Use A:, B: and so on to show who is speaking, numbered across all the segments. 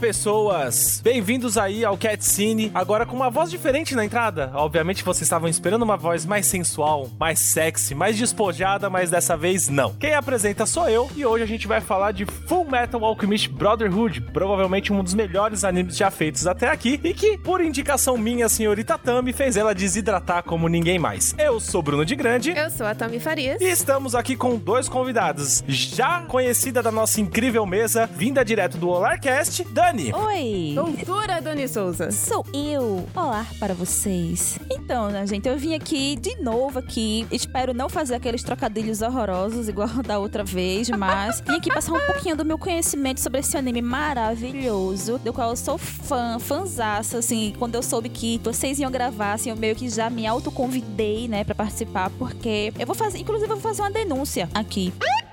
A: pessoas! Bem-vindos aí ao Cutscene, agora com uma voz diferente na entrada. Obviamente vocês estavam esperando uma voz mais sensual, mais sexy, mais despojada, mas dessa vez não. Quem apresenta sou eu, e hoje a gente vai falar de Fullmetal Alchemist Brotherhood, provavelmente um dos melhores animes já feitos até aqui, e que, por indicação minha, a senhorita Tami, fez ela desidratar como ninguém mais. Eu sou Bruno de Grande.
B: Eu sou a Tami Farias.
A: E estamos aqui com dois convidados, já conhecida da nossa incrível mesa, vinda direto do Olarcast, Dani.
C: Oi!
B: Doutora Dani Souza.
C: Sou eu! Olá para vocês. Então, né, gente, eu vim aqui de novo aqui. Espero não fazer aqueles trocadilhos horrorosos igual da outra vez, mas vim aqui passar um pouquinho do meu conhecimento sobre esse anime maravilhoso, do qual eu sou fãzaça, assim. Quando eu soube que vocês iam gravar, assim, eu meio que já me autoconvidei, né, pra participar, porque eu vou fazer, inclusive eu vou fazer uma denúncia aqui.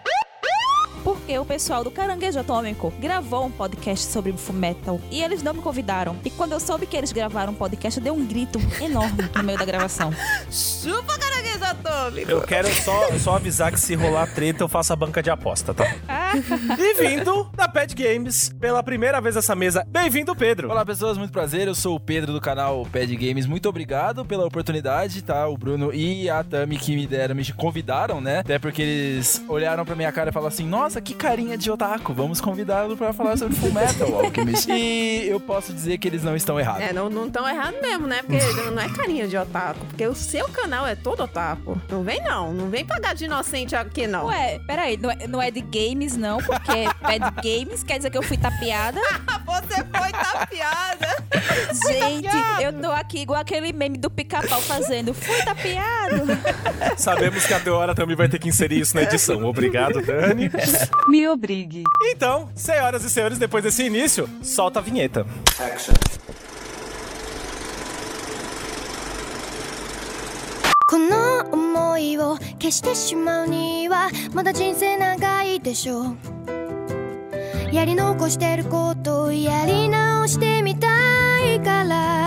C: Porque o pessoal do Caranguejo Atômico gravou um podcast sobre Fullmetal e eles não me convidaram. E quando eu soube que eles gravaram um podcast, eu dei um grito enorme no meio da gravação.
B: Chupa Caranguejo Atômico!
A: Eu quero só avisar que se rolar treta, eu faço a banca de aposta, tá? E vindo da Pad Games, pela primeira vez nessa mesa, bem-vindo, Pedro.
D: Olá, pessoas, muito prazer. Eu sou o Pedro do canal Pad Games. Muito obrigado pela oportunidade, tá? O Bruno e a Tami que me convidaram, né? Até porque eles olharam pra minha cara e falaram assim: nossa, que carinha de otaku, vamos convidá-lo pra falar sobre Fullmetal Alchemist. E eu posso dizer que eles não estão errados.
B: Não estão errados mesmo, né? Porque não é carinha de otaku, porque o seu canal é todo otaku. Não vem pagar de inocente aqui, não.
C: Ué, peraí, não é de games não, porque é de games, quer dizer que eu fui tapeada?
B: Você foi tapeada!
C: Gente, eu tô aqui igual aquele meme do Pica-Pau fazendo, fui tapeado!
A: Sabemos que a Teora também vai ter que inserir isso na edição. Obrigado, Dani.
E: Me obrigue.
A: Então, senhoras e senhores, depois desse início, solta a vinheta.
F: Action.
G: この想いを消してしまうにはまだ人生長いでしょうやり残してることをやり直してみたいから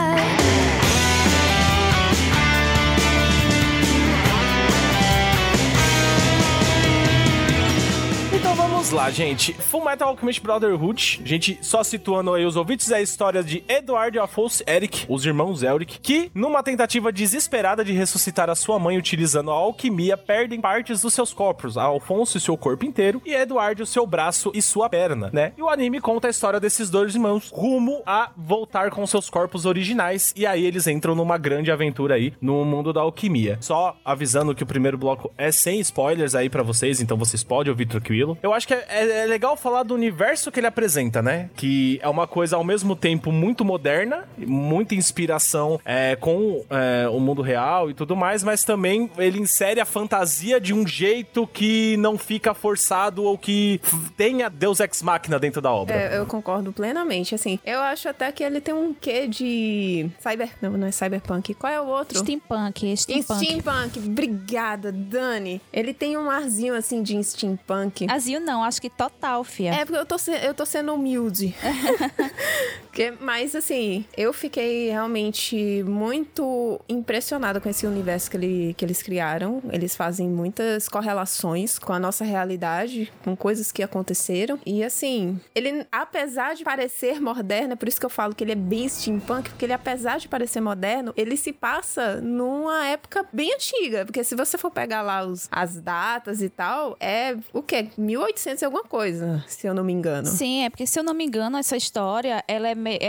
A: Então vamos lá, gente. Fullmetal Alchemist Brotherhood, a gente só situando aí os ouvintes, é a história de Edward e Afonso Eric, os irmãos Elric, que, numa tentativa desesperada de ressuscitar a sua mãe utilizando a alquimia, perdem partes dos seus corpos, a Alfonso e seu corpo inteiro, e Edward o seu braço e sua perna, né? E o anime conta a história desses dois irmãos rumo a voltar com seus corpos originais, e aí eles entram numa grande aventura aí no mundo da alquimia. Só avisando que o primeiro bloco é sem spoilers aí pra vocês, então vocês podem ouvir tranquilo. Eu acho que é legal falar do universo que ele apresenta, né? Que é uma coisa ao mesmo tempo muito moderna, muita inspiração com o mundo real e tudo mais, mas também ele insere a fantasia de um jeito que não fica forçado ou que tenha Deus Ex Machina dentro da obra.
B: Eu concordo plenamente, assim. Eu acho até que ele tem um quê de... Não é cyberpunk. Qual é o outro?
C: Steampunk.
B: Steampunk. Obrigada, Dani. Ele tem um arzinho, assim, de steampunk.
C: Azil não, acho que total, fia.
B: É, porque eu tô sendo humilde. Mas, assim, eu fiquei realmente muito impressionada com esse universo que eles criaram. Eles fazem muitas correlações com a nossa realidade, com coisas que aconteceram. E, assim, ele, apesar de parecer moderno, é por isso que eu falo que ele é bem steampunk, porque ele, apesar de parecer moderno, ele se passa numa época bem antiga. Porque se você for pegar lá as datas e tal, é o quê? 1800 e alguma coisa, se eu não me engano.
C: Sim, é porque, se eu não me engano, essa história, ela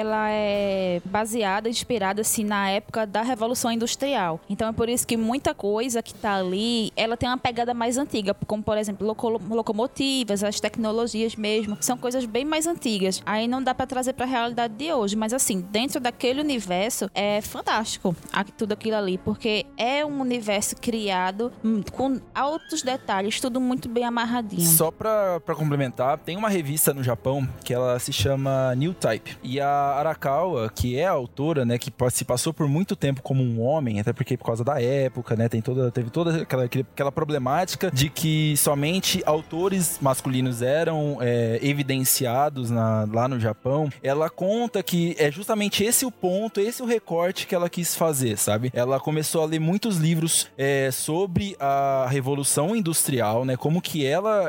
C: é baseada, inspirada, assim, na época da Revolução Industrial. Então, é por isso que muita coisa que tá ali, ela tem uma pegada mais antiga, como, por exemplo, locomotivas, as tecnologias mesmo, são coisas bem mais antigas. Aí não dá pra trazer pra realidade de hoje, mas, assim, dentro daquele universo, é fantástico tudo aquilo ali, porque é um universo criado com altos detalhes, tudo muito bem amarradinho.
D: Só pra complementar, tem uma revista no Japão que ela se chama New Type. E a Arakawa, que é a autora, né, que se passou por muito tempo como um homem, até porque por causa da época, né, teve toda aquela problemática de que somente autores masculinos eram evidenciados lá no Japão. Ela conta que é justamente esse o ponto, esse o recorte que ela quis fazer, sabe? Ela começou a ler muitos livros sobre a Revolução Industrial, né, como que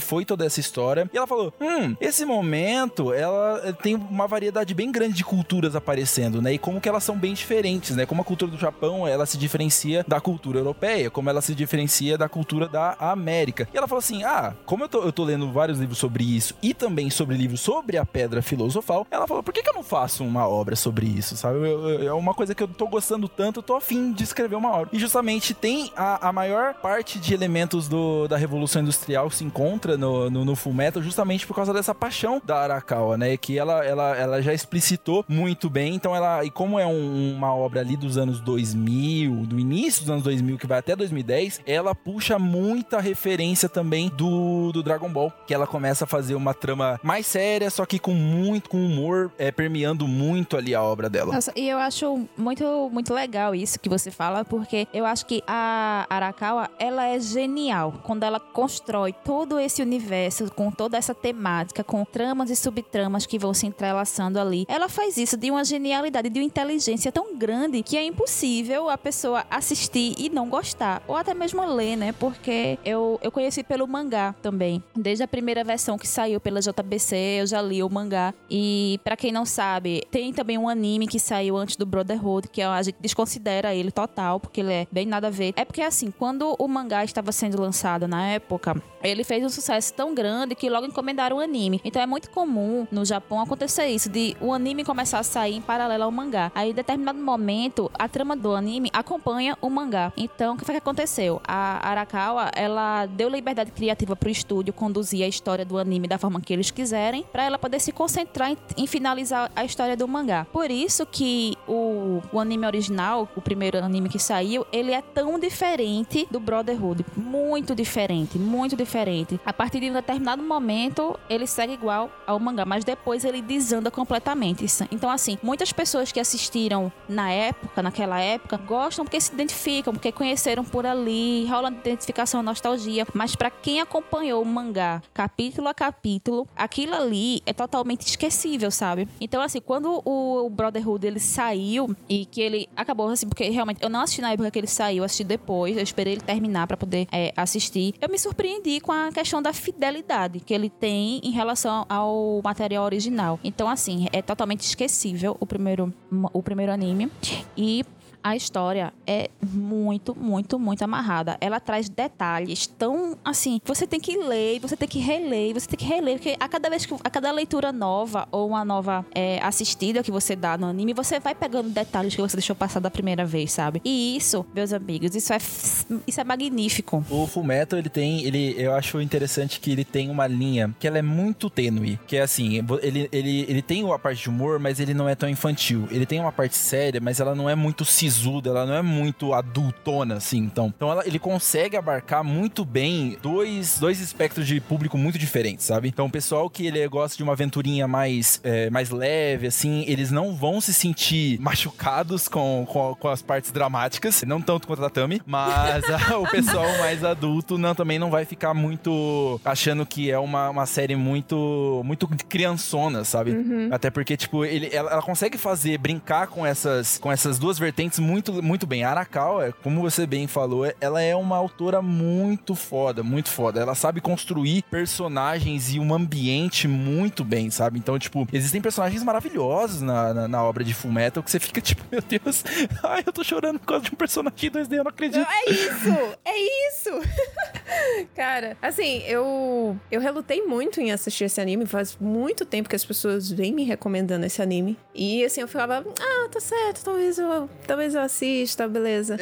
D: foi toda essa história. E ela falou, esse momento, ela tem uma variedade bem grande de culturas aparecendo, né? E como que elas são bem diferentes, né? Como a cultura do Japão, ela se diferencia da cultura europeia, como ela se diferencia da cultura da América. E ela falou assim, como eu tô lendo vários livros sobre isso e também sobre livros sobre a Pedra Filosofal, ela falou, por que eu não faço uma obra sobre isso, sabe? É uma coisa que eu tô gostando tanto, eu tô afim de escrever uma obra. E justamente tem a maior parte de elementos da Revolução Industrial se encontra no Fullmetal justamente por causa dessa paixão da Arakawa, né? Que ela já explicitou muito bem. Então e como é uma obra ali dos anos 2000, do início dos anos 2000, que vai até 2010, ela puxa muita referência também do Dragon Ball, que ela começa a fazer uma trama mais séria, só que com humor, permeando muito ali a obra dela.
C: Nossa, e eu acho muito, muito legal isso que você fala, porque eu acho que a Arakawa, ela é genial quando ela constrói todo esse universo, com toda essa temática, com tramas e subtramas que vão se entrelaçando ali. Ela faz isso de uma genialidade, de uma inteligência tão grande que é impossível a pessoa assistir e não gostar, ou até mesmo ler, né? Porque eu conheci pelo mangá também. Desde a primeira versão que saiu pela JBC, eu já li o mangá. E pra quem não sabe, tem também um anime que saiu antes do Brotherhood, que a gente desconsidera ele total, porque ele é bem nada a ver. É porque assim, quando o mangá estava sendo lançado na época, ele fez um sucesso tão grande que logo encomendaram o anime. Então é muito comum no Japão acontecer isso, de o anime começar a sair em paralelo ao mangá. Aí em determinado momento, a trama do anime acompanha o mangá. Então o que foi que aconteceu? A Arakawa, ela deu liberdade criativa pro estúdio conduzir a história do anime da forma que eles quiserem, pra ela poder se concentrar em finalizar a história do mangá. Por isso que o anime original, o primeiro anime que saiu, ele é tão diferente do Brotherhood. Muito diferente, muito diferente. A partir de um determinado momento, ele segue igual ao mangá, mas depois ele desanda completamente. Então, assim, muitas pessoas que assistiram naquela época, gostam porque se identificam, porque conheceram por ali, rola identificação, nostalgia. Mas pra quem acompanhou o mangá, capítulo a capítulo, aquilo ali é totalmente esquecível, sabe? Então, assim, quando o Brotherhood, ele saiu e que ele acabou, assim, porque realmente eu não assisti na época que ele saiu, eu assisti depois, eu esperei ele terminar pra poder assistir. Eu me surpreendi com a questão da fidelidade que ele tem em relação ao material original. Então, assim, é totalmente esquecível o primeiro anime. E a história é muito, muito, muito amarrada. Ela traz detalhes tão, assim, você tem que ler, você tem que reler, porque a cada leitura nova ou uma nova assistida que você dá no anime, você vai pegando detalhes que você deixou passar da primeira vez, sabe? E isso, meus amigos, isso é magnífico.
D: O Fullmetal, eu acho interessante que ele tem uma linha que ela é muito tênue, que é assim, ele tem uma parte de humor, mas ele não é tão infantil. Ele tem uma parte séria, mas ela não é muito ela não é muito adultona, assim. Então ele consegue abarcar muito bem dois espectros de público muito diferentes, sabe? Então, o pessoal que ele gosta de uma aventurinha mais leve, assim, eles não vão se sentir machucados com as partes dramáticas, não tanto quanto a Tatami, mas o pessoal mais adulto também não vai ficar muito achando que é uma série muito, muito criançona, sabe? Uhum. Até porque, tipo, ela consegue brincar com essas duas vertentes muito, muito bem. A Arakawa, como você bem falou, ela é uma autora muito foda, muito foda. Ela sabe construir personagens e um ambiente muito bem, sabe? Então, tipo, existem personagens maravilhosos na obra de Fullmetal que você fica tipo, meu Deus, ai, eu tô chorando por causa de um personagem 2D, eu não acredito.
B: É isso! Cara, assim, eu relutei muito em assistir esse anime. Faz muito tempo que as pessoas vêm me recomendando esse anime. E, assim, eu ficava, tá certo, talvez eu assista, beleza.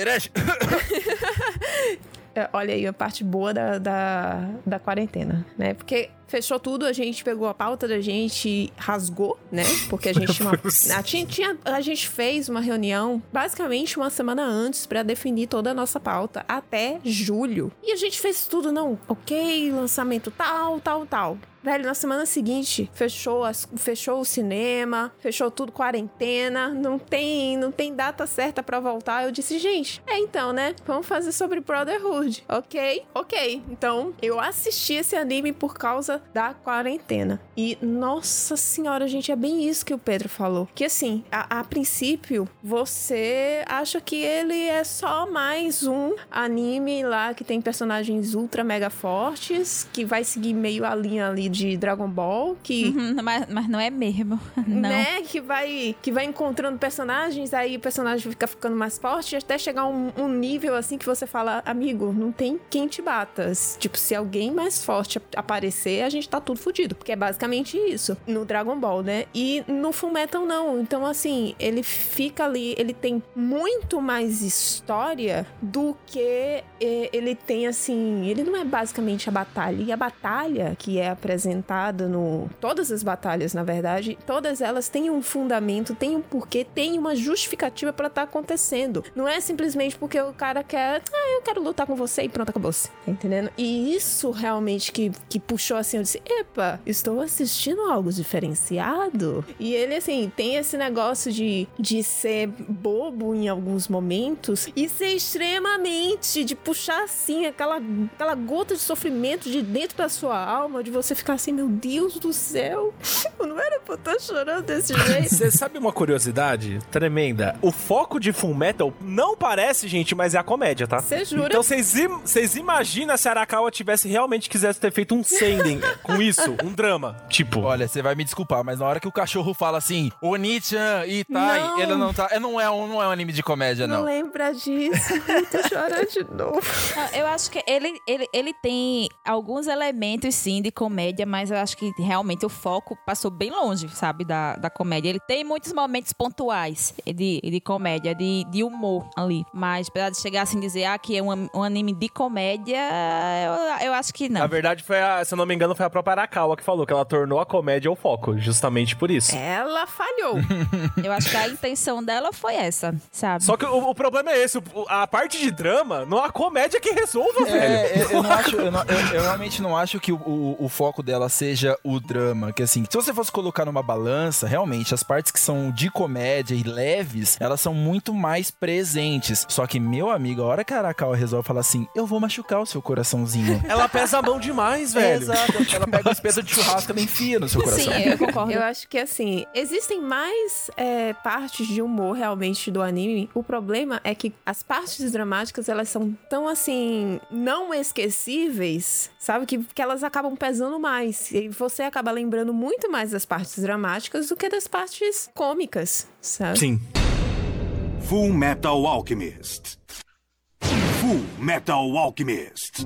B: Olha aí a parte boa da quarentena, né? Porque fechou tudo, a gente pegou a pauta da gente, rasgou, né? Porque a gente fez uma reunião basicamente uma semana antes pra definir toda a nossa pauta até julho. E a gente fez tudo, ok, lançamento tal. Velho, na semana seguinte, fechou o cinema, fechou tudo, quarentena, não tem data certa pra voltar. Eu disse, gente, então, né? Vamos fazer sobre Brotherhood, ok? Então, eu assisti esse anime por causa causa da quarentena. E, nossa senhora, gente, é bem isso que o Pedro falou. Que, assim, a princípio, você acha que ele é só mais um anime lá que tem personagens ultra mega fortes, que vai seguir meio a linha ali de Dragon Ball, que...
C: Mas não é mesmo, não.
B: Né? Que vai encontrando personagens, aí o personagem fica ficando mais forte, até chegar um nível, assim, que você fala, amigo, não tem quem te bata. Tipo, se alguém mais forte aparecer, a gente tá tudo fudido. Porque é basicamente isso. No Dragon Ball, né? E no Fullmetal, não. Então, assim, ele fica ali, ele tem muito mais história do que ele tem, assim... Ele não é basicamente a batalha. E a batalha que é apresentada no... Todas as batalhas, na verdade, todas elas têm um fundamento, têm um porquê, têm uma justificativa pra estar acontecendo. Não é simplesmente porque o cara quer... eu quero lutar com você e pronto, acabou-se. Tá entendendo? E isso realmente que puxou, assim, eu disse, epa, estou assistindo algo diferenciado. E ele, assim, tem esse negócio de ser bobo em alguns momentos e ser extremamente, de puxar, assim, aquela gota de sofrimento de dentro da sua alma, de você ficar assim, meu Deus do céu, eu não era pra estar chorando desse jeito.
A: Você sabe uma curiosidade tremenda? O foco de Fullmetal não parece, gente, mas é a comédia, tá?
B: Você jura?
A: Então vocês imaginam se a Arakawa quisesse ter feito um seinen com isso, um drama, tipo...
D: Olha, você vai me desculpar, mas na hora que o cachorro fala assim, Oni-chan e Tai,
B: Não.
D: ele não tá... Não é um anime de comédia, não.
B: Não lembra disso, eu tô chorando de novo.
C: Eu acho que ele tem alguns elementos, sim, de comédia, mas eu acho que realmente o foco passou bem longe, sabe, da comédia. Ele tem muitos momentos pontuais de comédia, de humor ali. Mas pra chegar assim e dizer, que é um anime de comédia, eu acho que não.
A: Na verdade, se eu não me engano, foi a própria Arakawa que falou que ela tornou a comédia o foco, justamente por isso.
B: Ela falhou.
C: Eu acho que a intenção dela foi essa, sabe?
A: Só que o problema é esse, a parte de drama, não há comédia que resolva, velho.
D: Eu realmente não acho que o foco dela seja o drama, que assim, se você fosse colocar numa balança, realmente, as partes que são de comédia e leves, elas são muito mais presentes. Só que, meu amigo, a hora que a Arakawa resolve falar assim, eu vou machucar o seu coraçãozinho.
A: Ela pesa a mão demais, velho.
D: Exato, ela pega os pesos de churrasco e ela enfia no seu coração.
C: Sim, eu concordo.
B: Eu acho que, assim, existem mais partes de humor, realmente, do anime. O problema é que as partes dramáticas, elas são tão, assim, não esquecíveis, sabe? Que elas acabam pesando mais. E você acaba lembrando muito mais das partes dramáticas do que das partes cômicas, sabe?
A: Sim.
E: Fullmetal Alchemist. Fullmetal Alchemist.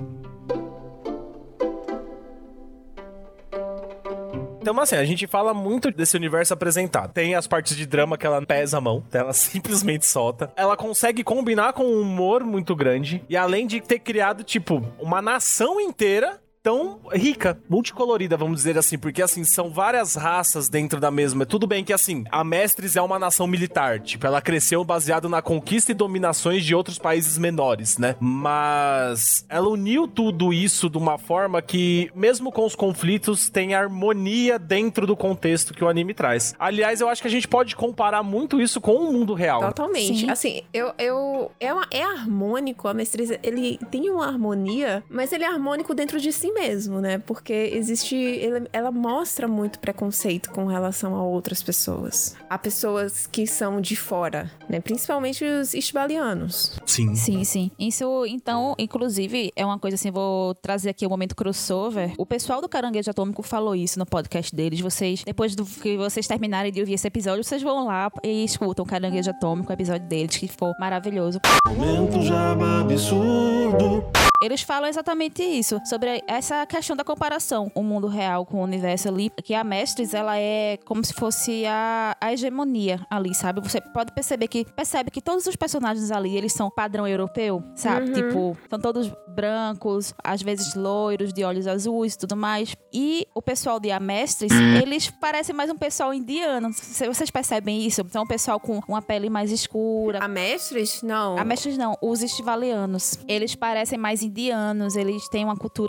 A: Então, assim, a gente fala muito desse universo apresentado. Tem as partes de drama que ela pesa a mão, ela simplesmente solta. Ela consegue combinar com um humor muito grande. E além de ter criado, tipo, uma nação inteira tão rica, multicolorida, vamos dizer assim, porque, assim, são várias raças dentro da mesma. Tudo bem que, assim, a Mestres é uma nação militar, tipo, ela cresceu baseado na conquista e dominações de outros países menores, né? Mas ela uniu tudo isso de uma forma que, mesmo com os conflitos, tem harmonia dentro do contexto que o anime traz. Aliás, eu acho que a gente pode comparar muito isso com o mundo real.
B: Totalmente.
C: Sim.
B: Assim, é harmônico, a Mestreza, ele tem uma harmonia, mas ele é harmônico dentro de si mesmo, né? Porque ela mostra muito preconceito com relação a outras pessoas. A pessoas que são de fora, né? Principalmente os ishbalianos.
A: Sim.
C: Sim, sim. Isso, então, inclusive, é uma coisa assim, vou trazer aqui o momento crossover. O pessoal do Caranguejo Atômico falou isso no podcast deles. Vocês, depois do que vocês terminarem de ouvir esse episódio, vocês vão lá e escutam o Caranguejo Atômico, o episódio deles, que ficou maravilhoso.
E: Momento jaba absurdo.
C: Eles falam exatamente isso, sobre essa questão da comparação, o mundo real com o universo ali, que a Mestres, ela é como se fosse a hegemonia ali, sabe? Você pode perceber que todos os personagens ali, eles são padrão europeu, sabe?
B: Uhum.
C: Tipo, são todos brancos, às vezes loiros, de olhos azuis e tudo mais. E o pessoal de A Mestres, eles parecem mais um pessoal indiano. Vocês percebem isso? São um pessoal com uma pele mais escura.
B: A Mestres? Não.
C: A Mestres não, os estivalianos. Eles parecem mais indianos, eles têm uma cultura diferente.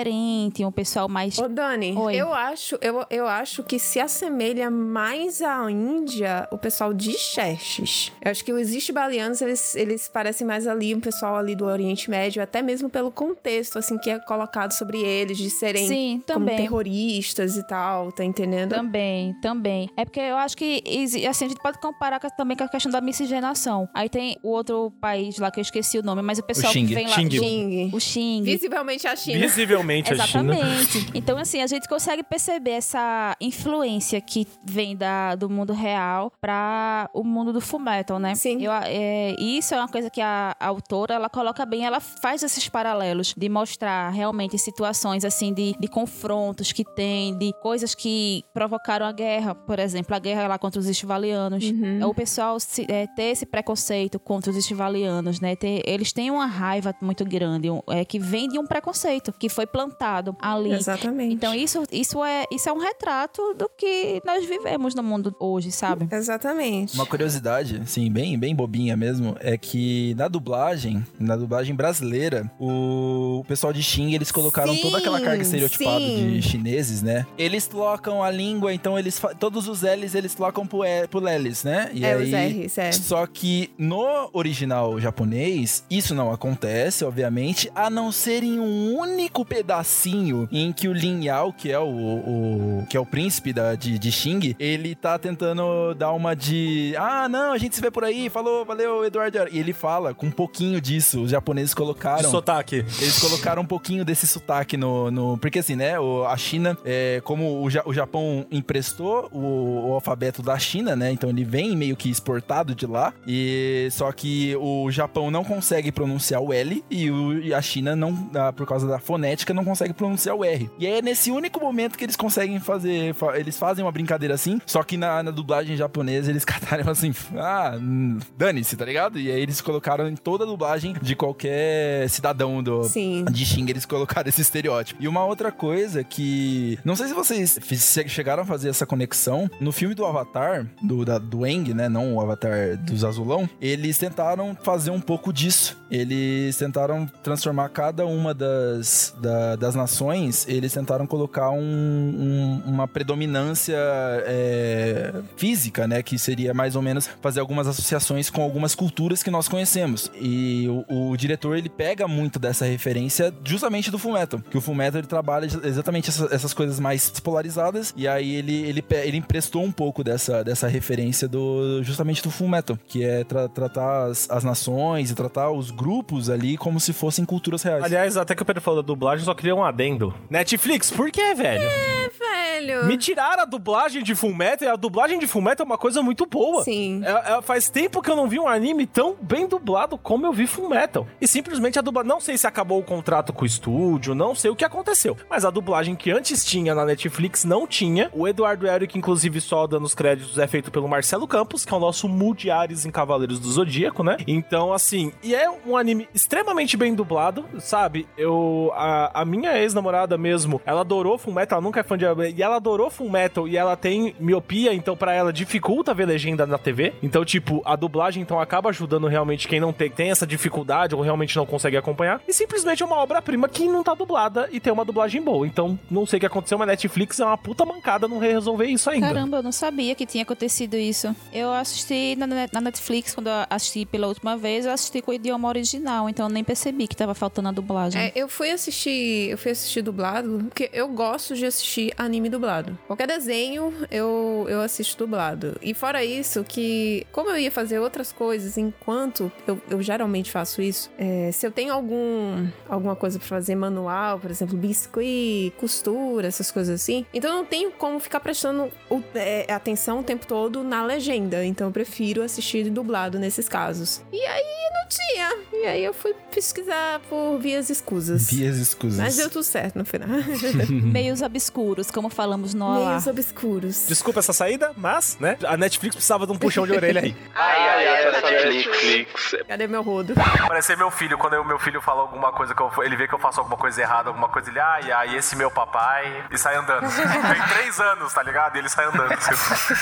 C: diferente, um pessoal mais...
B: Ô, Dani,
C: Oi.
B: eu acho que se assemelha mais à Índia o pessoal de Xerxes. Eu acho que os istibalianos, eles parecem mais ali um pessoal ali do Oriente Médio, até mesmo pelo contexto, assim, que é colocado sobre eles, de serem
C: Sim,
B: como
C: também.
B: terroristas e tal, tá entendendo?
C: Também. É porque eu acho que, assim, a gente pode comparar também com a questão da miscigenação. Aí tem o outro país lá, que eu esqueci o nome, mas o pessoal que vem lá...
B: Xing.
C: O Xing.
B: Visivelmente a China.
A: Visivelmente a China.
C: Exatamente. Então, assim, a gente consegue perceber essa influência que vem do mundo real para o mundo do Fullmetal, né?
B: Sim.
C: Isso é uma coisa que a autora, ela coloca bem, ela faz esses paralelos de mostrar realmente situações, assim, de confrontos que tem, de coisas que provocaram a guerra, por exemplo, a guerra lá contra os estivalianos. O pessoal ter esse preconceito contra os estivalianos, né? Eles têm uma raiva muito grande, que vem de um preconceito que foi plantado ali.
B: Exatamente.
C: Então, isso é um retrato do que nós vivemos no mundo hoje, sabe?
B: Exatamente.
D: Uma curiosidade, assim, bem bobinha mesmo, é que na dublagem brasileira, o pessoal de Xing, eles colocaram toda aquela carga estereotipada de chineses, né? Eles trocam a língua, então todos os L's eles trocam pro L's, né? E aí,
B: os R's, é.
D: Só que no original japonês, isso não acontece, obviamente, a não ser em um único pedacinho em que o Lin Yao, que é o príncipe de Xing, ele tá tentando dar uma de... Ah, não, a gente se vê por aí, falou, valeu, Eduardo. E ele fala com um pouquinho disso, os japoneses colocaram...
A: De sotaque.
D: Eles colocaram um pouquinho desse sotaque no... Porque assim, né, a China, como o Japão emprestou o alfabeto da China, né, então ele vem meio que exportado de lá, só que o Japão não consegue pronunciar o L e a China, não, por causa da fonética, não consegue pronunciar o R. E aí é nesse único momento que eles conseguem fazer... Eles fazem uma brincadeira assim, só que na dublagem japonesa eles cataram assim, dane-se, tá ligado? E aí eles colocaram em toda a dublagem de qualquer cidadão de Xing, eles colocaram esse estereótipo. E uma outra coisa que... Não sei se vocês chegaram a fazer essa conexão. No filme do Avatar, do Aang, né? Não o Avatar dos Azulão, eles tentaram fazer um pouco disso. Eles tentaram transformar cada uma das nações, eles tentaram colocar uma predominância física, né? Que seria mais ou menos fazer algumas associações com algumas culturas que nós conhecemos. E o diretor, ele pega muito dessa referência justamente do Fullmetal. Que o Fullmetal, ele trabalha exatamente essas coisas mais polarizadas. E aí ele emprestou um pouco dessa referência justamente do Fullmetal. Que é tratar as nações e tratar os grupos ali como se fossem culturas reais.
A: Aliás, até que o Pedro falou da dublagem, eu só queria um adendo. Netflix, por que, velho?
B: Velho.
A: Me tiraram a dublagem de Fullmetal, e a dublagem de Fullmetal é uma coisa muito boa.
B: Sim.
A: Faz tempo que eu não vi um anime tão bem dublado como eu vi Fullmetal. E simplesmente a dublagem... Não sei se acabou o contrato com o estúdio, não sei o que aconteceu. Mas a dublagem que antes tinha na Netflix não tinha. O Eduardo Eric, inclusive, só dando os créditos, é feito pelo Marcelo Campos, que é o nosso Mude Ares em Cavaleiros do Zodíaco, né? Então, assim... E é um anime extremamente bem dublado, sabe? A minha ex-namorada mesmo, ela adorou Fullmetal, ela nunca é fã de... E ela adorou Fullmetal e ela tem miopia, então pra ela dificulta ver legenda na TV. Então, tipo, a dublagem então acaba ajudando realmente quem não tem essa dificuldade ou realmente não consegue acompanhar. E simplesmente é uma obra-prima que não tá dublada e tem uma dublagem boa. Então, não sei o que aconteceu, mas Netflix é uma puta mancada não resolver isso ainda.
C: Caramba, eu não sabia que tinha acontecido isso. Eu assisti na Netflix, quando eu assisti pela última vez, eu assisti com o idioma original, então eu nem percebi que tava faltando a dublagem.
B: Eu fui assistir dublado, porque eu gosto de assistir anime dublado. Qualquer desenho, eu assisto dublado. E fora isso, que como eu ia fazer outras coisas enquanto eu geralmente faço isso, se eu tenho alguma coisa pra fazer manual, por exemplo, biscuit, costura, essas coisas assim, então eu não tenho como ficar prestando atenção o tempo todo na legenda. Então eu prefiro assistir dublado nesses casos. E aí não tinha. E aí eu fui pesquisar por vias escusas. Mas deu tudo certo no final.
C: Meios obscuros, como falamos no Olá.
B: Meios obscuros.
A: Desculpa essa saída, mas, né, a Netflix precisava de um puxão de orelha aí.
F: Ai, Netflix.
B: Cadê meu rodo?
A: Parecer meu filho, quando meu filho fala alguma coisa, ele vê que eu faço alguma coisa errada, alguma coisa, ele, ai, esse meu papai, e sai andando. Tem 3 anos, tá ligado? E ele sai andando.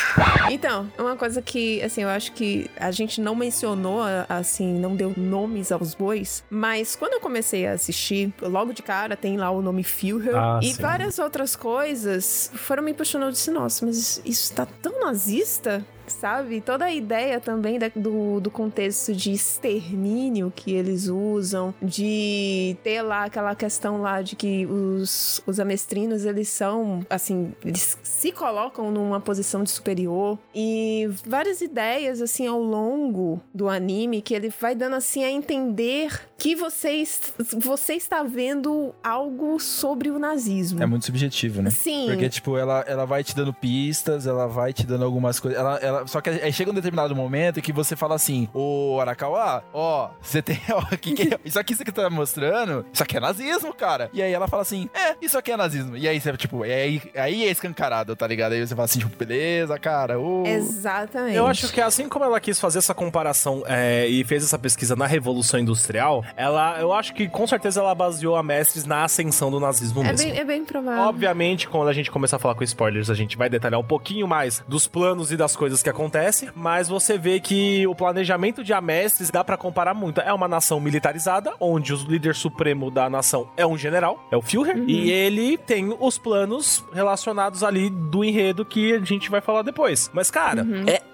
B: Então, uma coisa que, assim, eu acho que a gente não mencionou, assim, não deu nomes aos bois, mas quando eu comecei a assistir, logo de cara tem lá o nome Führer e
A: sim.
B: várias outras coisas foram me puxando. Eu disse, nossa, mas isso tá tão nazista, sabe? Toda a ideia também do contexto de extermínio que eles usam, de ter lá aquela questão lá de que os amestrinos, eles são, assim, eles se colocam numa posição de superior, e várias ideias, assim, ao longo do anime, que ele vai dando, assim, a entender que você está vendo algo sobre o nazismo.
D: É muito subjetivo, né?
B: Sim.
D: Porque, tipo, ela vai te dando pistas, ela vai te dando algumas coisas. Só que aí chega um determinado momento que você fala assim, ô Arakawa, ó, você tem... isso aqui você que tá mostrando, isso aqui é nazismo, cara. E aí ela fala assim, isso aqui é nazismo. E aí você, tipo, aí é escancarado, tá ligado? Aí você fala assim, tipo, beleza, cara.
B: Exatamente.
A: Eu acho que assim como ela quis fazer essa comparação e fez essa pesquisa na Revolução Industrial, eu acho que com certeza ela baseou a Mestres na ascensão do nazismo mesmo.
B: É bem provável.
A: Obviamente, quando a gente começar a falar com spoilers, a gente vai detalhar um pouquinho mais dos planos e das coisas que acontecem, mas você vê que o planejamento de Amestres dá pra comparar muito. É uma nação militarizada, onde o líder supremo da nação é um general, é o Führer, e ele tem os planos relacionados ali do enredo que a gente vai falar depois. Mas, cara,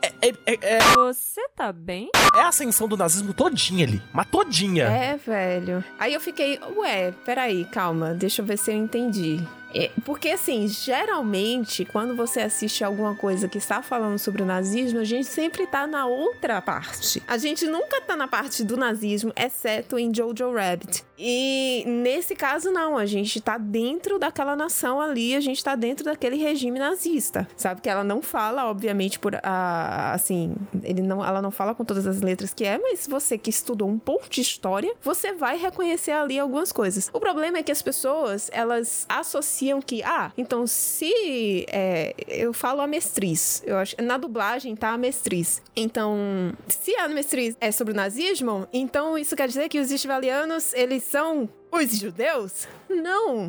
H: Você tá bem?
A: é a ascensão do nazismo todinha ali, mas todinha.
B: É, velho. Aí eu fiquei, peraí, calma, deixa eu ver se eu entendi. Porque, assim, geralmente, quando você assiste alguma coisa que está falando sobre o nazismo, a gente sempre tá na outra parte. A gente nunca tá na parte do nazismo, exceto em Jojo Rabbit. E, nesse caso, não. A gente tá dentro daquela nação ali, a gente tá dentro daquele regime nazista. Sabe? Que ela não fala, obviamente, assim... ela não fala com todas as letras que é, mas você que estudou um pouco de história, você vai reconhecer ali algumas coisas. O problema é que as pessoas, elas associam que, então se eu falo amestriz, eu acho, na dublagem tá amestriz, então se a amestriz é sobre o nazismo, então isso quer dizer que os istvalianos, eles são os judeus? Não!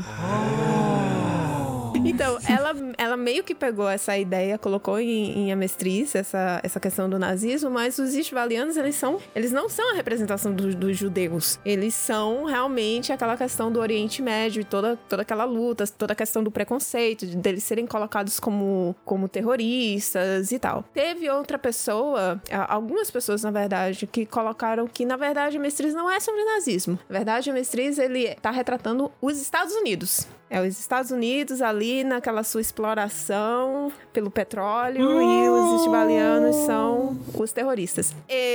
B: Então, ela meio que pegou essa ideia, colocou em Amestriz, essa questão do nazismo, mas os istvalianos, eles não são a representação dos judeus. Eles são realmente aquela questão do Oriente Médio, e toda aquela luta, toda a questão do preconceito, deles serem colocados como terroristas e tal. Teve outra pessoa, algumas pessoas, na verdade, que colocaram que, na verdade, Amestriz não é sobre nazismo. Na verdade, Amestriz, ele tá retratando os Estados Unidos. Os Estados Unidos ali naquela sua exploração pelo petróleo e os istvalianos são os terroristas.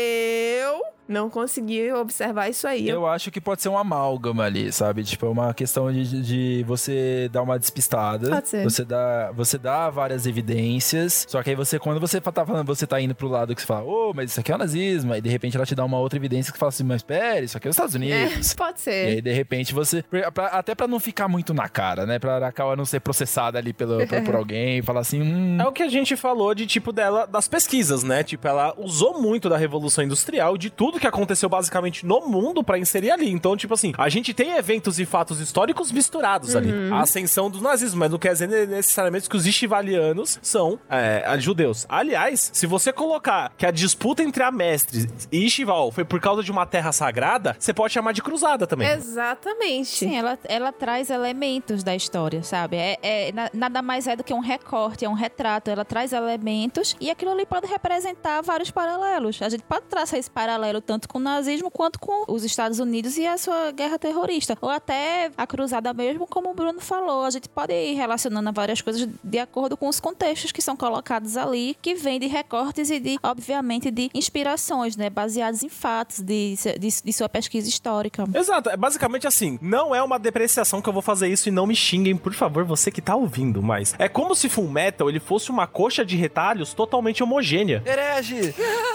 B: Eu não consegui observar isso aí.
D: Eu acho que pode ser um amálgama ali, sabe? Tipo, é uma questão de você dar uma despistada.
B: Pode ser.
D: Você dá várias evidências, só que aí quando você tá falando, você tá indo pro lado que você fala, mas isso aqui é o nazismo, aí de repente ela te dá uma outra evidência que fala assim, mas espere, isso aqui é os Estados Unidos.
B: Pode ser.
D: E aí, de repente, até pra não ficar muito na cara, né? Pra Arakawa não ser processada ali por alguém e falar assim,
A: É o que a gente falou de, tipo, das pesquisas, né? Tipo, ela usou muito da Revolução Industrial, de tudo que aconteceu basicamente no mundo pra inserir ali. Então, tipo assim, a gente tem eventos e fatos históricos misturados ali. A ascensão do nazismo, mas não quer dizer necessariamente que os istvalianos são judeus. Aliás, se você colocar que a disputa entre Amestres e Ishval foi por causa de uma terra sagrada, você pode chamar de cruzada também.
B: Exatamente.
C: Sim, ela traz elementos da história, sabe? Nada mais é do que um recorte, é um retrato. Ela traz elementos e aquilo ali pode representar vários paralelos. A gente pode traçar esse paralelo tanto com o nazismo quanto com os Estados Unidos e a sua guerra terrorista. Ou até a cruzada mesmo, como o Bruno falou. A gente pode ir relacionando a várias coisas de acordo com os contextos que são colocados ali, que vêm de recortes e, obviamente, de inspirações, né? Baseados em fatos de sua pesquisa histórica.
A: Exato. É basicamente assim, não é uma depreciação que eu vou fazer isso e não me xinguem, por favor, você que tá ouvindo, mas é como se Fullmetal ele fosse uma coxa de retalhos totalmente homogênea.
D: herege!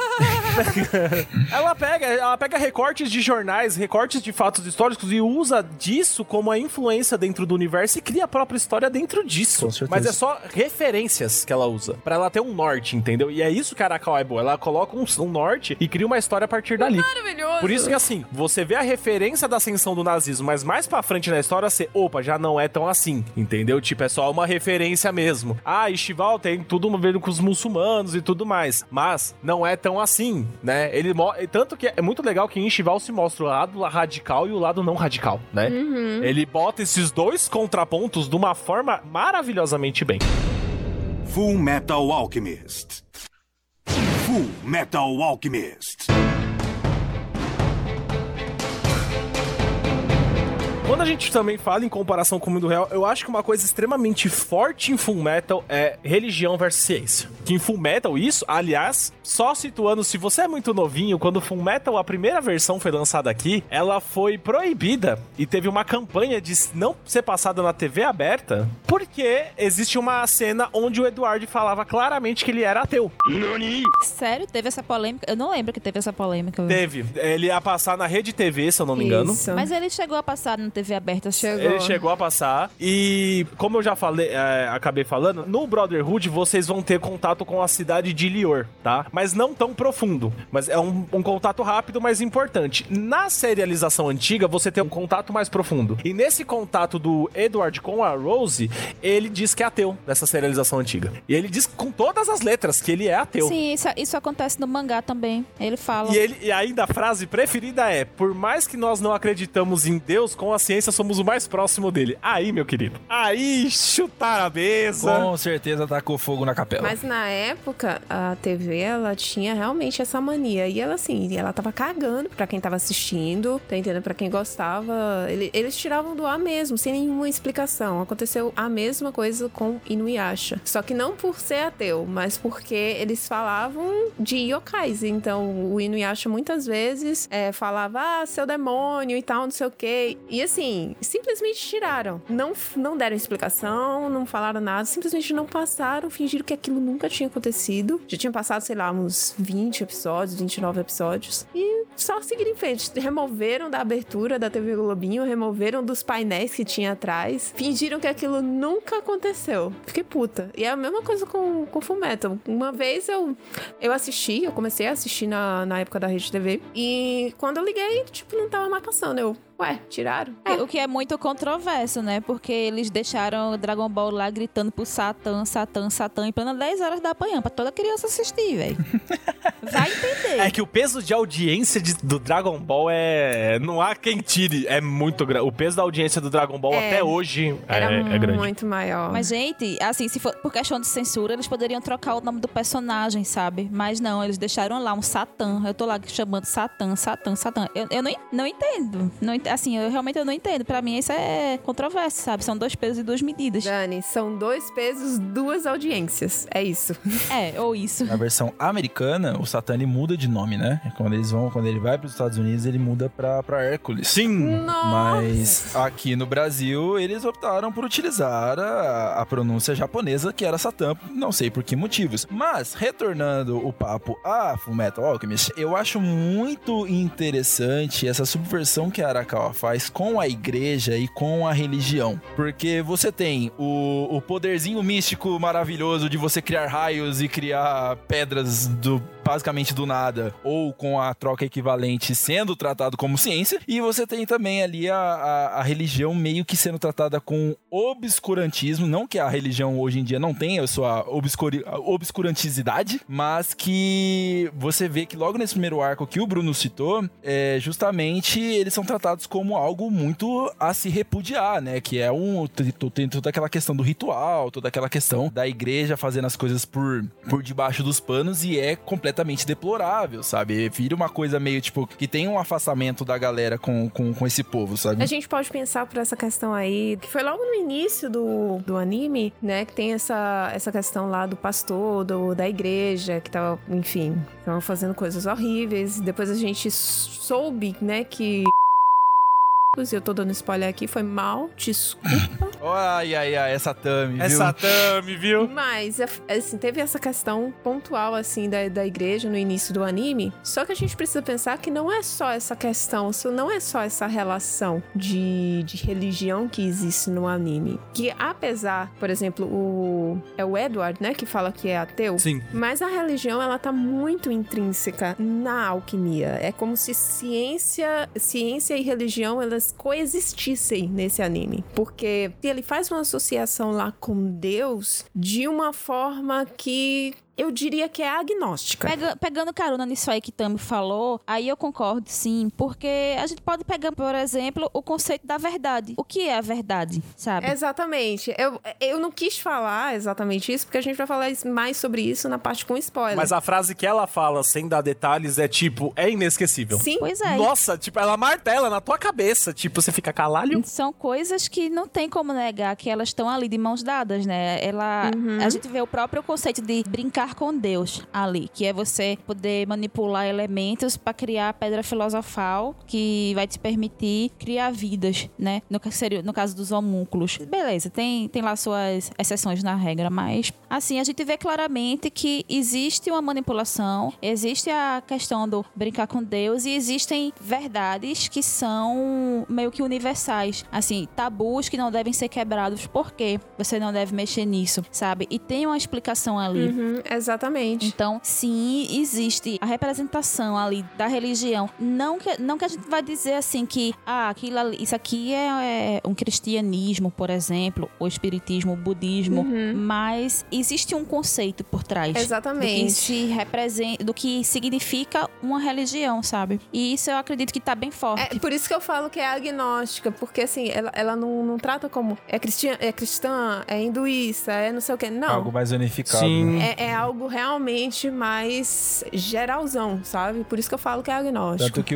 A: Ela pega recortes de jornais, recortes de fatos históricos e usa disso como a influência dentro do universo e cria a própria história dentro disso.
D: Com certeza.
A: Mas é só referências que ela usa, pra ela ter um norte, entendeu? E é isso que a Arakawa é boa. Ela coloca um norte e cria uma história a partir dali.
B: Maravilhoso!
A: Por isso que assim, você vê a referência da ascensão do nazismo, mas mais pra frente na história já não é tão assim, entendeu? Tipo, é só uma referência mesmo. Ishval tem tudo a ver com os muçulmanos e tudo mais, mas não é tão assim, né? Tanto que é muito legal que em Shival se mostra o lado radical e o lado não radical, né? Ele bota esses dois contrapontos de uma forma maravilhosamente bem.
E: Full Metal Alchemist. Full Metal Alchemist.
A: Quando a gente também fala em comparação com o mundo real, eu acho que uma coisa extremamente forte em Fullmetal é religião versus ciência. Que em Fullmetal, isso, aliás, só situando, se você é muito novinho, quando Fullmetal, a primeira versão foi lançada aqui, ela foi proibida e teve uma campanha de não ser passada na TV aberta, porque existe uma cena onde o Edward falava claramente que ele era ateu.
C: Sério? Teve essa polêmica? Eu não lembro que teve essa polêmica.
A: Teve. Ele ia passar na Rede TV, se eu não me engano.
B: Isso.
C: Mas ele chegou a passar na TV aberta.
A: Ele chegou a passar. E como eu já falei, acabei falando, no Brotherhood vocês vão ter contato com a cidade de Lior, tá? Mas não tão profundo. Mas é um contato rápido, mas importante. Na serialização antiga, você tem um contato mais profundo. E nesse contato do Edward com a Rose, ele diz que é ateu, nessa serialização antiga. E ele diz com todas as letras que ele é ateu.
C: Sim, isso acontece no mangá também. Ele fala.
A: E ainda a frase preferida é: por mais que nós não acreditamos em Deus, com a ciência somos o mais próximo dele. Aí, meu querido. Aí, chutar a mesa.
D: Com certeza tacou fogo na capela.
B: Mas na época, a TV, ela tinha realmente essa mania. E ela, assim, ela tava cagando pra quem tava assistindo, tá entendendo? Pra quem gostava. Eles tiravam do ar mesmo, sem nenhuma explicação. Aconteceu a mesma coisa com Inuyasha. Só que não por ser ateu, mas porque eles falavam de yokais. Então, o Inuyasha muitas vezes falava, seu demônio e tal, não sei o quê. E assim, simplesmente tiraram. Não deram explicação, não falaram nada, simplesmente não passaram, fingiram que aquilo nunca tinha acontecido. Já tinha passado, sei lá, uns 20 episódios, 29 episódios. E só seguiram em frente. Removeram da abertura da TV Globinho, removeram dos painéis que tinha atrás, fingiram que aquilo nunca aconteceu. Fiquei puta. E é a mesma coisa com Fullmetal. Uma vez eu comecei a assistir na época da Rede TV, e quando eu liguei, tipo, não tava mais passando. Ué, tiraram?
C: O que é muito controverso, né? Porque eles deixaram o Dragon Ball lá gritando pro Satã, em plena 10 horas da manhã, pra toda criança assistir, velho. Vai entender.
A: É que o peso de audiência do Dragon Ball não há quem tire. É muito grande. O peso da audiência do Dragon Ball até hoje é grande.
B: Muito maior.
C: Mas, gente, assim, se for por questão de censura, eles poderiam trocar o nome do personagem, sabe? Mas não, eles deixaram lá um Satã. Eu tô lá chamando Satã. Eu não entendo. Assim, eu realmente não entendo. Pra mim, isso é controverso, sabe? São 2 pesos e 2 medidas.
B: Dani, são 2 pesos, 2 audiências. É isso.
C: Ou isso.
D: Na versão americana, o Satã ele muda de nome, né? Quando ele vai pros Estados Unidos, ele muda pra Hércules.
A: Sim!
B: Nossa.
D: Mas aqui no Brasil, eles optaram por utilizar a pronúncia japonesa, que era Satã, não sei por que motivos. Mas, retornando o papo a Fullmetal Alchemist, eu acho muito interessante essa subversão que a Arakawa faz com a igreja e com a religião. Porque você tem o poderzinho místico maravilhoso de você criar raios e criar pedras basicamente do nada, ou com a troca equivalente sendo tratado como ciência, e você tem também ali a religião meio que sendo tratada com obscurantismo, não que a religião hoje em dia não tenha a sua obscuranticidade, mas que você vê que logo nesse primeiro arco que o Bruno citou, justamente eles são tratados como algo muito a se repudiar, né, que tem toda aquela questão do ritual, toda aquela questão da igreja fazendo as coisas por debaixo dos panos, e é completamente deplorável, sabe? Vira uma coisa meio, tipo, que tem um afastamento da galera com esse povo, sabe?
B: A gente pode pensar por essa questão aí, que foi logo no início do anime, né? Que tem essa questão lá do pastor, da igreja, que tava, enfim, estavam fazendo coisas horríveis. Depois a gente soube, né, que... Eu tô dando spoiler aqui, foi mal, desculpa.
D: Ai, essa Tami, viu?
A: Essa Tami, viu?
B: Mas, assim, teve essa questão pontual, assim, da igreja no início do anime. Só que a gente precisa pensar que não é só essa questão, não é só essa relação de religião que existe no anime. Que apesar, por exemplo, o Edward, né, que fala que é ateu.
A: Sim.
B: Mas a religião, ela tá muito intrínseca na alquimia. É como se ciência e religião, elas coexistissem nesse anime. Porque ele faz uma associação lá com Deus de uma forma que eu diria que é agnóstica.
C: Pegando carona nisso aí que Tami falou, aí eu concordo sim, porque a gente pode pegar, por exemplo, o conceito da verdade. O que é a verdade, sabe?
B: Exatamente. Eu não quis falar exatamente isso, porque a gente vai falar mais sobre isso na parte com spoiler.
A: Mas a frase que ela fala, sem dar detalhes, é tipo, é inesquecível.
B: Sim.
C: Pois é.
A: Nossa, tipo, ela martela na tua cabeça, tipo, você fica calalho.
C: São coisas que não tem como negar que elas estão ali de mãos dadas, né? A gente vê o próprio conceito de brincar com Deus ali, que é você poder manipular elementos para criar a pedra filosofal que vai te permitir criar vidas, né? No caso dos homúnculos. Beleza, tem lá suas exceções na regra, mas assim, a gente vê claramente que existe uma manipulação, existe a questão do brincar com Deus e existem verdades que são meio que universais. Assim, tabus que não devem ser quebrados. Por quê? Você não deve mexer nisso, sabe? E tem uma explicação ali.
B: Exatamente.
C: Então, sim, existe a representação ali da religião. Não que a gente vai dizer assim que isso aqui é um cristianismo, por exemplo, o espiritismo, o budismo, mas existe um conceito por trás.
B: Exatamente.
C: Do que significa uma religião, sabe? E isso eu acredito que tá bem forte.
B: É por isso que eu falo que é agnóstica, porque assim, ela não trata como é cristã, é hinduísta, é não sei o que, não.
D: Algo mais unificado.
A: Sim.
D: Né?
B: É algo realmente mais geralzão, sabe? Por isso que eu falo que é agnóstico.
D: Tanto que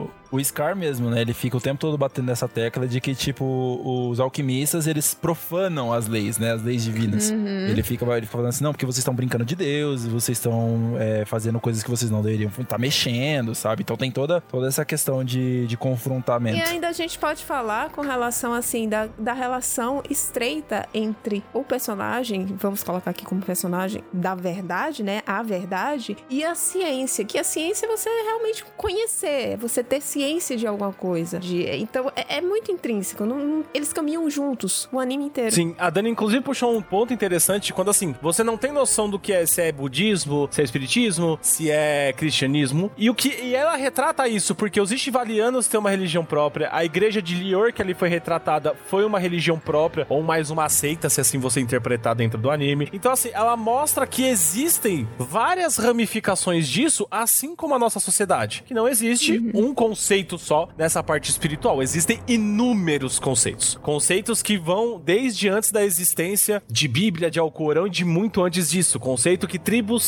D: o Scar mesmo, né? Ele fica o tempo todo batendo nessa tecla de que, tipo, os alquimistas, eles profanam as leis, né? As leis divinas. Ele fica falando assim, não, porque vocês estão brincando de Deus, vocês estão fazendo coisas que vocês não deveriam estar mexendo, sabe? Então tem toda essa questão de confrontamento.
B: E ainda a gente pode falar com relação, assim, da relação estreita entre o personagem, vamos colocar aqui como personagem, da verdade, né? A verdade, e a ciência. Que a ciência é você realmente conhecer, você ter ciência de alguma coisa. Então, é muito intrínseco. Eles caminham juntos o anime inteiro.
A: Sim, a Dani inclusive puxou um ponto interessante quando assim, você não tem noção do que se é budismo, se é espiritismo, se é cristianismo. E ela retrata isso, porque os Ishvalianos têm uma religião própria, a igreja de Lior, que ali foi retratada, foi uma religião própria, ou mais uma seita, se assim você interpretar dentro do anime. Então assim, ela mostra que existem várias ramificações disso, assim como a nossa sociedade. Que não existe um conceito só nessa parte espiritual. Existem inúmeros conceitos. Conceitos que vão desde antes da existência de Bíblia, de Alcorão e de muito antes disso. Conceito que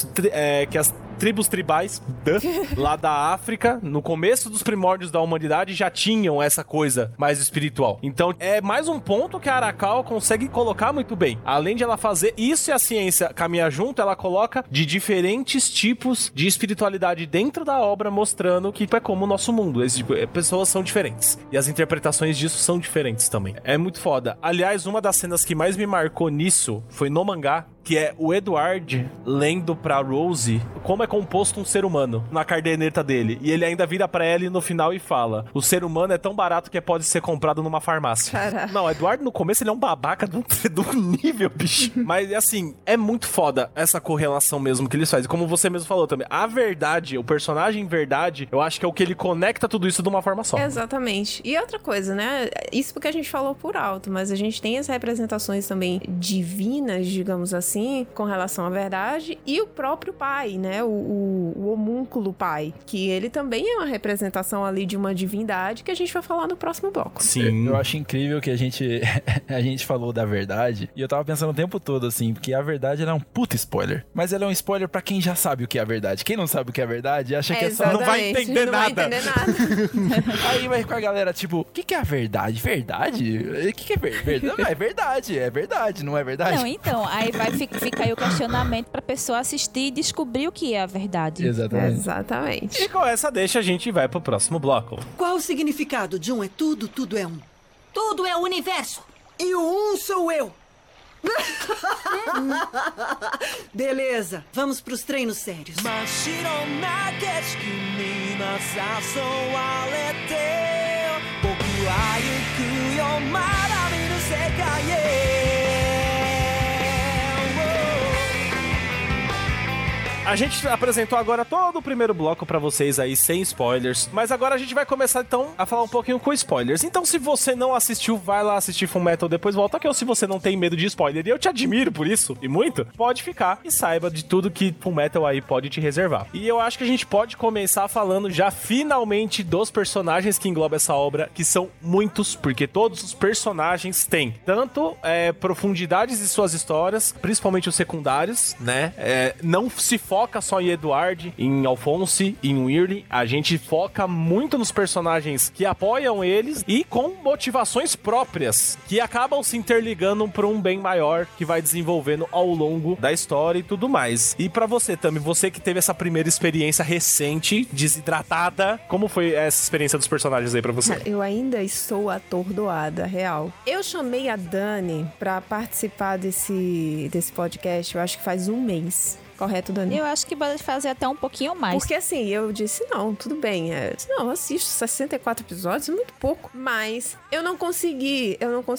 A: as tribos tribais lá da África, no começo dos primórdios da humanidade, já tinham essa coisa mais espiritual. Então, é mais um ponto que a Arakawa consegue colocar muito bem. Além de ela fazer isso e a ciência caminhar junto, ela coloca de diferentes tipos de espiritualidade dentro da obra, mostrando que é como o nosso mundo. Pessoas são diferentes. E as interpretações disso são diferentes também. É muito foda. Aliás, uma das cenas que mais me marcou nisso foi no mangá, que é o Edward lendo pra Rose como é composto um ser humano na caderneta dele. E ele ainda vira pra ela no final e fala: o ser humano é tão barato que pode ser comprado numa farmácia.
B: Caraca.
A: Não, o Edward no começo ele é um babaca do nível, bicho. Mas assim, é muito foda essa correlação mesmo que eles fazem. Como você mesmo falou também, a verdade, o personagem verdade, eu acho que é o que ele conecta tudo isso de uma forma só.
B: Exatamente. E outra coisa, né? Isso porque a gente falou por alto, mas a gente tem as representações também divinas, digamos assim, com relação à verdade, e o próprio pai, né? O homúnculo pai, que ele também é uma representação ali de uma divindade que a gente vai falar no próximo bloco.
A: Sim.
D: Eu acho incrível que a gente falou da verdade, e eu tava pensando o tempo todo assim, porque a verdade ela é um puta spoiler. Mas ela é um spoiler pra quem já sabe o que é a verdade. Quem não sabe o que é a verdade, acha que é só...
A: Não vai entender nada.
D: Aí vai com a galera, tipo, o que é a verdade? Verdade? O que é verdade? Não, é verdade, não é verdade?
C: Não, então, aí vai ficar aí o questionamento pra pessoa assistir e descobrir o que é a verdade.
B: Exatamente.
A: E com essa deixa a gente vai pro próximo bloco.
I: Qual o significado de um é tudo, tudo é um?
J: Tudo é o universo.
I: E o um sou eu. Beleza, vamos pros treinos sérios.
A: A gente apresentou agora todo o primeiro bloco pra vocês aí, sem spoilers. Mas agora a gente vai começar, então, a falar um pouquinho com spoilers. Então, se você não assistiu, vai lá assistir Fullmetal, depois volta aqui. Ou se você não tem medo de spoiler, e eu te admiro por isso, e muito, pode ficar e saiba de tudo que Fullmetal aí pode te reservar. E eu acho que a gente pode começar falando já, finalmente, dos personagens que englobam essa obra, que são muitos, porque todos os personagens têm tanto profundidades de suas histórias, principalmente os secundários, né? Não se foca só em Edward, em Alphonse, em Weird. A gente foca muito nos personagens que apoiam eles e com motivações próprias, que acabam se interligando para um bem maior que vai desenvolvendo ao longo da história e tudo mais. E pra você, Tami, você que teve essa primeira experiência recente, desidratada, como foi essa experiência dos personagens aí pra você?
B: Eu ainda estou atordoada, real. Eu chamei a Dani pra participar desse podcast, eu acho que faz um mês. Correto, Dani?
C: Eu acho que pode fazer até um pouquinho mais.
B: Porque assim, eu disse, não, tudo bem. Não, eu assisto 64 episódios, é muito pouco. Mas eu não consegui,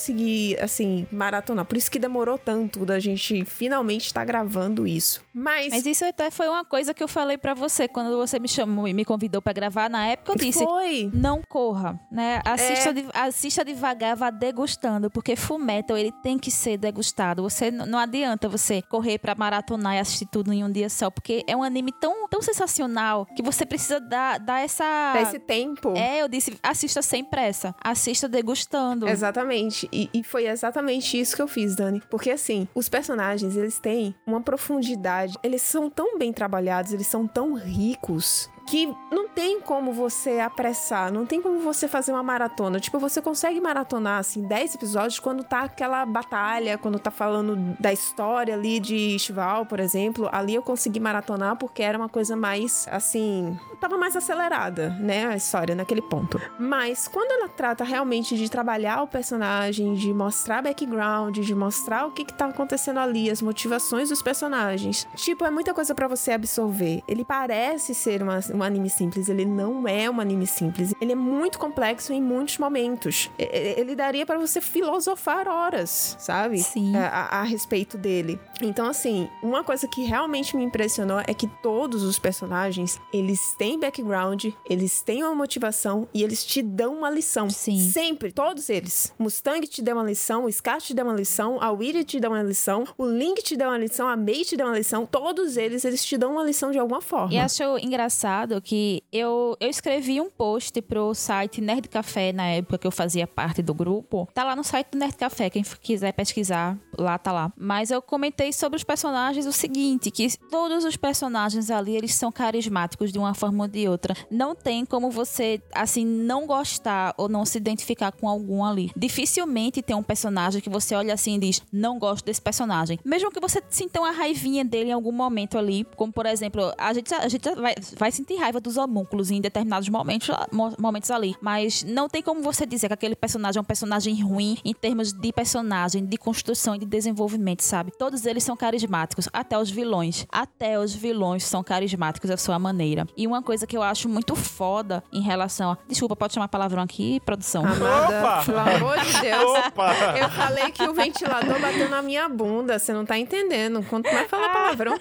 B: assim, maratonar. Por isso que demorou tanto da gente finalmente estar gravando isso. Mas
C: isso até foi uma coisa que eu falei pra você. Quando você me chamou e me convidou pra gravar, na época eu disse, não corra, né? Assista devagar, vá degustando. Porque Fullmetal, ele tem que ser degustado. Você não adianta você correr pra maratonar e assistir tudo em um dia só, porque é um anime tão sensacional que você precisa dar
B: esse tempo.
C: Eu disse, assista sem pressa, assista degustando.
B: Exatamente, e foi exatamente isso que eu fiz, Dani, porque assim, os personagens, eles têm uma profundidade, eles são tão bem trabalhados, eles são tão ricos, que não tem como você apressar, não tem como você fazer uma maratona. Tipo, você consegue maratonar, assim, 10 episódios quando tá aquela batalha, quando tá falando da história ali de Ishval, por exemplo. Ali eu consegui maratonar porque era uma coisa mais, assim, tava mais acelerada, né, a história naquele ponto. Mas quando ela trata realmente de trabalhar o personagem, de mostrar background, de mostrar o que tá acontecendo ali, as motivações dos personagens, tipo, é muita coisa pra você absorver. Ele parece ser um anime simples, ele não é um anime simples. Ele é muito complexo em muitos momentos. Ele daria pra você filosofar horas, sabe?
C: Sim.
B: A respeito dele. Então, assim, uma coisa que realmente me impressionou é que todos os personagens, eles têm background, eles têm uma motivação e eles te dão uma lição.
C: Sim.
B: Sempre, todos eles. O Mustang te deu uma lição, o Scar te deu uma lição, a Weird te deu uma lição, o Link te deu uma lição, a Mei te deu uma lição. Todos eles te dão uma lição de alguma forma.
C: E acho engraçado que eu escrevi um post pro site Nerd Café na época que eu fazia parte do grupo. Tá lá no site do Nerd Café, quem quiser pesquisar, lá tá lá. Mas eu comentei sobre os personagens o seguinte, que todos os personagens ali, eles são carismáticos de uma forma ou de outra. Não tem como você, assim, não gostar ou não se identificar com algum ali. Dificilmente tem um personagem que você olha assim e diz, não gosto desse personagem. Mesmo que você sinta uma raivinha dele em algum momento ali, como por exemplo, a gente vai sentir raiva dos homúnculos em determinados momentos ali. Mas não tem como você dizer que aquele personagem é um personagem ruim em termos de personagem, de construção e de desenvolvimento, sabe? Todos eles são carismáticos, até os vilões. Até os vilões são carismáticos à sua maneira. E uma coisa que eu acho muito foda em relação a... Desculpa, pode chamar palavrão aqui, produção?
B: Amada,
A: Opa!
B: pelo amor de Deus.
A: Opa!
B: Eu falei que o ventilador bateu na minha bunda, você não tá entendendo. Quanto mais falar palavrão.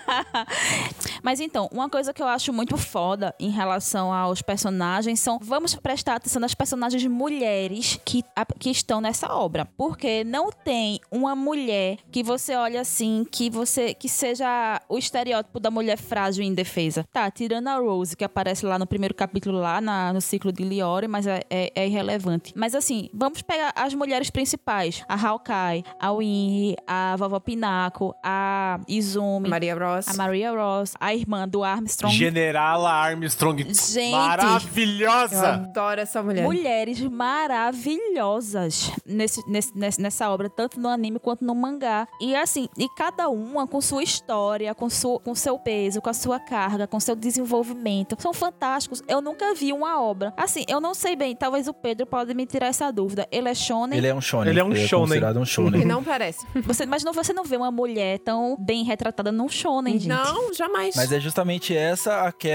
C: Mas então, uma coisa que eu acho muito foda em relação aos personagens são, vamos prestar atenção nas personagens mulheres que estão nessa obra, porque não tem uma mulher que você olha assim, que seja o estereótipo da mulher frágil e indefesa. Tá, tirando a Rose, que aparece lá no primeiro capítulo, lá no ciclo de Liori, mas é irrelevante. Mas assim, vamos pegar as mulheres principais, a Hawkeye, a Winry, a Vovó Pinako, a Izumi, a Maria Ross, a irmã do Armstrong.
A: Generala Armstrong.
C: Gente,
A: maravilhosa!
B: Eu adoro essa mulher.
C: Mulheres maravilhosas nessa obra, tanto no anime quanto no mangá. E assim, e cada uma com sua história, com seu peso, com a sua carga, com seu desenvolvimento. São fantásticos. Eu nunca vi uma obra. Assim, eu não sei bem, talvez o Pedro pode me tirar essa dúvida. Ele é shonen?
D: Ele é um shonen.
A: Ele é um shonen.
D: Considerado um shonen.
B: Que não parece.
C: Mas você não vê uma mulher tão bem retratada num shonen, gente.
B: Não, jamais.
D: Mas é justamente essa a quebra que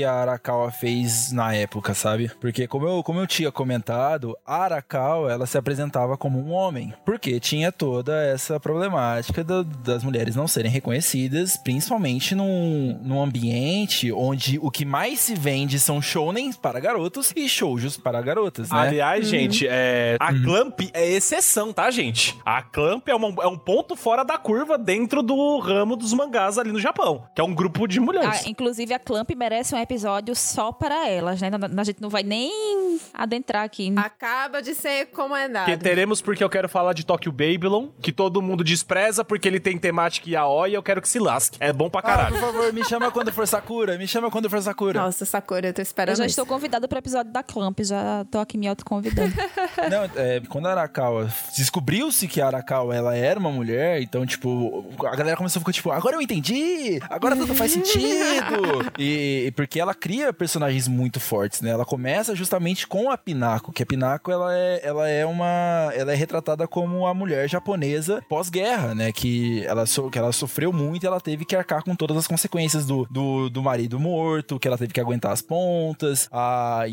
D: que a Arakawa fez na época, sabe? Porque como eu tinha comentado, a Arakawa, ela se apresentava como um homem, porque tinha toda essa problemática das mulheres não serem reconhecidas, principalmente num ambiente onde o que mais se vende são shounens para garotos e shoujos para garotas, né?
A: Aliás, gente, a Clamp é exceção, tá, gente? A Clamp é um ponto fora da curva dentro do ramo dos mangás ali no Japão, que é um grupo de mulheres.
C: Inclusive, a Clamp merece um episódio só para elas, né? A gente não vai nem adentrar aqui.
B: Acaba de ser recomendado.
A: Que teremos porque eu quero falar de Tokyo Babylon, que todo mundo despreza porque ele tem temática yaoi e eu quero que se lasque. É bom pra caralho.
D: Por favor, me chama quando for Sakura.
B: Nossa, Sakura, eu tô esperando.
C: Eu já estou convidada pro episódio da Clamp, já tô aqui me autoconvidando.
D: Não, quando a Arakawa... Descobriu-se que a Arakawa, ela era uma mulher, então, tipo, a galera começou a ficar, tipo, agora eu entendi! Agora tudo faz sentido! E porque ela cria personagens muito fortes, né? Ela começa justamente com a Pinako, que a Pinako, ela é retratada como a mulher japonesa pós-guerra, né? Que ela sofreu muito e ela teve que arcar com todas as consequências do marido morto, que ela teve que aguentar as pontas. A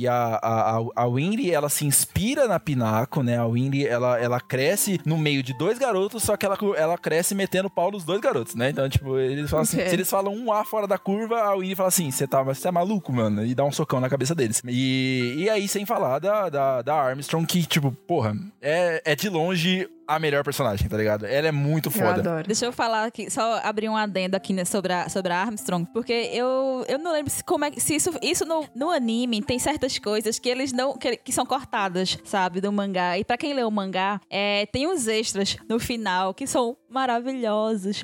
D: Winry, ela se inspira na Pinako, né? A Winry, ela cresce no meio de dois garotos, só que ela cresce metendo pau nos dois garotos, né? Então, tipo, eles falam assim, se eles falam um A fora da curva, a Winry fala assim, você é maluco, mano? E dá um socão na cabeça deles. E aí, sem falar da Armstrong, que, tipo, porra, é de longe a melhor personagem, tá ligado? Ela é muito foda.
B: Eu adoro.
C: Deixa eu falar aqui, só abrir um adendo aqui, né, sobre a Armstrong, porque eu não lembro se isso no anime tem certas coisas que eles não... que são cortadas, sabe, do mangá. E pra quem lê o mangá, tem uns extras no final que são maravilhosos.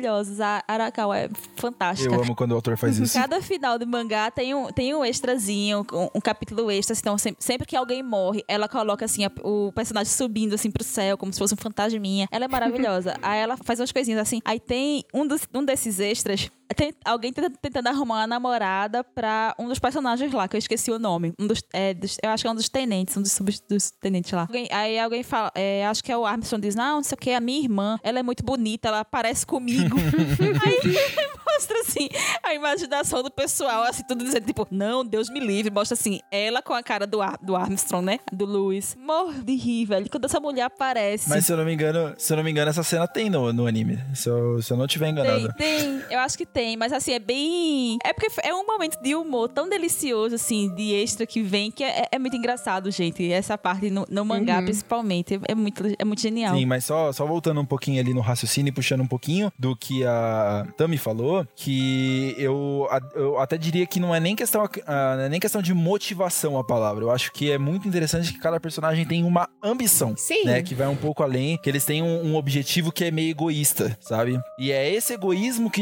C: A Arakawa é fantástica.
D: Eu amo quando o autor faz isso.
C: Cada final do mangá tem um extrazinho, um capítulo extra. Então, sempre que alguém morre, ela coloca, assim, o personagem subindo, assim, pro céu, como se fosse um fantasminha. Ela é maravilhosa. Aí ela faz umas coisinhas assim. Aí tem um desses extras. Tem alguém tentando arrumar uma namorada pra um dos personagens lá, que eu esqueci o nome. Eu acho que é um dos tenentes, dos tenentes lá. Aí alguém fala, acho que é o Armstrong, diz, não sei o que, a minha irmã, ela é muito bonita, ela parece comigo. Aí mostra, assim, a imaginação do pessoal, assim, tudo dizendo, tipo, não, Deus me livre. Mostra, assim, ela com a cara do Armstrong, né? Do Lewis. Morro de rir, velho, quando essa mulher aparece.
D: Mas se eu não me engano, essa cena tem no anime. Se eu não tiver enganado.
C: Tem. Eu acho que tem, mas assim, é bem... É porque é um momento de humor tão delicioso, assim, de extra que vem, que é muito engraçado, gente. Essa parte no mangá, principalmente, é muito genial.
D: Sim, mas só voltando um pouquinho ali no raciocínio e puxando um pouquinho do que a Tami falou, que eu até diria que não é nem questão de motivação a palavra. Eu acho que é muito interessante que cada personagem tem uma ambição.
B: Sim.
D: Né, que vai um pouco além, que eles têm um objetivo que é meio egoísta, sabe? E é esse egoísmo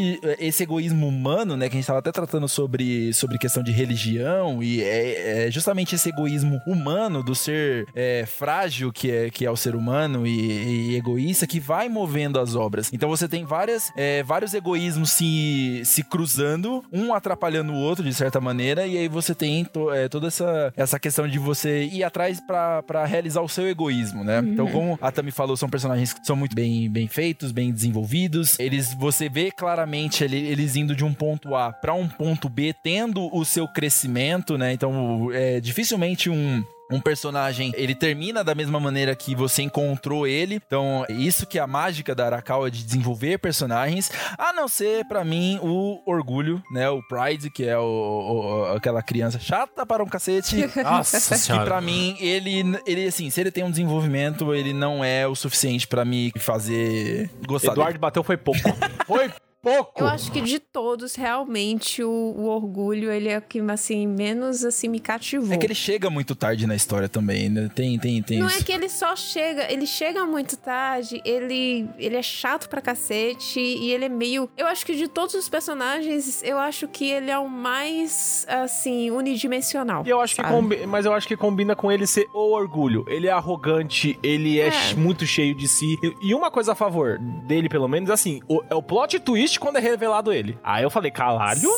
D: humano, né, que a gente tava até tratando sobre questão de religião, e é justamente esse egoísmo humano do ser frágil que é o ser humano e egoísta que vai movendo as obras. Então você tem vários egoísmos se cruzando, um atrapalhando o outro de certa maneira, e aí você tem toda essa questão de você ir atrás pra realizar o seu egoísmo, né? Então, como a Tami falou, são personagens que são muito bem feitos, bem desenvolvidos. Você vê claramente eles indo de um ponto A para um ponto B, tendo o seu crescimento, né? Então, dificilmente um personagem, ele termina da mesma maneira que você encontrou ele. Então, isso que é a mágica da Arakawa, de desenvolver personagens, a não ser, pra mim, o orgulho, né? O Pride, que é aquela criança chata para um cacete.
A: Nossa senhora.
D: Que pra mim, ele, assim, se ele tem um desenvolvimento, ele não é o suficiente pra me fazer gostar
A: Eduardo
D: dele.
A: bateu foi pouco. Foi pouco.
B: Eu acho que de todos, realmente, o orgulho, ele é o que, assim, menos, assim, me cativou.
D: É que ele chega muito tarde na história também, né? Tem
B: Não
D: isso.
B: é que ele só chega, ele chega muito tarde, ele é chato pra cacete, e ele é meio... Eu acho que de todos os personagens, eu acho que ele é o mais, assim, unidimensional.
A: E eu acho mas eu acho que combina com ele ser o orgulho. Ele é arrogante, ele é muito cheio de si. E uma coisa a favor dele, pelo menos, assim, é o plot twist quando é revelado ele. Aí eu falei, caralho?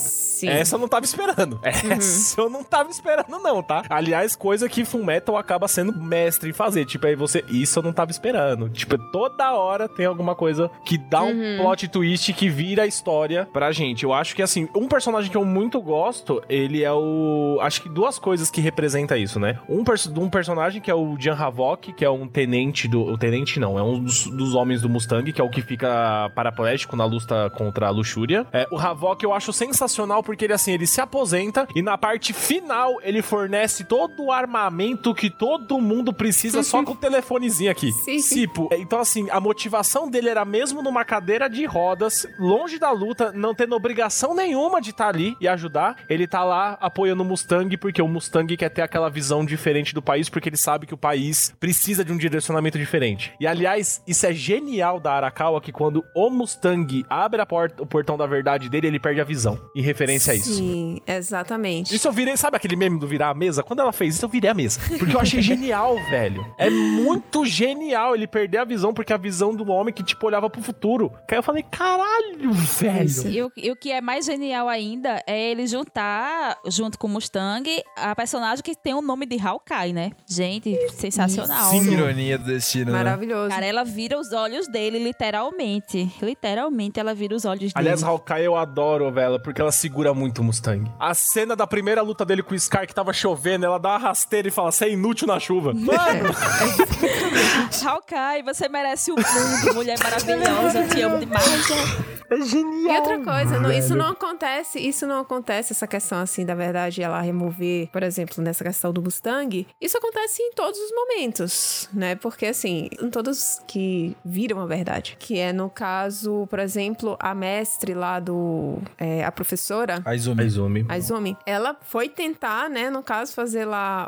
B: Sim.
A: Essa eu não tava esperando. Essa eu não tava esperando não, tá? Aliás, coisa que Fullmetal acaba sendo mestre em fazer. Tipo, aí você... Isso eu não tava esperando. Tipo, toda hora tem alguma coisa que dá um plot twist que vira a história pra gente. Eu acho que, assim, um personagem que eu muito gosto, ele é o... Acho que duas coisas que representa isso, né? Um personagem que é o Jan Havok, que é um tenente do... O tenente não, é um dos homens do Mustang, que é o que fica paraplégico na luta contra a Luxúria. O Havok eu acho sensacional porque ele, assim, ele se aposenta e na parte final ele fornece todo o armamento que todo mundo precisa só com o telefonezinho aqui. Tipo, então, assim, a motivação dele era mesmo numa cadeira de rodas, longe da luta, não tendo obrigação nenhuma de estar ali e ajudar. Ele tá lá apoiando o Mustang porque o Mustang quer ter aquela visão diferente do país, porque ele sabe que o país precisa de um direcionamento diferente. E, aliás, isso é genial da Arakawa, que quando o Mustang abre o portão da verdade dele, ele perde a visão, em referência a isso.
B: Sim, exatamente.
A: Isso eu virei, sabe aquele meme do virar a mesa? Quando ela fez isso, eu virei a mesa. Porque eu achei genial, velho. É muito genial ele perder a visão, porque a visão do homem que, tipo, olhava pro futuro. Aí eu falei, caralho, velho.
C: E o que é mais genial ainda é ele juntar, junto com o Mustang, a personagem que tem o nome de Hawkeye, né? Gente, sensacional.
D: Sim, ironia do destino.
B: Maravilhoso.
C: Cara, ela vira os olhos dele, literalmente. Literalmente, ela vira os olhos dele.
A: Aliás, Hawkeye eu adoro, velho, porque ela segura muito o Mustang. A cena da primeira luta dele com o Scar, que tava chovendo, ela dá uma rasteira e fala, você é inútil na chuva. Mano!
C: Hawkeye, você merece o mundo, mulher maravilhosa, eu te amo demais.
A: É genial.
B: E outra coisa, isso não acontece, essa questão, assim, da verdade, ela remover, por exemplo, nessa questão do Mustang, isso acontece em todos os momentos, né? Porque, assim, em todos que viram a verdade. Que é, no caso, por exemplo, a mestre lá a professora... Aizumi. Ela foi tentar, né, no caso, fazer lá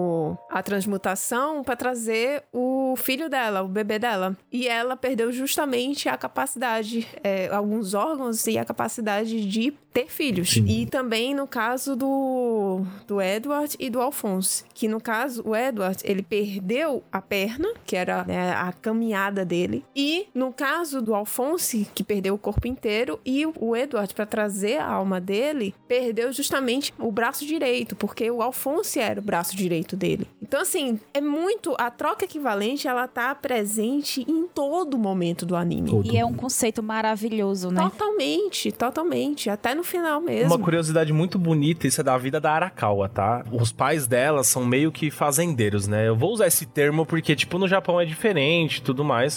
B: a transmutação pra trazer o filho dela, o bebê dela. E ela perdeu justamente a capacidade, alguns órgãos e a capacidade de ter filhos. Sim. E também no caso do Edward e do Alphonse. Que no caso, o Edward, ele perdeu a perna, que era, né, a caminhada dele. E no caso do Alphonse, que perdeu o corpo inteiro. E o Edward, pra trazer a alma dele, perdeu justamente o braço direito, porque o Alphonse era o braço direito dele. Então, assim, é muito... A troca equivalente, ela tá presente em todo momento do anime.
C: E é um conceito maravilhoso, né?
B: Totalmente. Até no final mesmo.
A: Uma curiosidade muito bonita, isso é da vida da Arakawa, tá? Os pais dela são meio que fazendeiros, né? Eu vou usar esse termo porque, tipo, no Japão é diferente e tudo mais,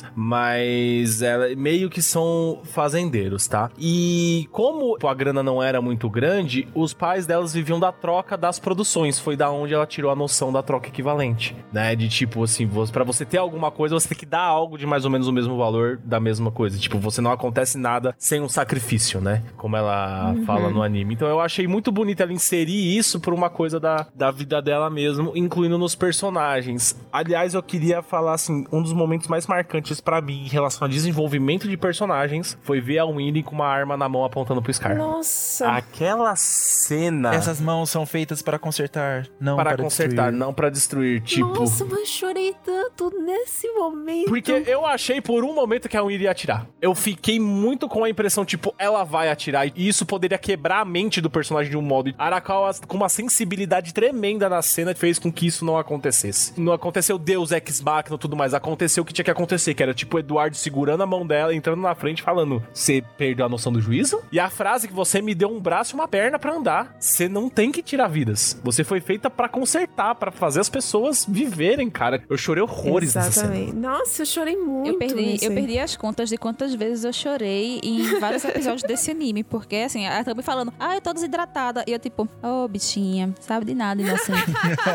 A: mas meio que são fazendeiros, tá? E como a grana não era muito grande, os pais delas viviam da troca das produções. Foi da onde ela tirou a noção da troca equivalente, né? De tipo, assim, pra você ter alguma coisa, você tem que dar algo de mais ou menos o mesmo valor da mesma coisa. Tipo, você não acontece nada sem um sacrifício, né? Como ela fala no anime. Então eu achei muito bonito ela inserir isso por uma coisa da vida dela mesmo, incluindo nos personagens. Aliás, eu queria falar, assim, um dos momentos mais marcantes pra mim em relação ao desenvolvimento de personagens foi ver a Winnie com uma arma na mão apontando pro Scar.
B: Nossa!
A: Aquela cena...
D: Essas mãos são feitas para consertar, não para
A: consertar, não para destruir. Tipo...
B: Nossa, mas eu chorei tanto nesse momento.
A: Porque eu achei por um momento que a Winnie ia atirar. Eu fiquei muito com a impressão, tipo, ela vai atirar. E isso poderia quebrar a mente do personagem de um modo. Arakawa, com uma sensibilidade tremenda na cena, fez com que isso não acontecesse. Não aconteceu Deus Ex Machina e tudo mais. Aconteceu o que tinha que acontecer, que era tipo o Eduardo segurando a mão dela, entrando na frente, falando: você perdeu a noção do juízo? E a frase que você me deu um braço e uma perna pra andar. Você não tem que tirar vidas. Você foi feita pra consertar, pra fazer as pessoas viverem, cara. Eu chorei horrores nessa cena.
B: Nossa, eu chorei muito.
C: Eu perdi as contas de quantas vezes eu chorei em vários episódios desse anime. Porque, assim, ela tá me falando, eu tô desidratada. E eu, tipo, bichinha, sabe de nada, inocente.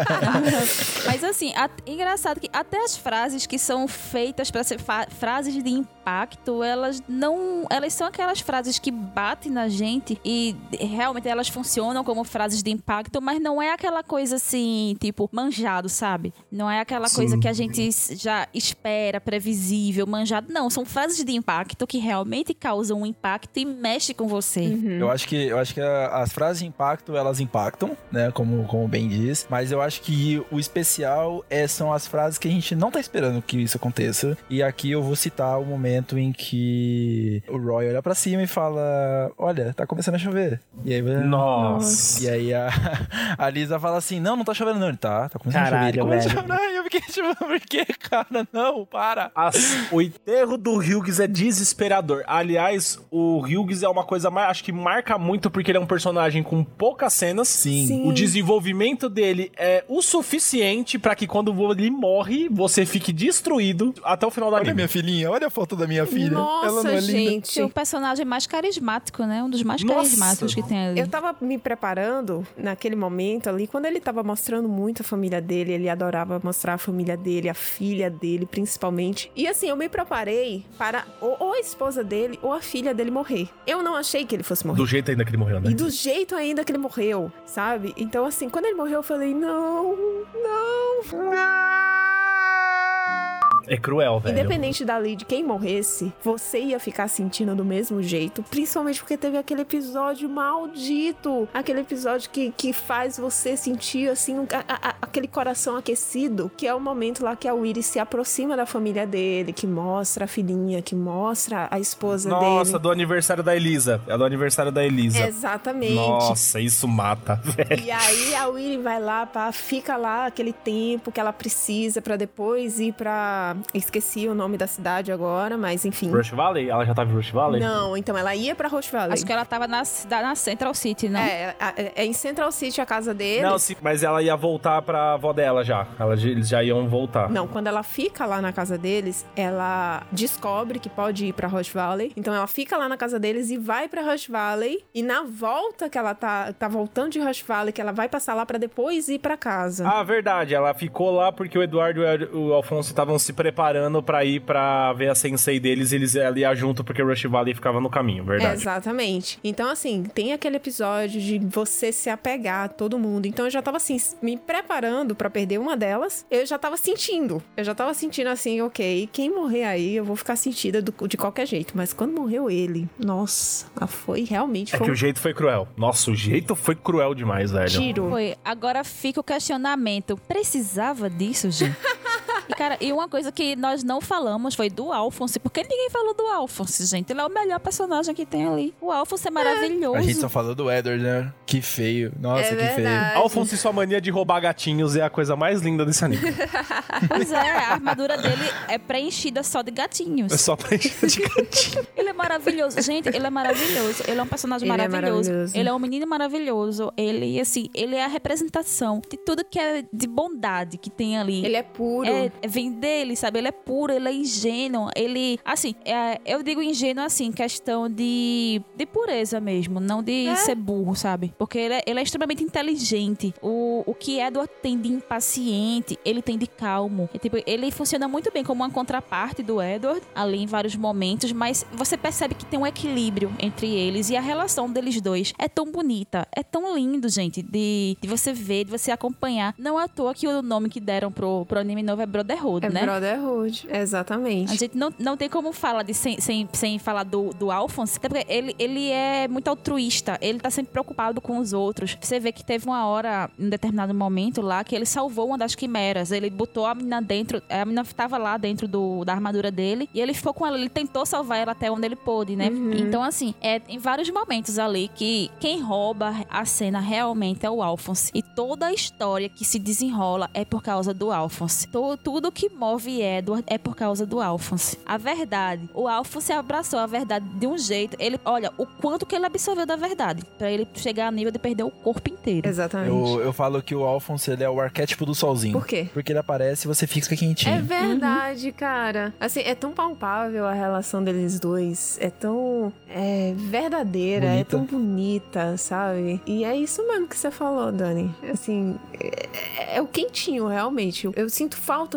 C: Mas, assim, engraçado que até as frases que são feitas pra ser frases de impacto, elas são aquelas frases que batem na gente e realmente elas funcionam como frases de impacto, mas não é aquela coisa assim, tipo, manjado, sabe? Não é aquela coisa que a gente já espera, previsível, manjado. Não, são frases de impacto que realmente causam um impacto e mexem com você.
D: Eu acho que as frases de impacto, elas impactam, né? Como o Ben diz. Mas eu acho que o especial são as frases que a gente não tá esperando que isso aconteça. E aqui eu vou citar o momento em que o Roy olha pra cima e fala: olha, tá começando a chover. E aí,
A: Nossa.
D: E aí a Lisa fala assim: não tá chovendo não. Ele tá começando
A: Caralho,
D: a chover. Ele começa a
A: velho.
D: chover. Eu fiquei tipo, por que, cara? Não, para.
A: O enterro do Hughes é desesperador. Aliás, o Hughes é uma coisa mais, acho que marca muito porque ele é um personagem com poucas cenas.
D: Sim.
A: O desenvolvimento dele é o suficiente pra que quando ele morre, você fique destruído até o final da
D: Olha
A: anime.
D: minha filhinha, olha a foto da minha filha.
B: Nossa,
D: ela não é linda.
B: gente.
C: É o personagem mais carismático, né? Um dos mais
A: Nossa.
C: carismáticos que tem ali.
B: Eu tava me preparando naquele momento ali, quando ele tava mostrando muito a família dele, ele adorava mostrar a família dele, a filha dele, principalmente. E assim, eu me preparei para ou a esposa dele ou a filha dele morrer. Eu não achei que ele fosse morrer.
A: Do jeito ainda que ele morreu, né?
B: E do jeito ainda que ele morreu, sabe? Então, assim, quando ele morreu, eu falei, não.
A: É cruel, velho.
B: Independente dali de quem morresse, você ia ficar sentindo do mesmo jeito. Principalmente porque teve aquele episódio maldito. Aquele episódio que faz você sentir, assim, aquele coração aquecido. Que é o momento lá que a Weiri se aproxima da família dele. Que mostra a filhinha, que mostra a esposa dele.
A: Nossa, do aniversário da Elisa. É do aniversário da Elisa.
B: Exatamente.
A: Nossa, isso mata, velho.
B: E aí a Weiri vai lá, fica lá aquele tempo que ela precisa pra depois ir pra... Esqueci o nome da cidade agora, mas enfim.
A: Rush Valley? Ela já tava em Rush Valley?
B: Não, então ela ia pra Rush Valley.
C: Acho que ela tava na Central City, não?
B: É em Central City a casa dele.
A: Não, sim, mas ela ia voltar pra avó dela já. Eles já iam voltar.
B: Não, quando ela fica lá na casa deles, ela descobre que pode ir pra Rush Valley. Então ela fica lá na casa deles e vai pra Rush Valley. E na volta que ela tá voltando de Rush Valley, que ela vai passar lá pra depois ir pra casa.
A: Ah, verdade. Ela ficou lá porque o Eduardo e o Alfonso estavam se preparando pra ir pra ver a sensei deles e eles iam junto porque Rush Valley ficava no caminho, verdade.
B: Exatamente. Então, assim, tem aquele episódio de você se apegar a todo mundo. Então, eu já tava, assim, me preparando pra perder uma delas. Eu já tava sentindo. Assim, ok, quem morrer aí, eu vou ficar sentida de qualquer jeito. Mas quando morreu ele, nossa, foi realmente...
A: É que o jeito foi cruel. Nossa, o jeito foi cruel demais, velho.
B: Tiro.
C: Foi. Agora fica o questionamento. Precisava disso, gente? E, cara, uma coisa que nós não falamos foi do Alphonse. Por que ninguém falou do Alphonse, gente? Ele é o melhor personagem que tem ali. O Alphonse é maravilhoso.
D: A gente só falou do Edward, né? Que feio. Nossa, que feio.
A: Alphonse e sua mania de roubar gatinhos é a coisa mais linda desse anime.
C: Pois é, a armadura dele é preenchida só de gatinhos.
A: É só preenchida de gatinho.
C: Ele é maravilhoso. Gente, ele é maravilhoso. Ele é um personagem maravilhoso. Ele é um menino maravilhoso. Ele, assim, ele é a representação de tudo que é de bondade que tem ali.
B: Ele é puro.
C: Vem dele, sabe? Ele é puro, ele é ingênuo. Ele, assim, eu digo ingênuo, assim, questão de pureza mesmo, não de ser burro, sabe? Porque ele é extremamente inteligente. O que Edward tem de impaciente, ele tem de calmo. Tipo, ele funciona muito bem como uma contraparte do Edward, ali em vários momentos, mas você percebe que tem um equilíbrio entre eles e a relação deles dois é tão bonita, é tão lindo, gente, de você ver, de você acompanhar. Não é à toa que o nome que deram pro anime novo é Brotherhood, né?
B: Brotherhood, exatamente.
C: A gente não tem como falar sem falar do Alphonse, até porque ele é muito altruísta, ele tá sempre preocupado com os outros. Você vê que teve uma hora, em um determinado momento lá, que ele salvou uma das quimeras, ele botou a menina dentro, a menina tava lá dentro da armadura dele, e ele ficou com ela, ele tentou salvar ela até onde ele pôde, né? Então, assim, em vários momentos ali que quem rouba a cena realmente é o Alphonse, e toda a história que se desenrola é por causa do Alphonse. Tudo que move Edward é por causa do Alphonse. A verdade, o Alphonse abraçou a verdade de um jeito, olha, o quanto que ele absorveu da verdade, pra ele chegar a nível de perder o corpo inteiro.
B: Exatamente.
D: Eu falo que o Alphonse, ele é o arquétipo do solzinho.
B: Por quê?
D: Porque ele aparece e você fica quentinho.
B: É verdade, cara. Assim, é tão palpável a relação deles dois. É tão verdadeira,
D: bonita.
B: É tão bonita, sabe? E é isso mesmo que você falou, Dani. Assim, é o quentinho, realmente. Eu sinto falta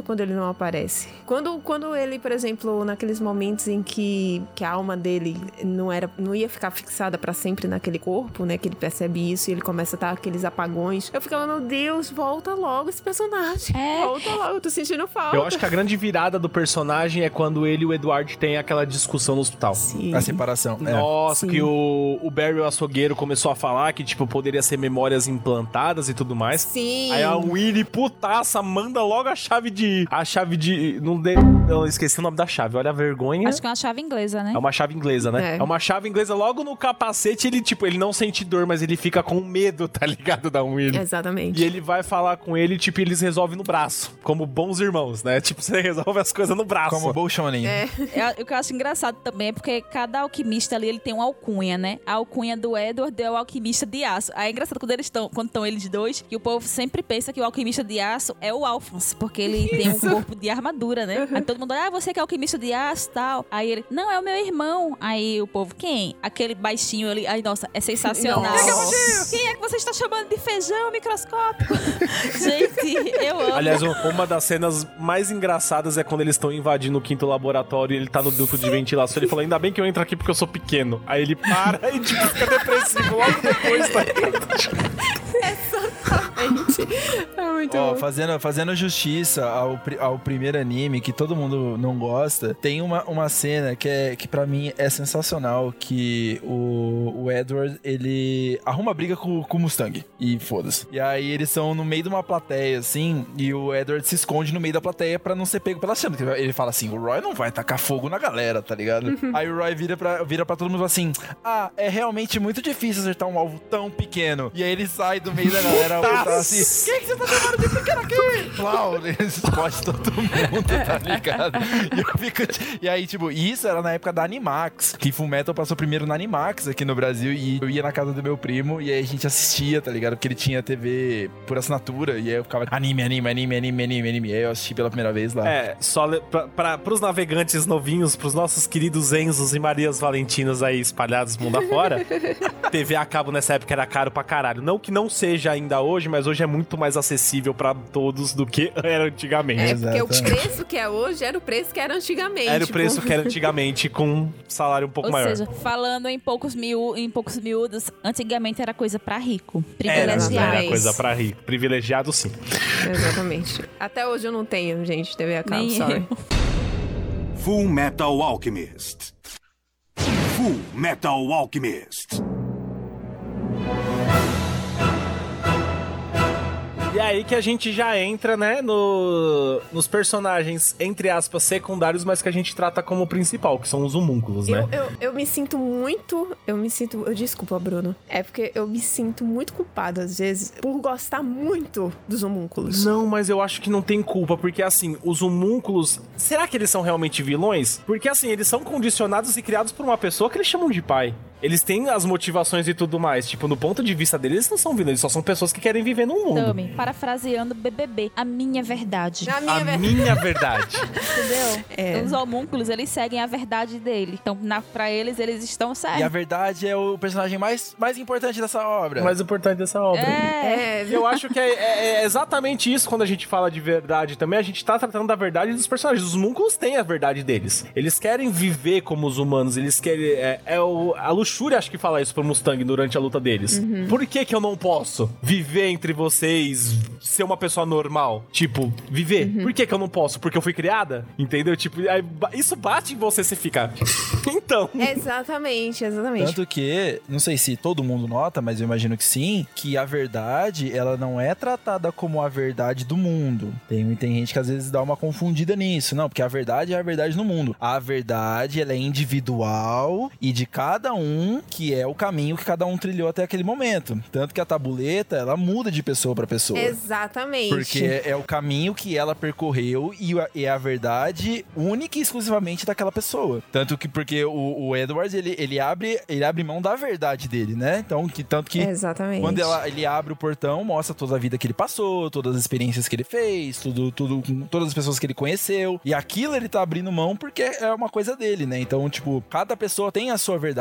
B: quando ele não aparece. Quando ele, por exemplo, naqueles momentos em que a alma dele não ia ficar fixada pra sempre naquele corpo, né? Que ele percebe isso e ele começa a dar aqueles apagões. Eu ficava, meu Deus, volta logo esse personagem. Volta logo, eu tô sentindo falta.
A: Eu acho que a grande virada do personagem é quando ele e o Edward têm aquela discussão no hospital.
B: Sim.
D: A separação.
A: Nossa, que o Barry, o açougueiro, começou a falar que, tipo, poderia ser memórias implantadas e tudo mais.
B: Sim.
A: Aí a Winnie, putaça, manda logo a chave de... Eu esqueci o nome da chave, olha a vergonha.
C: Acho que é uma chave inglesa, né?
A: É uma chave inglesa, né? É uma chave inglesa. Logo no capacete, ele não sente dor, mas ele fica com medo, tá ligado, da Winnie.
B: Exatamente.
A: E ele vai falar com ele, tipo, eles resolvem no braço. Como bons irmãos, né? Tipo, você resolve as coisas no braço.
D: Como bom shonen.
C: O que eu acho engraçado também é porque cada alquimista ali, ele tem uma alcunha, né? A alcunha do Edward é o alquimista de aço. Aí é engraçado quando estão eles dois, que o povo sempre pensa que o alquimista de aço é o Alphonse, porque ele tem um corpo de armadura, né? Aí todo mundo olha, você que é alquimista de aço e tal. Aí ele, não, é o meu irmão. Aí o povo, quem? Aquele baixinho ali. Aí, nossa, é sensacional. Quem é que você está chamando de feijão microscópico? Gente, eu amo.
A: Aliás, uma das cenas mais engraçadas é quando eles estão invadindo o 5º laboratório e ele tá no duto de ventilação. Ele fala, ainda bem que eu entro aqui porque eu sou pequeno. Aí ele para e tipo, fica depressivo logo depois, tá?
B: Exatamente. É muito bom.
D: Fazendo justiça ao primeiro anime, que todo mundo não gosta, tem uma cena que pra mim é sensacional, que o Edward, ele arruma briga com o Mustang, e foda-se. E aí eles são no meio de uma plateia, assim, e o Edward se esconde no meio da plateia pra não ser pego pela chama. Ele fala assim, o Roy não vai tacar fogo na galera, tá ligado? Aí o Roy vira pra todo mundo e fala assim, é realmente muito difícil acertar um alvo tão pequeno. E aí ele sai do meio da galera assim, quem que você tá chamando de pequeno aqui? Plau, ele explode todo mundo, tá ligado? E aí, tipo, isso era na época da Animax, que Fullmetal passou primeiro na Animax aqui no Brasil, e eu ia na casa do meu primo, e aí a gente assistia, tá ligado? Porque ele tinha TV por assinatura, e aí eu ficava anime. E aí eu assisti pela primeira vez lá.
A: Só pros navegantes novinhos, pros nossos queridos Enzos e Marias Valentinas aí espalhados mundo afora, TV a cabo nessa época era caro pra caralho. Não que não seja ainda hoje, mas hoje é muito mais acessível pra todos do que era antigamente.
B: Porque o preço que é hoje era o preço que era antigamente.
A: Era o preço que era antigamente, com um salário um pouco maior.
C: Ou seja, falando em poucos miúdos, antigamente era coisa pra rico. Privilegiado.
A: Era coisa pra rico. Privilegiado, sim.
B: Exatamente. Até hoje eu não tenho, gente, TV a cabo, sorry.
E: Fullmetal Alchemist. Fullmetal Alchemist.
A: E aí que a gente já entra, né, nos personagens, entre aspas, secundários, mas que a gente trata como principal, que são os homúnculos, né?
B: Eu me sinto muito... Desculpa, Bruno. É porque eu me sinto muito culpada, às vezes, por gostar muito dos homúnculos.
A: Não, mas eu acho que não tem culpa, porque, assim, os homúnculos... Será que eles são realmente vilões? Porque, assim, eles são condicionados e criados por uma pessoa que eles chamam de pai. Eles têm as motivações e tudo mais. Tipo, no ponto de vista deles, eles não são vilões, eles só são pessoas que querem viver num mundo.
C: Tami, parafraseando BBB, a minha verdade.
A: A minha verdade.
C: Entendeu? Os homúnculos, eles seguem a verdade dele. Então, pra eles estão certos.
D: E a verdade é o personagem mais importante dessa obra.
A: Mais importante dessa obra. Eu acho que é exatamente isso quando a gente fala de verdade também. A gente tá tratando da verdade dos personagens. Os homúnculos têm a verdade deles. Eles querem viver como os humanos. Eles querem... A luxúria, acho que fala isso pro Mustang durante a luta deles. Por que eu não posso viver entre vocês, ser uma pessoa normal? Tipo, viver. Por que eu não posso? Porque eu fui criada? Entendeu? Tipo, isso bate em você, você fica... Então.
B: Exatamente.
D: Tanto que, não sei se todo mundo nota, mas eu imagino que sim, que a verdade, ela não é tratada como a verdade do mundo. Tem gente que às vezes dá uma confundida nisso. Não, porque a verdade é a verdade no mundo. A verdade, ela é individual e de cada um, que é o caminho que cada um trilhou até aquele momento. Tanto que a tabuleta, ela muda de pessoa pra pessoa.
B: Exatamente.
D: Porque é o caminho que ela percorreu e é a verdade única e exclusivamente daquela pessoa. Tanto que, porque o Edward, ele abre mão da verdade dele, né? Então, tanto que
B: exatamente.
D: Quando ele abre o portão, mostra toda a vida que ele passou, todas as experiências que ele fez, tudo, todas as pessoas que ele conheceu. E aquilo ele tá abrindo mão porque é uma coisa dele, né? Então, tipo, cada pessoa tem a sua verdade, cada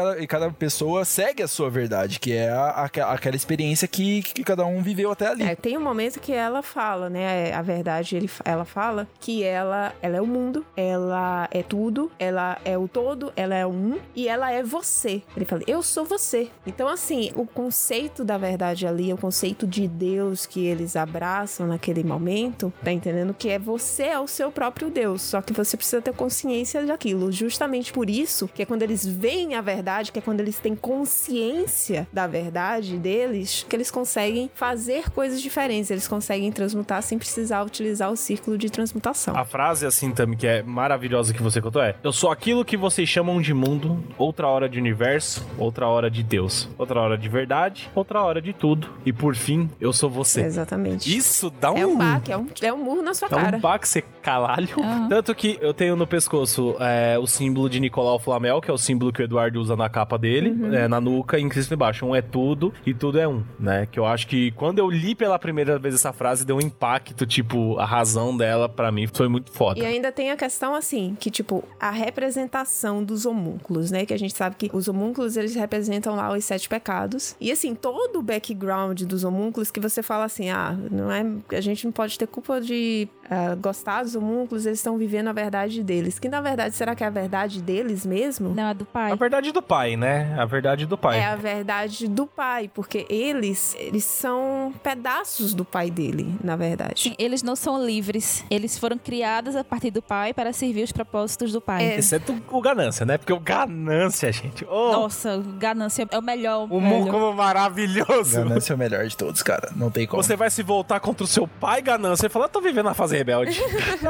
D: cada pessoa segue a sua verdade, que é aquela experiência que cada um viveu até ali.
B: Tem um momento que ela fala, né? A verdade, ela fala que ela é o mundo, ela é tudo, ela é o todo, ela é um e ela é você. Ele fala, eu sou você. Então, assim, o conceito da verdade ali, o conceito de Deus que eles abraçam naquele momento, tá entendendo? Que você é o seu próprio Deus, só que você precisa ter consciência daquilo. Justamente por isso, que é quando eles veem a verdade, que é quando eles têm consciência da verdade deles, que eles conseguem fazer coisas diferentes, eles conseguem transmutar sem precisar utilizar o círculo de transmutação.
A: A frase, assim, Tami, que é maravilhosa que você contou é: eu sou aquilo que vocês chamam de mundo, outra hora de universo, outra hora de Deus, outra hora de verdade, outra hora de tudo, e por fim, eu sou você.
B: Exatamente.
A: Isso dá um...
B: É um baque, é um murro na sua cara.
A: É um baque, você caralho. Tanto que eu tenho no pescoço o símbolo de Nicolau Flamel, que é o símbolo que o Eduardo usa na capa dele, na nuca, e inscrito embaixo. Um é tudo e tudo é um, né? Que eu acho que quando eu li pela primeira vez essa frase, deu um impacto, tipo, a razão dela, pra mim, foi muito foda.
B: E ainda tem a questão, assim, que, tipo, a representação dos homúnculos, né? Que a gente sabe que os homúnculos, eles representam lá os 7 pecados. E, assim, todo o background dos homúnculos que você fala assim, não é... A gente não pode ter culpa de gostar dos homúnculos, eles estão vivendo a verdade deles. Que, na verdade, será que é a verdade deles mesmo?
C: Não, é do pai.
A: A verdade do pai, né? A verdade do pai.
B: É a verdade do pai, porque eles são pedaços do pai dele, na verdade.
C: Sim, eles não são livres. Eles foram criados a partir do pai para servir os propósitos do pai.
A: Exceto o Ganância, né? Porque o Ganância, gente...
C: Nossa, o Ganância é o melhor.
A: O Mucomo maravilhoso.
D: Ganância é o melhor de todos, cara. Não tem como.
A: Você vai se voltar contra o seu pai, Ganância, e falar, eu tô vivendo na fase rebelde.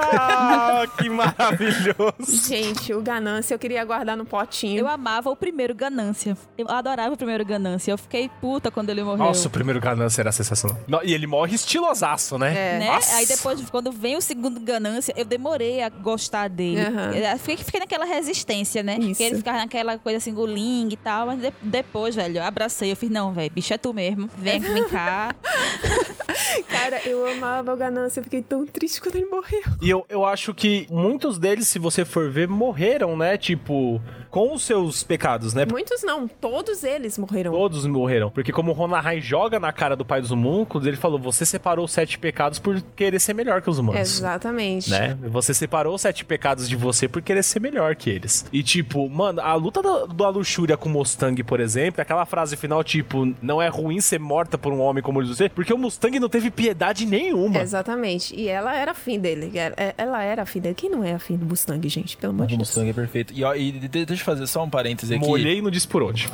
A: Que maravilhoso.
B: Gente, o Ganância eu queria guardar no potinho.
C: Eu amava o primeiro Ganância. Eu adorava o primeiro Ganância. Eu fiquei puta quando ele morreu.
A: Nossa, o primeiro Ganância era sensacional. E ele morre estilosaço, né?
C: Né? Aí depois, quando vem o segundo Ganância, eu demorei a gostar dele. Eu fiquei naquela resistência, né?
B: Isso.
C: Porque ele ficava naquela coisa assim, Guling e tal. Mas depois, velho, eu abracei. Eu fiz, não, velho, bicho é tu mesmo. Vem cá.
B: Cara, eu amava o Ganância. Eu fiquei tão triste quando ele morreu.
A: E eu acho que muitos deles, se você for ver, morreram, né? Tipo, com os seus pecados, né?
B: Muitos não, todos eles morreram.
A: Todos morreram. Porque como o Ronahai joga na cara do pai dos homúnculos, ele falou, você separou os 7 pecados por querer ser melhor que os humanos.
B: Exatamente.
A: Né? Você separou os 7 pecados de você por querer ser melhor que eles. E tipo, mano, a luta da Luxúria com o Mustang, por exemplo, aquela frase final, tipo, não é ruim ser morta por um homem como você, porque o Mustang não teve piedade nenhuma.
B: Exatamente. E ela era afim dele. Ela era afim dele. Quem não é afim do Mustang, gente? Pelo amor de Deus.
D: O Mustang é perfeito. E deixa eu fazer só um parêntese aqui.
A: Molhei no disse por onde.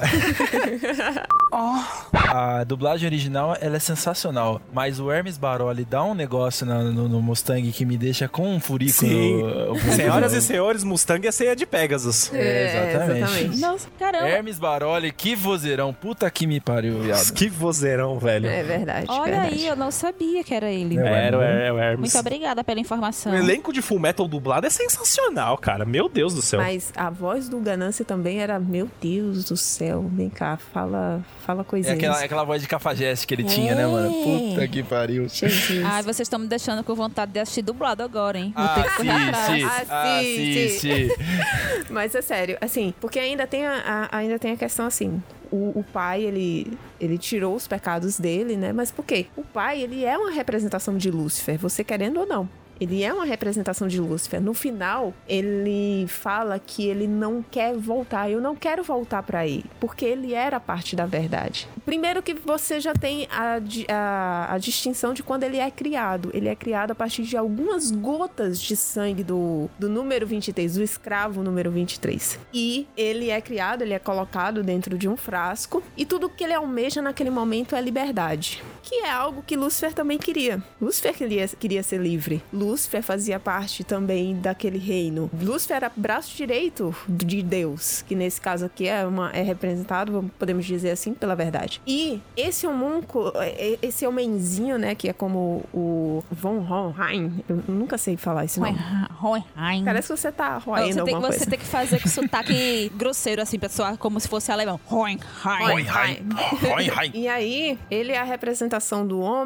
D: A dublagem original, ela é sensacional. Mas o Hermes Baroli dá um negócio no Mustang que me deixa com um furico.
A: Senhoras e senhores, Mustang é ceia de Pegasus.
D: Exatamente.
C: Nossa, caramba.
D: Hermes Baroli, que vozeirão. Puta que me pariu, viado.
A: Que vozeirão, velho.
B: É verdade.
C: Olha
B: verdade.
C: aí, eu não sabia que era ele.
A: Era o Hermes.
C: Muito obrigada pela informação.
A: O elenco de Fullmetal dublado é sensacional, cara. Meu Deus do céu.
B: Mas a voz do Ganância também era, meu Deus do céu, vem cá, fala coisinhas.
D: É aquela voz de cafajeste que ele tinha, né, mano? Puta que pariu.
B: Jesus.
C: Ai, vocês estão me deixando com vontade de assistir dublado agora, hein? Vou ter que correr atrás.
D: Assiste.
B: Mas é sério, assim, porque ainda tem a questão assim... O pai, ele tirou os pecados dele, né? Mas por quê? O pai, ele é uma representação de Lúcifer, você querendo ou não. Ele é uma representação de Lúcifer. No final, ele fala que ele não quer voltar. Eu não quero voltar pra ele, porque ele era parte da verdade. Primeiro que você já tem a distinção de quando ele é criado. Ele é criado a partir de algumas gotas de sangue do número 23, do escravo número 23. E ele é criado, ele é colocado dentro de um frasco. E tudo que ele almeja naquele momento é liberdade. Que é algo que Lúcifer também queria. Lúcifer queria ser livre. Lúcifer fazia parte também daquele reino. Lúcifer era braço direito de Deus, que nesse caso aqui é representado, podemos dizer assim, pela verdade. E esse homúnculo, esse homenzinho, né, que é como o Von Hohenheim, eu nunca sei falar esse nome.
C: Hohenheim.
B: Parece que você tá roendo alguma coisa.
C: Você tem que fazer com sotaque grosseiro, assim, pra soar como se fosse alemão. Hohenheim.
B: E aí, ele é a representação do homem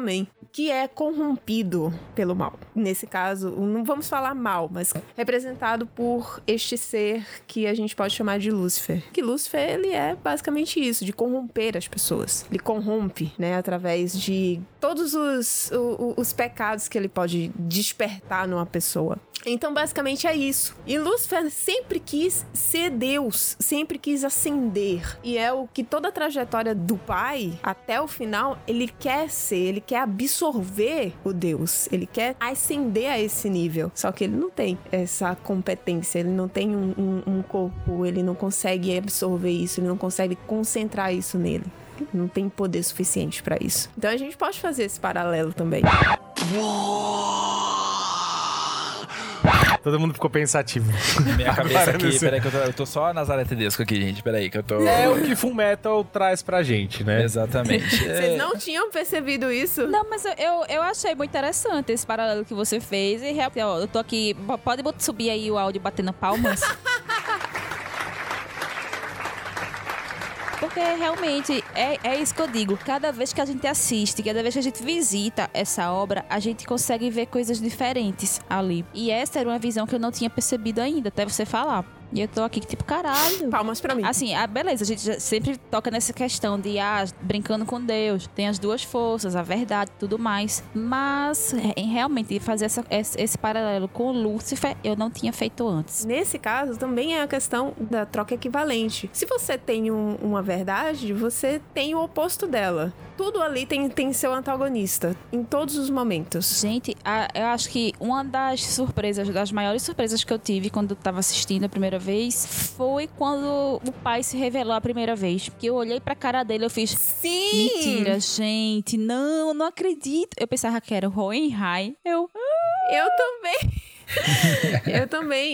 B: que é corrompido pelo mal. Nesse caso, não vamos falar mal, mas representado por este ser que a gente pode chamar de Lúcifer. Que Lúcifer, ele é basicamente isso, de corromper as pessoas. Ele corrompe, né, através de todos os pecados que ele pode despertar numa pessoa. Então, basicamente, é isso. E Lúcifer sempre quis ser Deus, sempre quis ascender. E é o que toda a trajetória do pai, até o final, ele quer ser, ele quer absorver o Deus. Ele quer ascender a esse nível. Só que ele não tem essa competência, ele não tem um corpo, ele não consegue absorver isso, ele não consegue concentrar isso nele. Não tem poder suficiente pra isso. Então, a gente pode fazer esse paralelo também.
A: Todo mundo ficou pensativo.
D: Minha cabeça aqui, peraí que eu tô só a Nazaré Tedesco aqui, gente. Peraí que eu tô...
A: É o que Fullmetal traz pra gente, né?
D: Exatamente.
B: Vocês não tinham percebido isso?
C: Não, mas eu achei muito interessante esse paralelo que você fez. E realmente, ó, eu tô aqui... Pode subir aí o áudio batendo palmas? Porque realmente é isso que eu digo. Cada vez que a gente assiste, cada vez que a gente visita essa obra, a gente consegue ver coisas diferentes ali. E essa era uma visão que eu não tinha percebido ainda, até você falar. E eu tô aqui tipo, caralho.
B: Palmas pra mim.
C: Assim, beleza, a gente já sempre toca nessa questão de, brincando com Deus, tem as duas forças, a verdade e tudo mais. Mas, realmente, fazer esse paralelo com Lúcifer, eu não tinha feito antes.
B: Nesse caso, também é a questão da troca equivalente. Se você tem uma verdade, você tem o oposto dela. Tudo ali tem seu antagonista, em todos os momentos.
C: Gente, eu acho que uma das maiores surpresas que eu tive quando eu tava assistindo a primeira vez, foi quando o pai se revelou a primeira vez. Que eu olhei pra cara dele, eu fiz...
B: Sim!
C: Mentira, gente, não acredito. Eu pensava que era o Hohenheim. Eu
B: também.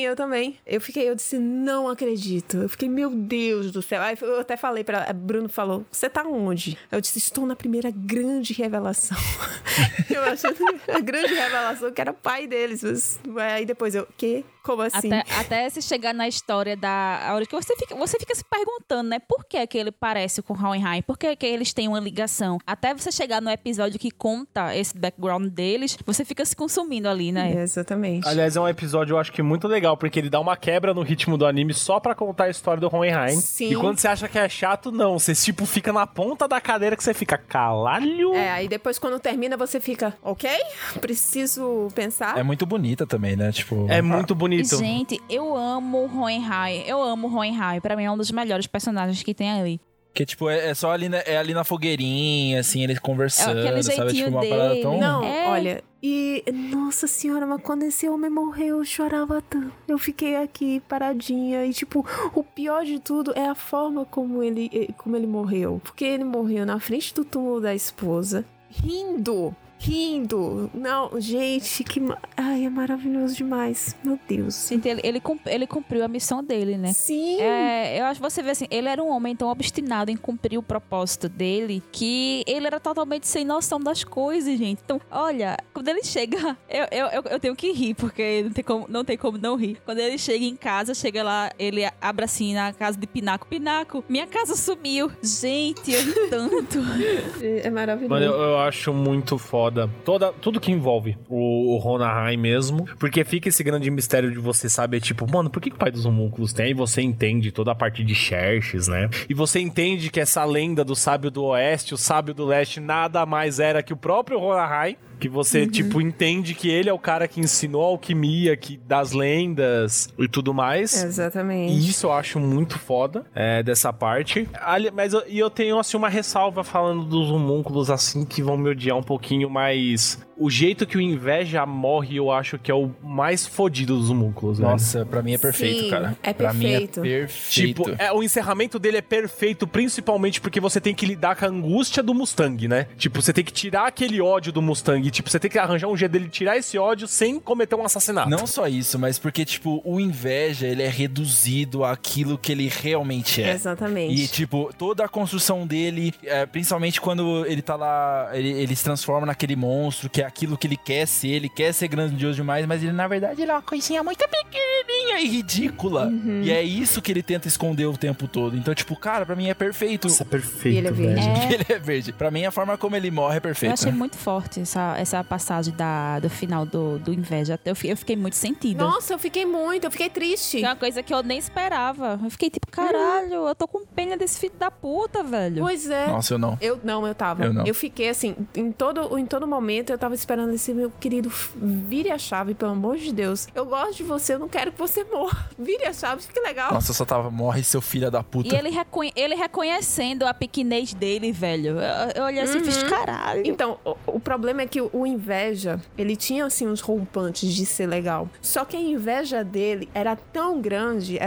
B: Eu disse, não acredito. Eu fiquei, meu Deus do céu. Aí eu até falei Bruno falou, você tá onde? Eu disse, estou na primeira grande revelação. Eu achei a grande revelação que era o pai deles. Mas, aí depois quê? Como assim?
C: Até se chegar na história a hora que você fica se perguntando, né? Por que ele parece com Hohenheim? Por que eles têm uma ligação? Até você chegar no episódio que conta esse background deles, você fica se consumindo ali, né?
B: Exatamente.
A: Aliás, é um episódio, eu acho que muito legal, porque ele dá uma quebra no ritmo do anime só pra contar a história do Hohenheim.
B: Sim.
A: E quando você acha que é chato, não. Você, tipo, fica na ponta da cadeira que você fica, caralho.
B: Aí depois quando termina, você fica, ok? Preciso pensar.
D: É muito bonita também, né? Tipo...
A: É muito bonito.
C: Gente, eu amo Hohenheim. Pra mim é um dos melhores personagens que tem ali.
D: Que, tipo, é só ali na fogueirinha, assim, eles conversando, sabe? Tipo, uma parada tão...
B: Não, olha... E, nossa senhora, mas quando esse homem morreu, eu chorava tanto. Eu fiquei aqui, paradinha. E, tipo, o pior de tudo é a forma como ele morreu. Porque ele morreu na frente do túmulo da esposa, rindo. Não, gente, ai, é maravilhoso demais. Meu Deus.
C: Gente, ele cumpriu a missão dele, né?
B: Sim.
C: Eu acho que você vê assim, ele era um homem tão obstinado em cumprir o propósito dele que ele era totalmente sem noção das coisas, gente. Então, olha, quando ele chega, eu tenho que rir, porque não tem como não rir. Quando ele chega em casa, chega lá, ele abre assim na casa de Pinaco, minha casa sumiu. Gente, eu ri tanto.
B: É maravilhoso.
A: Mano, eu acho muito foda tudo que envolve o Hohenheim mesmo, porque fica esse grande mistério de você saber, tipo, mano, por que o pai dos homúnculos tem? E você entende toda a parte de Xerxes, né? E você entende que essa lenda do sábio do oeste, o sábio do leste, nada mais era que o próprio Hohenheim, que você, tipo, entende que ele é o cara que ensinou a alquimia, das lendas e tudo mais.
B: Exatamente.
A: E isso eu acho muito foda, dessa parte. Mas eu tenho, assim, uma ressalva falando dos homúnculos, assim, que vão me odiar um pouquinho mais... O jeito que o Inveja morre, eu acho que é o mais fodido dos homúnculos, né?
D: Nossa, pra mim é perfeito,
B: Sim,
D: cara.
B: É
D: pra
B: perfeito.
D: mim é perfeito.
A: Tipo, o encerramento dele é perfeito, principalmente porque você tem que lidar com a angústia do Mustang, né? Tipo, você tem que tirar aquele ódio do Mustang. Tipo, você tem que arranjar um jeito dele tirar esse ódio sem cometer um assassinato.
D: Não só isso, mas porque, tipo, o Inveja, ele é reduzido àquilo que ele realmente é.
B: Exatamente.
D: E, tipo, toda a construção dele, principalmente quando ele tá lá, ele se transforma naquele monstro, que aquilo que ele quer ser, ele quer ser grandioso demais, mas ele, na verdade, ele é uma coisinha muito pequenininha e ridícula. E é isso que ele tenta esconder o tempo todo. Então, tipo, cara, pra mim é perfeito.
A: Isso é perfeito,
B: E ele é verde.
A: velho.
D: Ele é verde. Pra mim, a forma como ele morre é
C: Eu
D: perfeita.
C: achei muito forte essa passagem do final do Inveja. Eu fiquei muito sentida.
B: Nossa, eu fiquei triste.
C: É uma coisa que eu nem esperava. Eu fiquei tipo, caralho, eu tô com pena desse filho da puta, velho.
B: Pois é.
D: Nossa, eu não.
B: Eu tava.
D: Eu não.
B: Eu fiquei assim, em todo momento eu tava esperando esse meu querido, vire a chave, pelo amor de Deus. Eu gosto de você, eu não quero que você morra. Vire a chave, fique legal.
D: Nossa, eu só tava, morre, seu filho da puta.
C: E ele reconhecendo a pequenez dele, velho. Eu olhei assim e fiz, caralho.
B: Então, o problema é que o Inveja, ele tinha assim uns rompantes de ser legal. Só que a inveja dele era tão grande,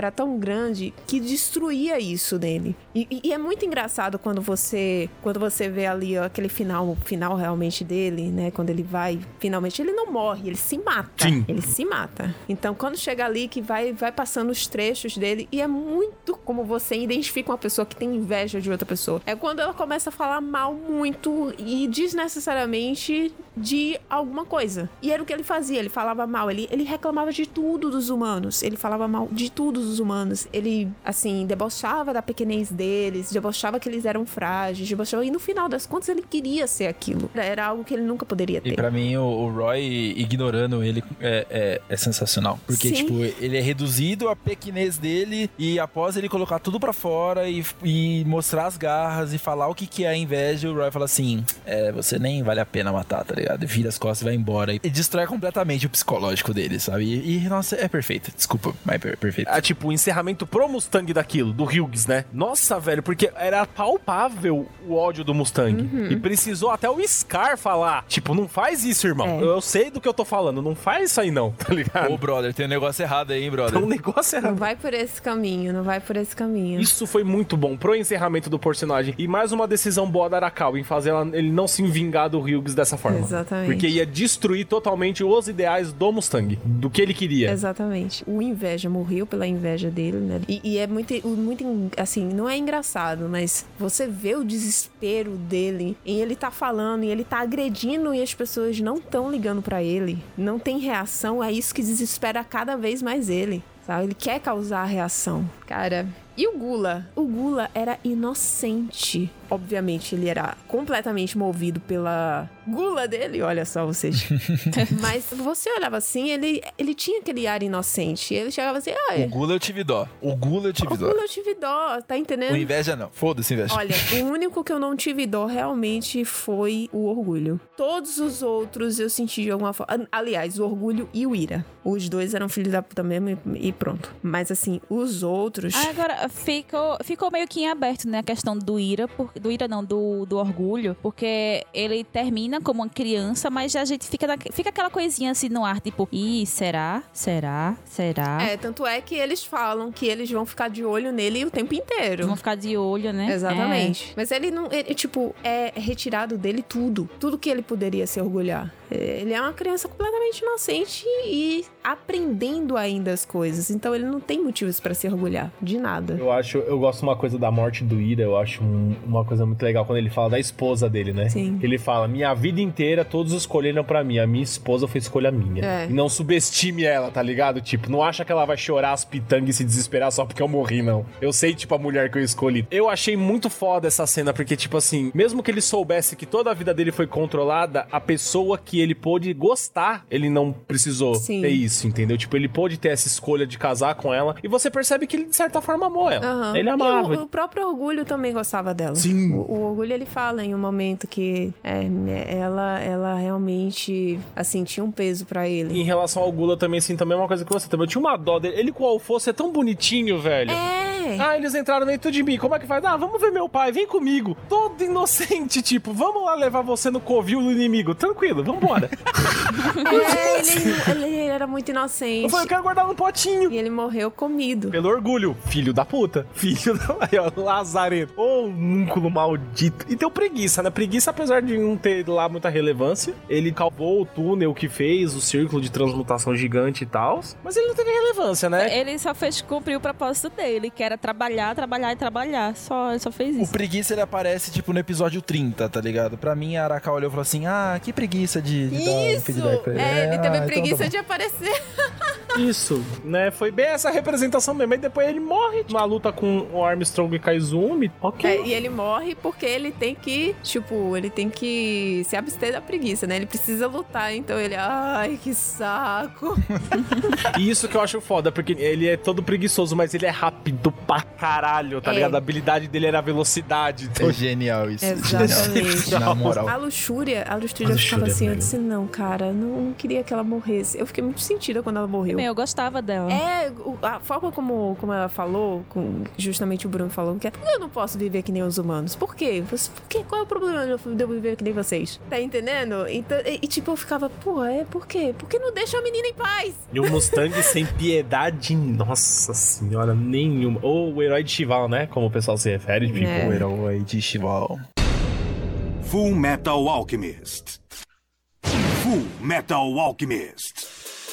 B: que destruía isso nele. E é muito engraçado quando você vê ali ó, aquele final realmente dele, né? Quando ele vai, finalmente, ele não morre, ele se mata.
A: Sim.
B: Ele se mata. Então, quando chega ali, que vai passando os trechos dele, e é muito como você identifica uma pessoa que tem inveja de outra pessoa. É quando ela começa a falar mal muito e desnecessariamente de alguma coisa. E era o que ele fazia, ele falava mal, ele reclamava de tudo dos humanos, ele falava mal de tudo dos humanos, ele, assim, debochava da pequenez deles, debochava que eles eram frágeis, debochava, e no final das contas ele queria ser aquilo. Era algo que ele nunca poderia ter.
D: E pra mim, o Roy ignorando ele é sensacional. Porque,
B: Sim.
D: tipo, ele é reduzido à pequenez dele e após ele colocar tudo pra fora e mostrar as garras e falar o que é a inveja, o Roy fala assim, você nem vale a pena matar, tá ligado? Vira as costas e vai embora. E destrói completamente o psicológico dele, sabe? E nossa, é perfeito. Desculpa, mas é perfeito.
A: É tipo o encerramento pro Mustang daquilo, do Hughes, né? Nossa, velho, porque era palpável o ódio do Mustang. E precisou até o Scar falar, tipo, não faz isso, irmão. Eu sei do que eu tô falando, não faz isso aí não, tá ligado?
D: Ô, brother, tem um negócio errado aí, hein, brother?
A: Tem um negócio errado.
B: Não vai por esse caminho.
A: Isso foi muito bom pro encerramento do personagem. E mais uma decisão boa da Arakawa em fazer ele não se vingar do Hughes dessa forma.
B: Exatamente.
A: Porque ia destruir totalmente os ideais do Mustang, do que ele queria.
B: Exatamente. O Inveja morreu pela inveja dele, né? E é muito, assim, não é engraçado, mas você vê o desespero dele e ele tá falando e ele tá agredindo e as pessoas não estão ligando pra ele, não tem reação, é isso que desespera cada vez mais ele, sabe? Ele quer causar a reação. Cara, e o Gula? O Gula era inocente. Obviamente, ele era completamente movido pela gula dele, olha só vocês. Mas você olhava assim, ele tinha aquele ar inocente. Ele chegava assim,
D: O Gula eu tive dó. O Gula eu tive dó,
B: tá entendendo?
D: O Inveja não. Foda-se, Inveja.
B: Olha, o único que eu não tive dó realmente foi o Orgulho. Todos os outros eu senti de alguma forma. Aliás, o Orgulho e o Ira. Os dois eram filhos da puta mesmo e pronto. Mas assim, os outros...
C: Agora, ficou meio que em aberto, né? A questão do Ira, do Orgulho, porque ele termina como uma criança, mas a gente fica aquela coisinha assim no ar, tipo, será?
B: Tanto é que eles falam que eles vão ficar de olho nele o tempo inteiro.
C: Vão ficar de olho, né?
B: Exatamente. Mas ele não, tipo, é retirado dele tudo que ele poderia se orgulhar. Ele é uma criança completamente inocente e aprendendo ainda as coisas, então ele não tem motivos pra se orgulhar de nada.
A: Eu gosto de uma coisa da morte do Ira, eu acho uma coisa muito legal quando ele fala da esposa dele, né?
B: Sim.
A: Ele fala, minha vida inteira todos escolheram pra mim, a minha esposa foi escolha minha. E não subestime ela, tá ligado? Tipo, não acha que ela vai chorar as pitangas e se desesperar só porque eu morri, não. Eu sei, tipo, a mulher que eu escolhi. Eu achei muito foda essa cena, porque, tipo assim, mesmo que ele soubesse que toda a vida dele foi controlada, a pessoa que ele pôde gostar, ele não precisou ter isso, entendeu? Tipo, ele pôde ter essa escolha de casar com ela, e você percebe que ele, de certa forma, amou ela. Ele amava.
B: E o próprio Orgulho também gostava dela.
A: Sim.
B: O Orgulho, ele fala em um momento que ela realmente, assim, tinha um peso pra ele.
A: Em relação ao Gula, também sinto a mesma coisa que você também. Eu tinha uma dó dele. Ele com o Alfonso é tão bonitinho, velho. Eles entraram dentro de mim. Como é que faz? Vamos ver meu pai, vem comigo. Todo inocente, tipo, vamos lá levar você no covil do inimigo. Tranquilo, vambora.
B: Ele era muito inocente.
A: Eu falei, eu quero guardar no potinho.
B: E ele morreu comido.
A: Pelo Orgulho. Filho da puta. Aí, ó, lazarento. Ô, múnculo maldito. E deu preguiça, né? Preguiça, apesar de não ter lá muita relevância. Ele cavou o túnel que fez, o círculo de transmutação gigante e tal. Mas ele não teve relevância, né?
C: Ele só fez cumprir o propósito dele, que era trabalhar e trabalhar. Ele só fez
D: O
C: isso.
D: preguiça, ele aparece, tipo, no episódio 30, tá ligado? Pra mim, a Arakawa olhou e falou assim, que preguiça de dar um feedback pra ele.
B: Ele teve
D: então
B: preguiça
D: tá bom.
B: de aparecer.
A: Isso, né? Foi bem essa representação mesmo. Aí depois ele morre na luta com o Armstrong e Kaizumi. Ok.
B: E ele morre porque ele tem que, se abster da preguiça, né? Ele precisa lutar, então ele, ai, que saco.
A: E isso que eu acho foda, porque ele é todo preguiçoso, mas ele é rápido pra caralho, tá ligado? A habilidade dele era a velocidade.
D: É genial isso.
B: Exatamente.
D: Na moral.
B: A luxúria eu ficava assim, eu disse, não, cara, não queria que ela morresse. Eu fiquei muito sentida quando ela morreu.
C: Eu gostava dela.
B: A forma como ela falou, justamente o Bruno falou, que é, eu não posso viver que nem os humanos. Por quê? Qual é o problema de eu viver que nem vocês? Tá entendendo? Então, tipo, eu ficava, por quê? Por que não deixa a menina em paz?
A: E o Mustang sem piedade, nossa senhora, nenhuma. Ou o herói de Chival, né? Como o pessoal se refere, tipo,
D: o herói de Chival.
E: Full Metal Alchemist. Full Metal Alchemist.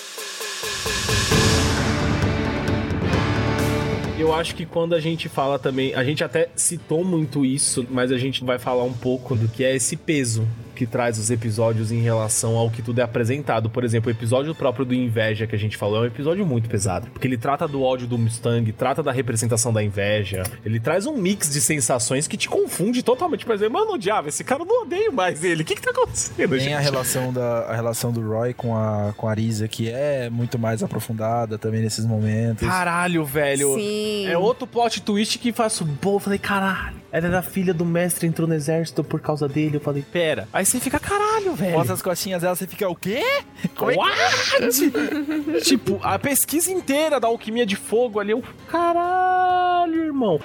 A: Eu acho que quando a gente fala também, a gente até citou muito isso, mas a gente vai falar um pouco do que é esse peso que traz os episódios em relação ao que tudo é apresentado. Por exemplo, o episódio próprio do Inveja que a gente falou é um episódio muito pesado, porque ele trata do ódio do Mustang, trata da representação da inveja, ele traz um mix de sensações que te confunde totalmente. Por exemplo, mano, odiava esse cara, eu não odeio mais ele, o que tá acontecendo,
D: Tem
A: gente?
D: a relação do Roy com a Risa, que é muito mais aprofundada também nesses momentos.
A: Caralho, velho.
B: Sim.
A: É outro plot twist que faz bom. Eu falei, caralho, ela era filha do mestre, entrou no exército por causa dele. Eu falei, pera. Aí você fica, caralho, velho.
D: Mostra as costinhas dela, você fica, o quê? Como é
A: What? Tipo, a pesquisa inteira da alquimia de fogo ali, eu, caralho, irmão.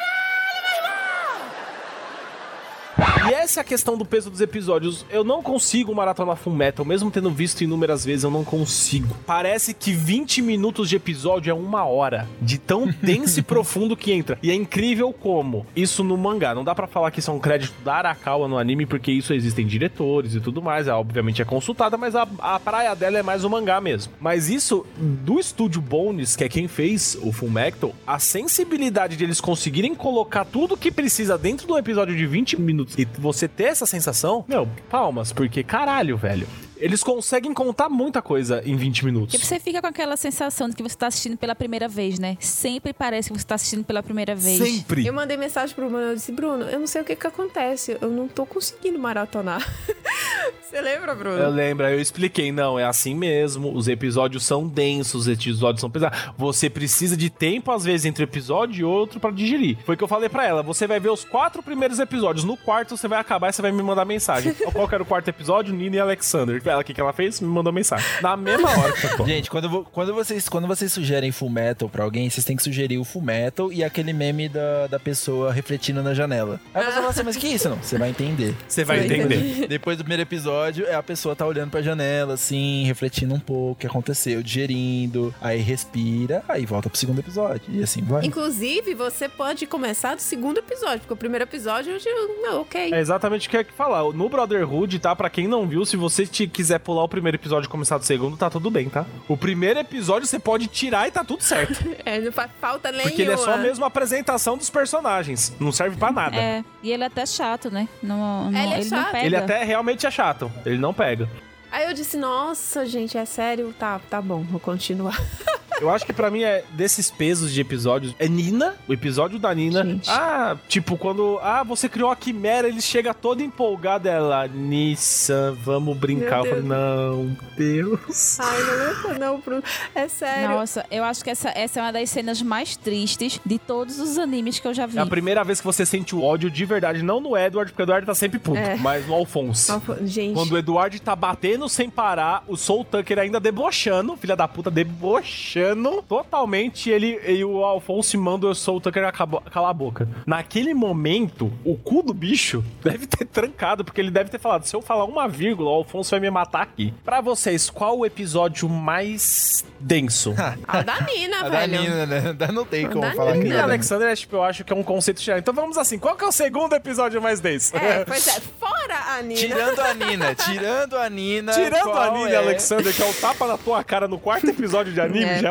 A: E essa é a questão do peso dos episódios. Eu não consigo maratonar Full Metal, mesmo tendo visto inúmeras vezes, eu não consigo. Parece que 20 minutos de episódio é 1 hora, de tão denso e profundo que entra. E é incrível como isso no mangá. Não dá pra falar que isso é um crédito da Arakawa no anime, porque isso existem diretores e tudo mais. Ela obviamente é consultada, mas a praia dela é mais o mangá mesmo. Mas isso, do estúdio Bones, que é quem fez o Full Metal, a sensibilidade de eles conseguirem colocar tudo que precisa dentro de um episódio de 20 minutos e você ter essa sensação, meu, palmas, porque caralho, velho. Eles conseguem contar muita coisa em 20 minutos.
C: Porque você fica com aquela sensação de que você tá assistindo pela primeira vez, né? Sempre parece que você tá assistindo pela primeira vez.
A: Sempre.
B: Eu mandei mensagem pro Bruno, eu disse, Bruno, eu não sei o que acontece, eu não tô conseguindo maratonar. Você lembra, Bruno?
A: Eu lembro, eu expliquei, não, é assim mesmo, os episódios são densos, os episódios são pesados. Você precisa de tempo, às vezes, entre um episódio e outro pra digerir. Foi o que eu falei pra ela, você vai ver os 4 primeiros episódios, no quarto você vai acabar e você vai me mandar mensagem. Qual que era o 4º episódio? Nina e Alexander. Ela, o que ela fez? Me mandou mensagem. Na mesma hora que eu tô.
D: Gente, quando vocês sugerem Full Metal pra alguém, vocês têm que sugerir o Full Metal e aquele meme da pessoa refletindo na janela. Aí você fala assim, mas que isso? Não, você vai entender.
A: Você vai entender.
D: Depois do primeiro episódio, a pessoa tá olhando pra janela, assim, refletindo um pouco o que aconteceu, digerindo, aí respira, aí volta pro 2º episódio, e assim vai.
B: Inclusive, você pode começar do 2º episódio, porque o primeiro episódio eu ok.
A: É exatamente o que eu ia falar. No Brotherhood, tá? Pra quem não viu, se você quiser pular o primeiro episódio e começar do 2º, tá tudo bem, tá? O primeiro episódio você pode tirar e tá tudo certo.
B: Não faz falta nenhuma.
A: Porque ele é só mesmo a apresentação dos personagens. Não serve pra nada.
C: É, e ele é até chato, né?
B: Ele é chato.
C: não pega.
A: Ele até realmente é chato. Ele não pega.
B: Aí eu disse, nossa, gente, é sério? Tá bom, vou continuar.
A: Eu acho que pra mim é desses pesos de episódios. É Nina, o episódio da Nina.
B: Gente.
A: Tipo, quando... você criou a quimera, ele chega todo empolgado. Ela, Nissan, vamos brincar. Eu falei, não, Deus.
B: Ai, não lembro não, Bruno. É sério.
C: Nossa, eu acho que essa é uma das cenas mais tristes de todos os animes que eu já vi.
A: É a primeira vez que você sente o ódio de verdade. Não no Edward, porque o Edward tá sempre puto. Mas no Alphonse.
B: Gente.
A: Quando o Edward tá batendo sem parar, o Soul Tucker ainda debochando. Filha da puta, debochando totalmente, ele e o Alphonse mandam o Soul Tucker calar a boca. Naquele momento, o cu do bicho deve ter trancado, porque ele deve ter falado, se eu falar uma vírgula, o Alphonse vai me matar aqui. Pra vocês, qual o episódio mais denso?
B: A da Nina,
D: a
B: velho.
D: Da Nina, né? Não tem como falar
A: que
D: Nina.
A: E Alexander, eu acho que é um conceito geral. Então vamos assim, qual que é o 2º episódio mais denso?
B: Pois é, fora a Nina.
D: Tirando a Nina.
A: Tirando a Nina e Alexander, que é o tapa na tua cara no 4º episódio de anime, já é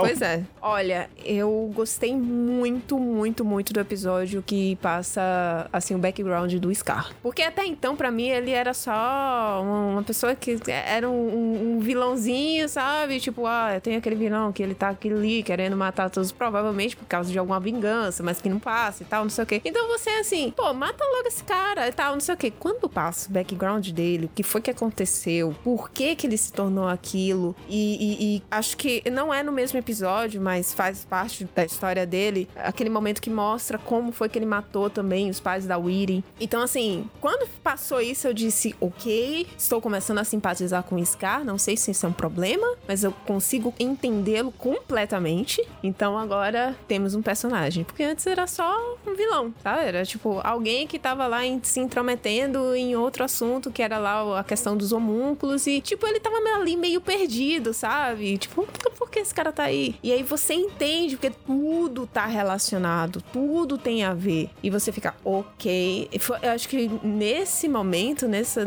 B: Pois é. Olha, eu gostei muito, muito, muito do episódio que passa, assim, o background do Scar. Porque até então, pra mim, ele era só uma pessoa que era um vilãozinho, sabe? Tipo, tem aquele vilão que ele tá ali querendo matar todos, provavelmente por causa de alguma vingança, mas que não passa e tal, não sei o quê. Então você, assim, mata logo esse cara e tal, não sei o quê. Quando passa o background dele, o que foi que aconteceu, por que ele se tornou aquilo, e acho que não é no mesmo episódio, mas faz parte da história dele, aquele momento que mostra como foi que ele matou também os pais da Weedy. Então, assim, quando passou isso, eu disse, ok, estou começando a simpatizar com o Scar, não sei se isso é um problema, mas eu consigo entendê-lo completamente. Então, agora temos um personagem, porque antes era só um vilão, sabe? Era, tipo, alguém que tava lá se intrometendo em outro assunto, que era lá a questão dos homúnculos, e, tipo, ele tava ali meio perdido, sabe? Tipo, por que esse cara tá aí? E aí você entende, porque tudo tá relacionado, tudo tem a ver. E você fica, ok. Eu acho que nesse momento, nessa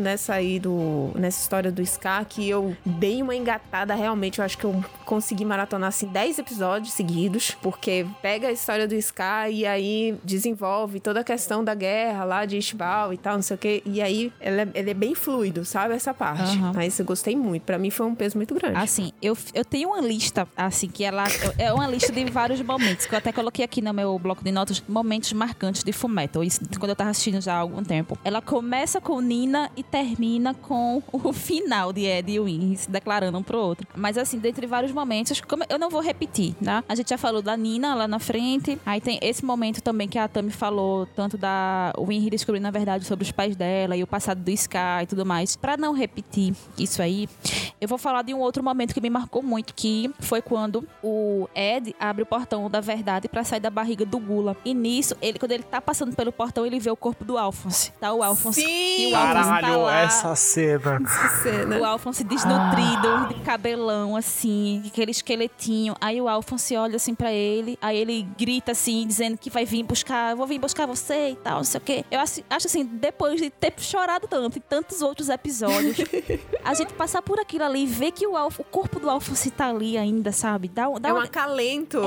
B: história do Scar, que eu dei uma engatada, realmente, eu acho que eu consegui maratonar, assim, 10 episódios seguidos, porque pega a história do Scar e aí desenvolve toda a questão da guerra lá de Ishbal e tal, não sei o quê. E aí, ele é bem fluido, sabe? Essa parte. Mas eu gostei muito. Pra mim, foi um peso muito grande.
C: Assim, eu tenho uma lista, assim, que ela é uma lista de vários momentos, que eu até coloquei aqui no meu bloco de notas, momentos marcantes de Fullmetal. Isso quando eu tava assistindo já há algum tempo. Ela começa com Nina e termina com o final de Ed e Win se declarando um pro outro. Mas, assim, dentre vários momentos, como eu não vou repetir, né? A gente já falou da Nina lá na frente. Aí tem esse momento também que a Tami falou, tanto da Winry descobrindo, na verdade, sobre os pais dela e o passado do Scar e tudo mais. Pra não repetir isso aí, eu vou falar de um outro momento que me marcou muito, que foi quando o Ed abre o portão da verdade pra sair da barriga do Gula. E nisso, quando ele tá passando pelo portão, ele vê o corpo do Alphonse. Tá o Alphonse.
B: Sim!
C: E o Alphonse
A: Caralho,
C: tá lá.
A: essa cena.
C: O Alphonse desnutrido, de cabelão, assim, aquele esqueletinho. Aí o Alphonse olha assim pra ele, aí ele grita assim, dizendo que vai vir buscar, vou vir buscar você e tal, não sei o quê. Eu acho assim, depois de ter chorado tanto em tantos outros episódios, a gente passar por aquilo ali e ver que o corpo do Alphonse tá ali ainda, sabe? Dá
B: um acalento.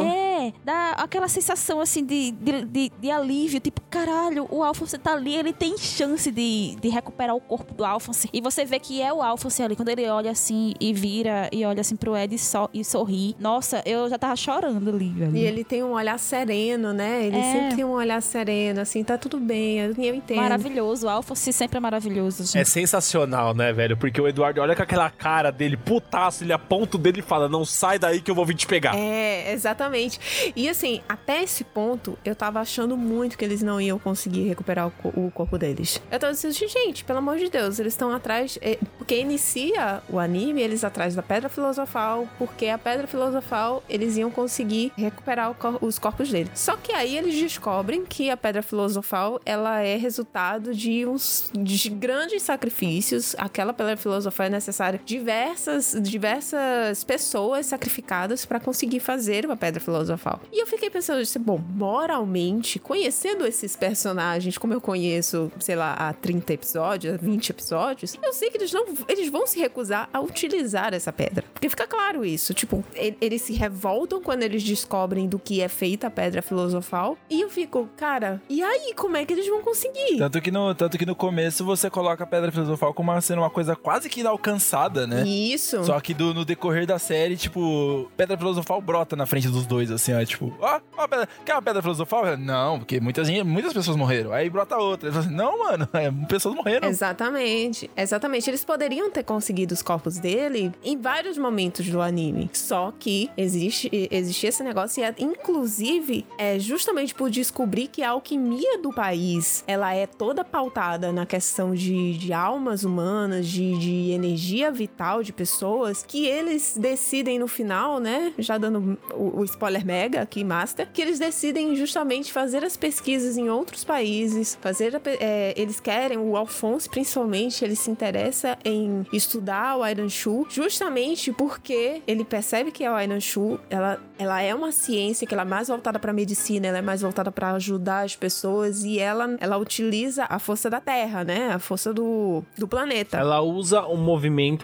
C: Dá aquela sensação assim de alívio, tipo, caralho, o Alphonse tá ali, ele tem chance de recuperar o corpo do Alphonse. E você vê que é o Alphonse ali, quando ele olha assim e vira e olha assim pro Ed e sorri. Nossa, eu já tava chorando ali, velho.
B: E ele tem um olhar sereno, né? Ele sempre tem um olhar sereno, assim, tá tudo bem, eu entendo.
C: Maravilhoso, o Alphonse sempre é maravilhoso, gente.
A: É sensacional, né, velho? Porque o Eduardo olha com aquela cara dele, putaço, ele aponta o dedo e fala, não sai daí que eu vou vir te pegar.
B: Exatamente. E assim, até esse ponto, eu tava achando muito que eles não iam conseguir recuperar o corpo deles. Eu tava dizendo, gente, pelo amor de Deus, eles estão atrás... Porque inicia o anime, eles atrás da Pedra Filosofal, porque a Pedra Filosofal, eles iam conseguir recuperar os corpos deles. Só que aí eles descobrem que a Pedra Filosofal, ela é resultado de grandes sacrifícios. Aquela Pedra Filosofal é necessária diversas pessoas sacrificadas pra conseguir fazer uma Pedra Filosofal. E eu fiquei pensando, bom, moralmente, conhecendo esses personagens como eu conheço, sei lá, há 30 episódios, há 20 episódios, eu sei que eles vão se recusar a utilizar essa pedra. Porque fica claro isso. Tipo, eles se revoltam quando eles descobrem do que é feita a Pedra Filosofal. E eu fico, cara, e aí, como é que eles vão conseguir?
D: Tanto que no começo você coloca a Pedra Filosofal como sendo uma coisa quase que inalcançada, né?
B: Isso.
D: Só que no decorrer da série, tipo, Pedra Filosofal brota na frente dos dois, assim, ó, tipo, quer uma Pedra Filosofal? Não, porque muitas pessoas morreram. Aí brota outra. Ele fala assim, não, mano, pessoas morreram.
B: Exatamente. Eles poderiam ter conseguido os corpos dele em vários momentos do anime. Só que existia esse negócio e, inclusive, justamente por descobrir que a alquimia do país, ela é toda pautada na questão de almas humanas, de energia vital de pessoas, que eles decidem no final, né, já dando o spoiler mega aqui, master, que eles decidem justamente fazer as pesquisas em outros países, eles querem, o Alphonse principalmente, ele se interessa em estudar o Ironshu, justamente porque ele percebe que a Ironshu, ela é uma ciência que ela é mais voltada para medicina, ela é mais voltada para ajudar as pessoas e ela utiliza a força da Terra, né? A força do planeta.
A: Ela usa o movimento da Terra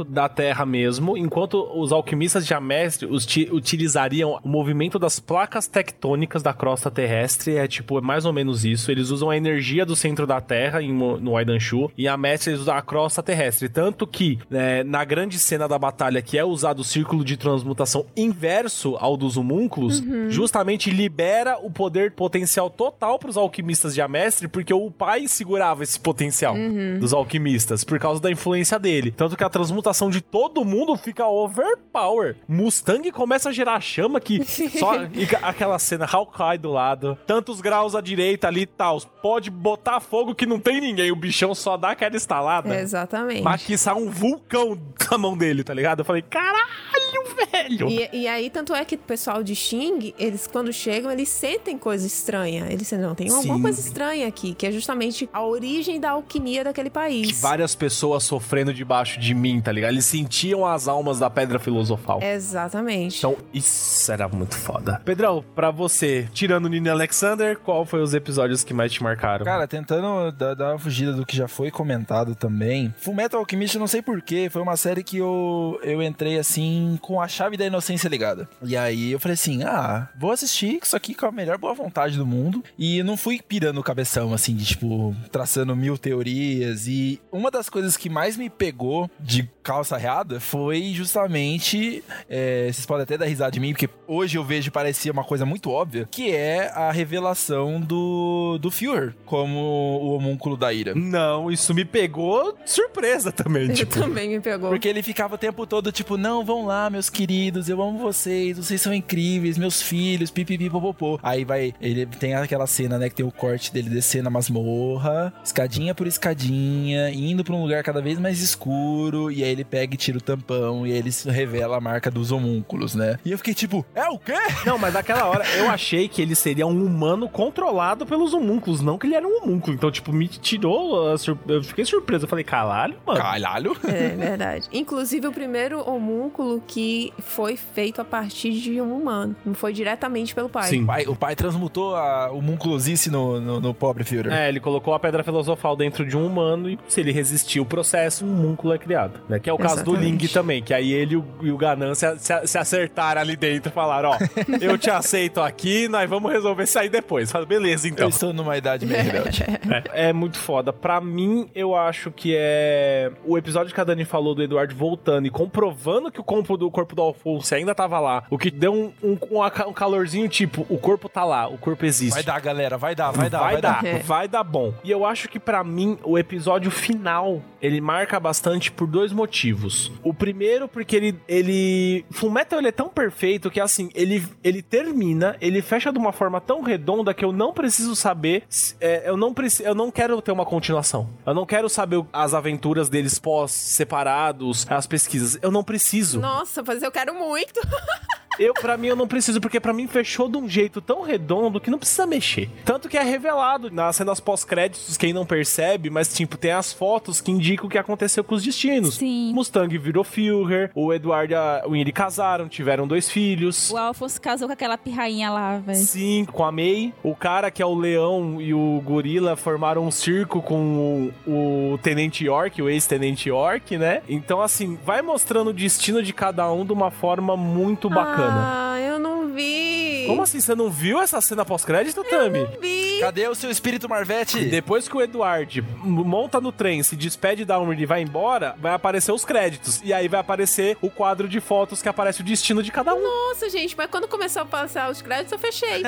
A: terra mesmo, enquanto os alquimistas de Amestre utilizariam o movimento das placas tectônicas da crosta terrestre, é mais ou menos isso. Eles usam a energia do centro da Terra no Waidanshu, e a Amestre eles usam a crosta terrestre, tanto que na grande cena da batalha, que é usado o círculo de transmutação inverso ao dos homúnculos, justamente libera o poder potencial total pros alquimistas de Amestre, porque o pai segurava esse potencial dos alquimistas, por causa da influência dele. Tanto que a transmutação de todo mundo fica overpower. Mustang começa a gerar chama que só... E aquela cena, Hawkeye do lado, tantos graus à direita ali e tal, pode botar fogo que não tem ninguém, o bichão só dá aquela estalada.
B: Exatamente.
A: Mas que sai um vulcão na mão dele, tá ligado? Eu falei, caralho, velho!
B: E aí, tanto é que o pessoal de Xing, eles quando chegam, eles sentem coisa estranha. Eles sentem, não, tem alguma coisa estranha aqui, que é justamente a origem da alquimia daquele país.
A: Várias pessoas sofrendo debaixo de mim, tá ligado? Eles sentiam as almas da Pedra Filosofal.
B: Exatamente.
A: Então, isso era muito foda. Pedrão, pra você, tirando o Nina Alexander, qual foi os episódios que mais te marcaram?
D: Cara, tentando dar uma fugida do que já foi comentado também, Fullmetal Alchemist, eu não sei porquê, foi uma série que eu entrei assim, com a chave da inocência ligada. E aí eu falei assim, vou assistir isso aqui com a melhor boa vontade do mundo. E não fui pirando o cabeção, assim, de traçando 1000 teorias. E uma das coisas que mais me pegou de calça arreada foi justamente, vocês podem até dar risada de mim, porque hoje eu vejo parecia uma coisa muito óbvia, que é a revelação do Führer como o homúnculo da ira.
A: Não, isso me pegou surpresa também,
B: Também me pegou.
D: Porque ele ficava o tempo todo, não, vão lá, meus queridos, eu amo vocês são incríveis, meus filhos, pipipipopopô. Aí ele tem aquela cena, né, que tem o corte dele descendo a masmorra, escadinha por escadinha, indo pra um lugar cada vez mais escuro, e aí ele pega e tira o tampão, e aí ele revela a marca dos homúnculos, né? E eu fiquei é o quê?
A: Não, mas naquela hora eu achei que ele seria um humano controlado pelos homúnculos, não que ele era um homúnculo. Então, me tirou eu fiquei surpreso. Eu falei, caralho, mano.
D: Caralho?
B: É verdade. Inclusive, o primeiro homúnculo que foi feito a partir de um humano. Não foi diretamente pelo pai.
D: Sim. O pai transmutou o homúnculosice no pobre Führer.
A: Ele colocou a pedra filosofal dentro de um humano e se ele resistir o processo, um homúnculo é criado. Né? Que é o caso do Ling também, que aí ele e o Ganância se acertaram ali dentro e falaram, eu te aceito aqui, nós vamos resolver isso aí depois. Fala, beleza, então.
D: Eu estou numa idade meio rebelde.
A: É muito foda. Pra mim, eu acho que é o episódio que a Dani falou do Eduardo voltando e comprovando que o corpo do Alphonse ainda tava lá. O que deu um calorzinho, o corpo tá lá, o corpo existe.
D: Vai dar, galera, vai dar.
A: Vai dar bom. E eu acho que pra mim, o episódio final, ele marca bastante por 2 motivos. O primeiro, porque Fullmetal, ele é tão perfeito que, assim, ele termina, ele fecha de uma forma tão redonda que eu não preciso saber, eu não quero ter uma continuação. Eu não quero saber as aventuras deles pós-separados, as pesquisas. Eu não preciso.
B: Nossa, mas eu quero muito.
A: Pra mim, eu não preciso, porque pra mim fechou de um jeito tão redondo que não precisa mexer. Tanto que é revelado nas cenas pós-créditos, quem não percebe, mas, tem as fotos que indicam o que aconteceu com os destinos.
C: Sim.
A: Mustang virou Führer, o Eduardo e a Winnie casaram, tiveram 2 filhos.
C: O Alphonse casou com aquela pirrainha lá, velho.
A: Sim, com a May. O cara que é o leão e o gorila formaram um circo com o Tenente York, o ex-Tenente York, né? Então, assim, vai mostrando o destino de cada um de uma forma muito bacana.
B: Eu não vi.
A: Como assim? Você não viu essa cena pós-crédito, Tami?
B: Eu não vi.
D: Cadê o seu espírito Marvete?
A: Depois que o Eduardo monta no trem, se despede da Umri e vai embora, vai aparecer os créditos. E aí vai aparecer o quadro de fotos que aparece o destino de cada um.
B: Nossa, gente, mas quando começou a passar os créditos, eu fechei.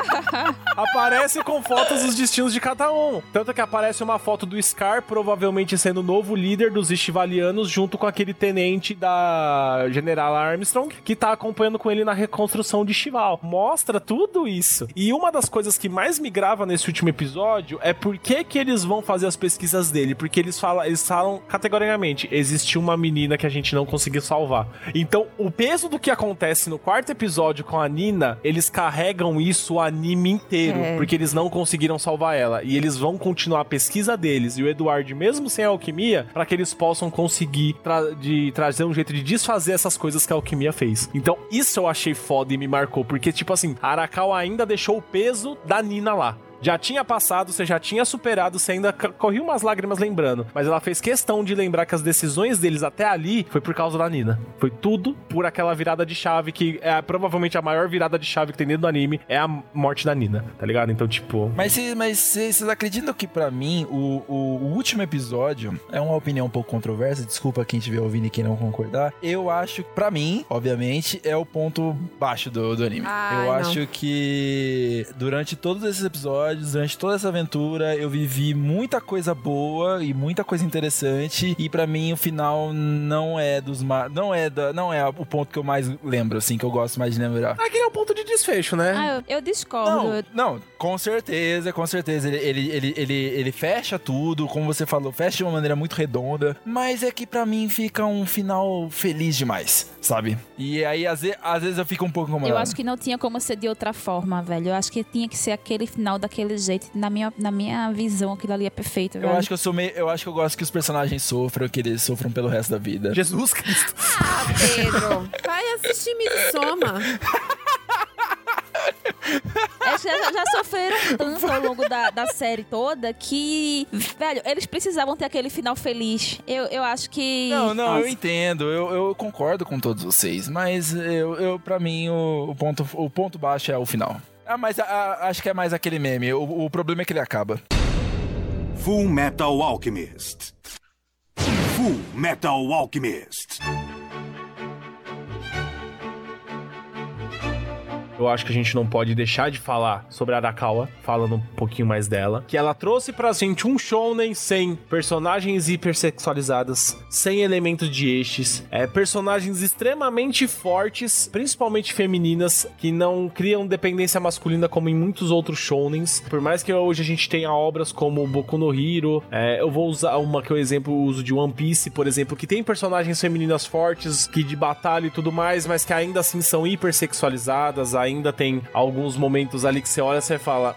A: Aparece com fotos os destinos de cada um. Tanto que aparece uma foto do Scar, provavelmente sendo o novo líder dos Estivalianos, junto com aquele tenente da General Armstrong, que tá acompanhando com ele na reconstrução de Estival. Mostra tudo isso. E uma das coisas que mais me grava nesse último episódio é por que eles vão fazer as pesquisas dele. Porque eles falam categoricamente, existiu uma menina que a gente não conseguiu salvar. Então, o peso do que acontece no 4º episódio com a Nina, eles carregam isso o anime inteiro, porque eles não conseguiram salvar ela. E eles vão continuar a pesquisa deles e o Eduardo, mesmo sem a alquimia, para que eles possam conseguir trazer um jeito de desfazer essas coisas que a alquimia fez. Então, isso eu achei foda e me marcou, porque, a Arakawa ainda deixou o peso da Nina lá. Já tinha passado, você já tinha superado, você ainda corria umas lágrimas lembrando. Mas ela fez questão de lembrar que as decisões deles até ali foi por causa da Nina. Foi tudo por aquela virada de chave que é provavelmente a maior virada de chave que tem dentro do anime, é a morte da Nina, tá ligado? Então, tipo...
D: Mas vocês acreditam que pra mim o último episódio é uma opinião um pouco controversa, desculpa quem estiver ouvindo e quem não concordar, eu acho que pra mim, obviamente, é o ponto baixo do anime. Eu acho que durante todos esses episódios, durante toda essa aventura, eu vivi muita coisa boa e muita coisa interessante, e pra mim o final não é o ponto que eu mais lembro, assim, que eu gosto mais de lembrar.
A: Aquele é o ponto de desfecho, né?
C: Eu discordo.
D: Não, com certeza. Ele fecha tudo, como você falou, fecha de uma maneira muito redonda, mas é que pra mim fica um final feliz demais, sabe? E aí, às vezes eu fico um pouco incomodado.
C: Eu acho que não tinha como ser de outra forma, velho. Eu acho que tinha que ser aquele final daquele jeito. Na minha visão, aquilo ali é perfeito, velho.
D: Eu acho que eu gosto que os personagens sofram, que eles sofram pelo resto da vida.
A: Jesus Cristo.
B: Pedro, vai assistir Midsommar.
C: Já sofreram tanto ao longo da série toda que, velho, eles precisavam ter aquele final feliz. Eu acho que...
D: Não, eu entendo. Eu concordo com todos vocês, mas pra mim o ponto baixo é o final. Mas acho que é mais aquele meme. O problema é que ele acaba.
E: Full Metal Alchemist. Full Metal Alchemist.
A: Eu acho que a gente não pode deixar de falar sobre a Arakawa, falando um pouquinho mais dela, que ela trouxe pra gente um shounen sem personagens hipersexualizadas, sem elementos de eixes, personagens extremamente fortes, principalmente femininas, que não criam dependência masculina como em muitos outros shounens. Por mais que hoje a gente tenha obras como Boku no Hero, eu vou usar uma que eu uso de One Piece, por exemplo, que tem personagens femininas fortes, que de batalha e tudo mais, mas que ainda assim são hipersexualizadas, ainda tem alguns momentos ali que você olha e você fala,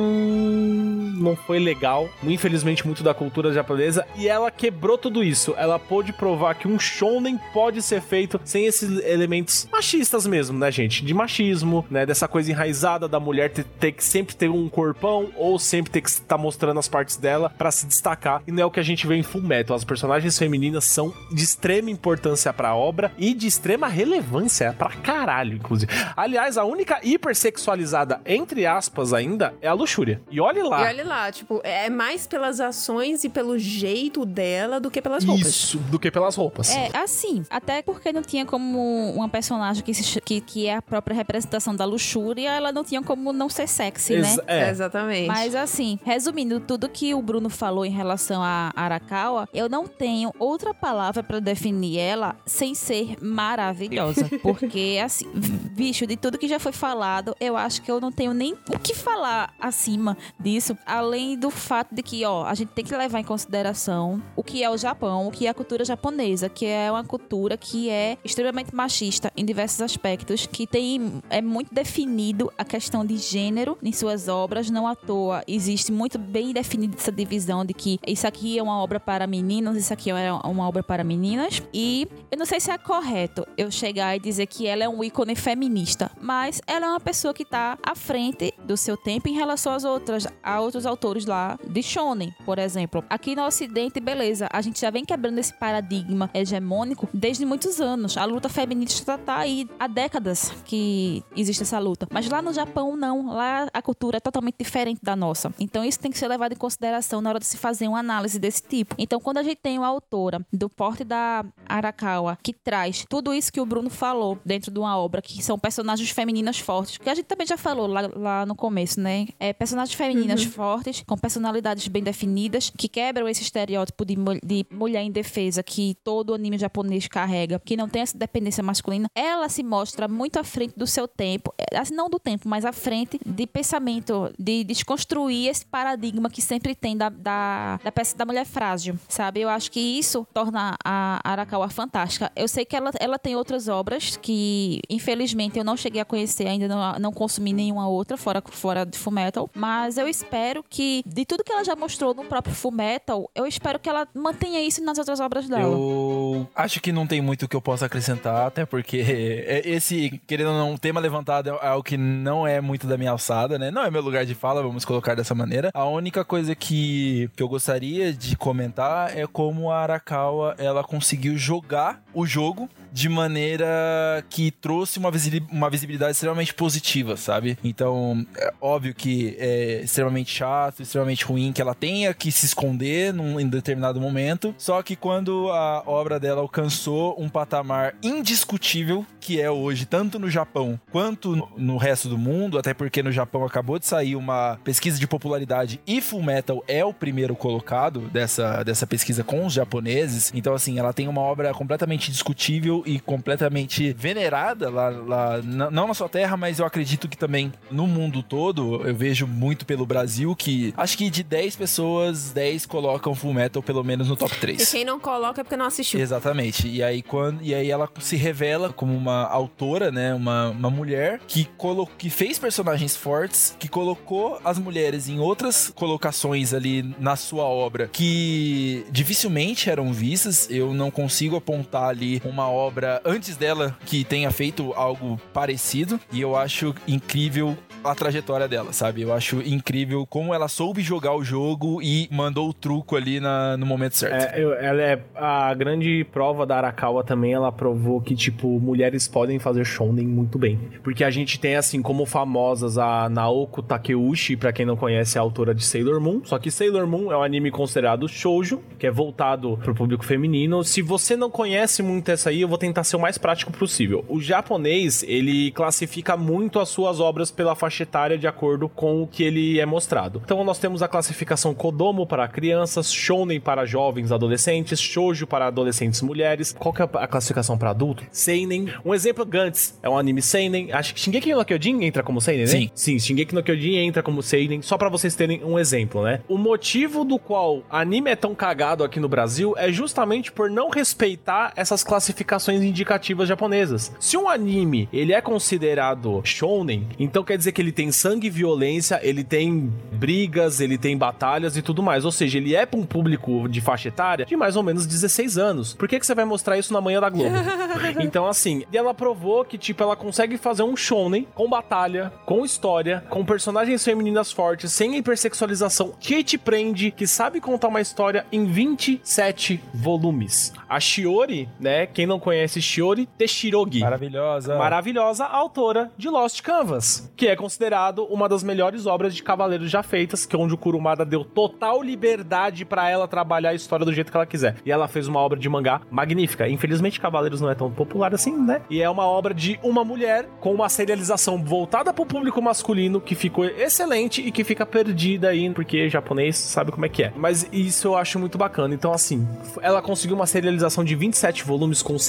A: não foi legal, infelizmente muito da cultura japonesa, e ela quebrou tudo isso. Ela pôde provar que um shounen pode ser feito sem esses elementos machistas mesmo, né, gente? De machismo, né, dessa coisa enraizada da mulher ter que sempre ter um corpão, ou sempre ter que estar mostrando as partes dela pra se destacar, e não é o que a gente vê em Fullmetal. As personagens femininas são de extrema importância pra obra e de extrema relevância pra caralho, inclusive. Aliás, a única hipersexualizada, entre aspas, ainda, é a Luxúria. E olhe lá.
B: Tipo, é mais pelas ações e pelo jeito dela do que pelas roupas.
A: Isso, do que pelas roupas.
C: Assim, até porque não tinha como uma personagem que é a própria representação da luxúria, ela não tinha como não ser sexy, né?
B: Exatamente.
C: Mas assim, resumindo tudo que o Bruno falou em relação a Arakawa, eu não tenho outra palavra pra definir ela sem ser maravilhosa. Porque, assim, bicho, de tudo que já foi falado, eu acho que eu não tenho nem o que falar acima disso, além do fato de que, a gente tem que levar em consideração o que é o Japão, o que é a cultura japonesa, que é uma cultura que é extremamente machista em diversos aspectos, que é muito definido a questão de gênero em suas obras, não à toa existe muito bem definida essa divisão de que isso aqui é uma obra para meninos, isso aqui é uma obra para meninas, e eu não sei se é correto eu chegar e dizer que ela é um ícone feminista, mas ela é uma pessoa que tá à frente do seu tempo em relação a outros autores lá de shonen, por exemplo. Aqui no Ocidente, beleza, a gente já vem quebrando esse paradigma hegemônico desde muitos anos. A luta feminista tá aí há décadas que existe essa luta. Mas lá no Japão, não. Lá a cultura é totalmente diferente da nossa. Então isso tem que ser levado em consideração na hora de se fazer uma análise desse tipo. Então quando a gente tem uma autora do porte da Arakawa que traz tudo isso que o Bruno falou dentro de uma obra, que são personagens femininas fortes, que a gente também já falou lá no começo, né? Personagens femininas fortes, com personalidades bem definidas, que quebram esse estereótipo de mulher indefesa que todo anime japonês carrega, que não tem essa dependência masculina. Ela se mostra muito à frente do seu tempo, assim, não do tempo, mas à frente de pensamento, de desconstruir esse paradigma que sempre tem da peça da mulher frágil, sabe? Eu acho que isso torna a Arakawa fantástica. Eu sei que ela tem outras obras que, infelizmente, eu não cheguei a conhecer, ainda não consumi nenhuma outra fora de Fullmetal, mas eu espero espero que, de tudo que ela já mostrou no próprio Fullmetal, eu espero que ela mantenha isso nas outras obras dela.
D: Eu acho que não tem muito que eu possa acrescentar, até porque esse, querendo ou não, o tema levantado é algo que não é muito da minha alçada, né? Não é meu lugar de fala, vamos colocar dessa maneira. A única coisa que eu gostaria de comentar é como a Arakawa, ela conseguiu jogar o jogo de maneira que trouxe uma visibilidade extremamente positiva, sabe? Então, é óbvio que é extremamente chato, extremamente ruim que ela tenha que se esconder em determinado momento, só que quando a obra dela alcançou um patamar indiscutível, que é hoje, tanto no Japão quanto no resto do mundo, até porque no Japão acabou de sair uma pesquisa de popularidade e Fullmetal é o primeiro colocado dessa pesquisa com os japoneses, então assim, ela tem uma obra completamente discutível e completamente venerada lá não na sua terra, mas eu acredito que também no mundo todo. Eu vejo muito pelo Brasil que acho que de 10 pessoas, 10 colocam Fullmetal pelo menos no top 3.
B: E quem não coloca é porque não assistiu.
D: Exatamente. E aí ela se revela como uma autora, né, uma mulher que fez personagens fortes, que colocou as mulheres em outras colocações ali na sua obra que dificilmente eram vistas. Eu não consigo apontar ali uma obra antes dela que tenha feito algo parecido, e eu acho incrível a trajetória dela, sabe? Eu acho incrível como ela soube jogar o jogo e mandou o truco ali no momento certo.
A: Ela é a grande prova da Arakawa também. Ela provou que, tipo, mulheres podem fazer shounen muito bem. Porque a gente tem, assim, como famosas a Naoko Takeuchi, pra quem não conhece, é a autora de Sailor Moon. Só que Sailor Moon é um anime considerado shoujo, que é voltado pro público feminino. Se você não conhece muito essa aí, eu vou tentar ser o mais prático possível. O japonês, ele classifica muito as suas obras pela faixa etária de acordo com o que ele é mostrado. Então nós temos a classificação Kodomo para crianças, Shounen para jovens adolescentes, Shoujo para adolescentes mulheres. Qual que é a classificação para adulto? Seinen. Um exemplo, Gantz é um anime seinen. Acho que Shingeki no Kyojin entra como seinen, né?
D: Sim.
A: Sim, Shingeki no Kyojin entra como seinen, só para vocês terem um exemplo, né? O motivo do qual anime é tão cagado aqui no Brasil é justamente por não respeitar essas classificações indicativas japonesas. Se um anime, ele é considerado shounen, então quer dizer que ele tem sangue e violência, ele tem brigas, ele tem batalhas e tudo mais. Ou seja, ele é para um público de faixa etária de mais ou menos 16 anos. Por que você vai mostrar isso na manhã da Globo? Então, assim, ela provou que, tipo, ela consegue fazer um shounen com batalha, com história, com personagens femininas fortes, sem hipersexualização, que te prende, que sabe contar uma história em 27 volumes. A Shiori, né? Quem não conhece Shiori Teshirogi. Maravilhosa autora de Lost Canvas, que é considerado uma das melhores obras de cavaleiros já feitas, que é onde o Kurumada deu total liberdade pra ela trabalhar a história do jeito que ela quiser. E ela fez uma obra de mangá magnífica. Infelizmente, Cavaleiros não é tão popular assim, né? E é uma obra de uma mulher com uma serialização voltada pro público masculino, que ficou excelente e que fica perdida aí, porque japonês sabe como é que é. Mas isso eu acho muito bacana. Então, assim, ela conseguiu uma serialização de 27 volumes com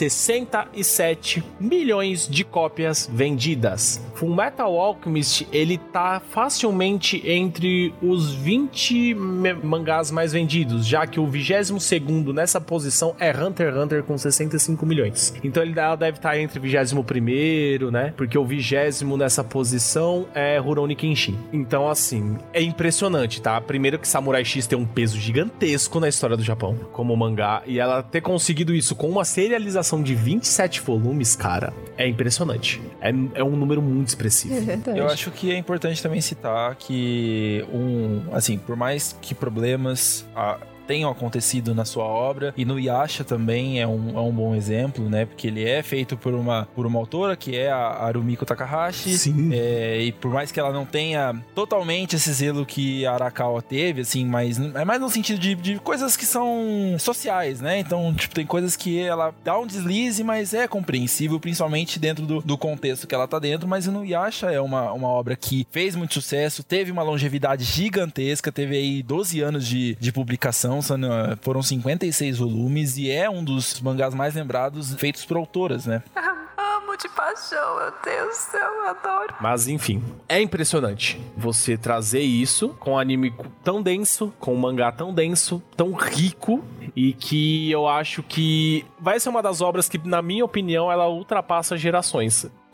A: 67 milhões de cópias vendidas. Fullmetal Alchemist, ele tá facilmente entre os 20 mangás mais vendidos, já que o 22º nessa posição é Hunter x Hunter com 65 milhões. Então ela deve estar entre 21º, né? Porque o 20º nessa posição é Rurouni Kenshin. Então, assim, é impressionante, tá? Primeiro que Samurai X tem um peso gigantesco na história do Japão, como mangá, e ela ter conseguido isso com uma serialização de 27 volumes, cara, é impressionante. É um número muito expressivo.
D: Eu acho que é importante também citar que assim, por mais que problemas tenham acontecido na sua obra, e no Yasha também é um bom exemplo, né? Porque ele é feito por uma autora, que é a Arumiko Takahashi.
A: Sim.
D: E por mais que ela não tenha totalmente esse zelo que a Arakawa teve, assim, mas é mais no sentido de coisas que são sociais, né? Então, tipo, tem coisas que ela dá um deslize, mas é compreensível, principalmente dentro do contexto que ela tá dentro. Mas no Yasha é uma obra que fez muito sucesso, teve uma longevidade gigantesca, teve aí 12 anos de publicação, foram 56 volumes e é um dos mangás mais lembrados feitos por autoras, né?
H: Amo de paixão, meu Deus do céu, eu adoro.
A: Mas enfim, é impressionante você trazer isso com um anime tão denso, com um mangá tão denso, tão rico, e que eu acho que vai ser uma das obras que, na minha opinião, ela ultrapassa gerações.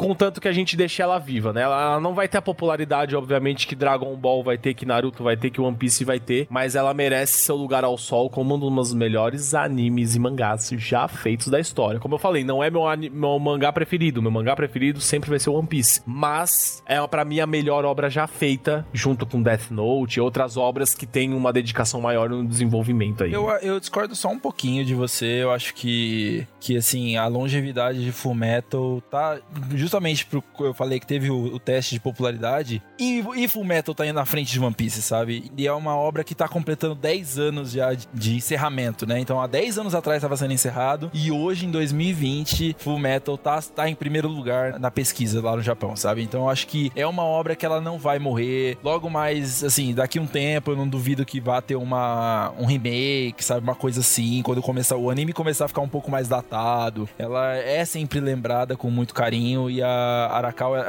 A: contanto que a gente deixe ela viva, né? Ela não vai ter a popularidade, obviamente, que Dragon Ball vai ter, que Naruto vai ter, que One Piece vai ter, mas ela merece seu lugar ao sol como um dos melhores animes e mangás já feitos da história. Como eu falei, não é meu mangá preferido. Meu mangá preferido sempre vai ser One Piece, mas é pra mim a melhor obra já feita, junto com Death Note e outras obras que têm uma dedicação maior no desenvolvimento aí.
D: Eu discordo só um pouquinho de você. Eu acho que assim, a longevidade de Fullmetal tá justamente pro que eu falei que teve o teste de popularidade, e Fullmetal tá indo na frente de One Piece, sabe? E é uma obra que tá completando 10 anos já de encerramento, né? Então há 10 anos atrás tava sendo encerrado, e hoje em 2020 Fullmetal tá em primeiro lugar na pesquisa lá no Japão, sabe? Então eu acho que é uma obra que ela não vai morrer. Logo mais, assim, daqui um tempo eu não duvido que vá ter um remake, sabe? Uma coisa assim, quando o anime começar a ficar um pouco mais datado. Ela é sempre lembrada com muito carinho, e a Arakawa,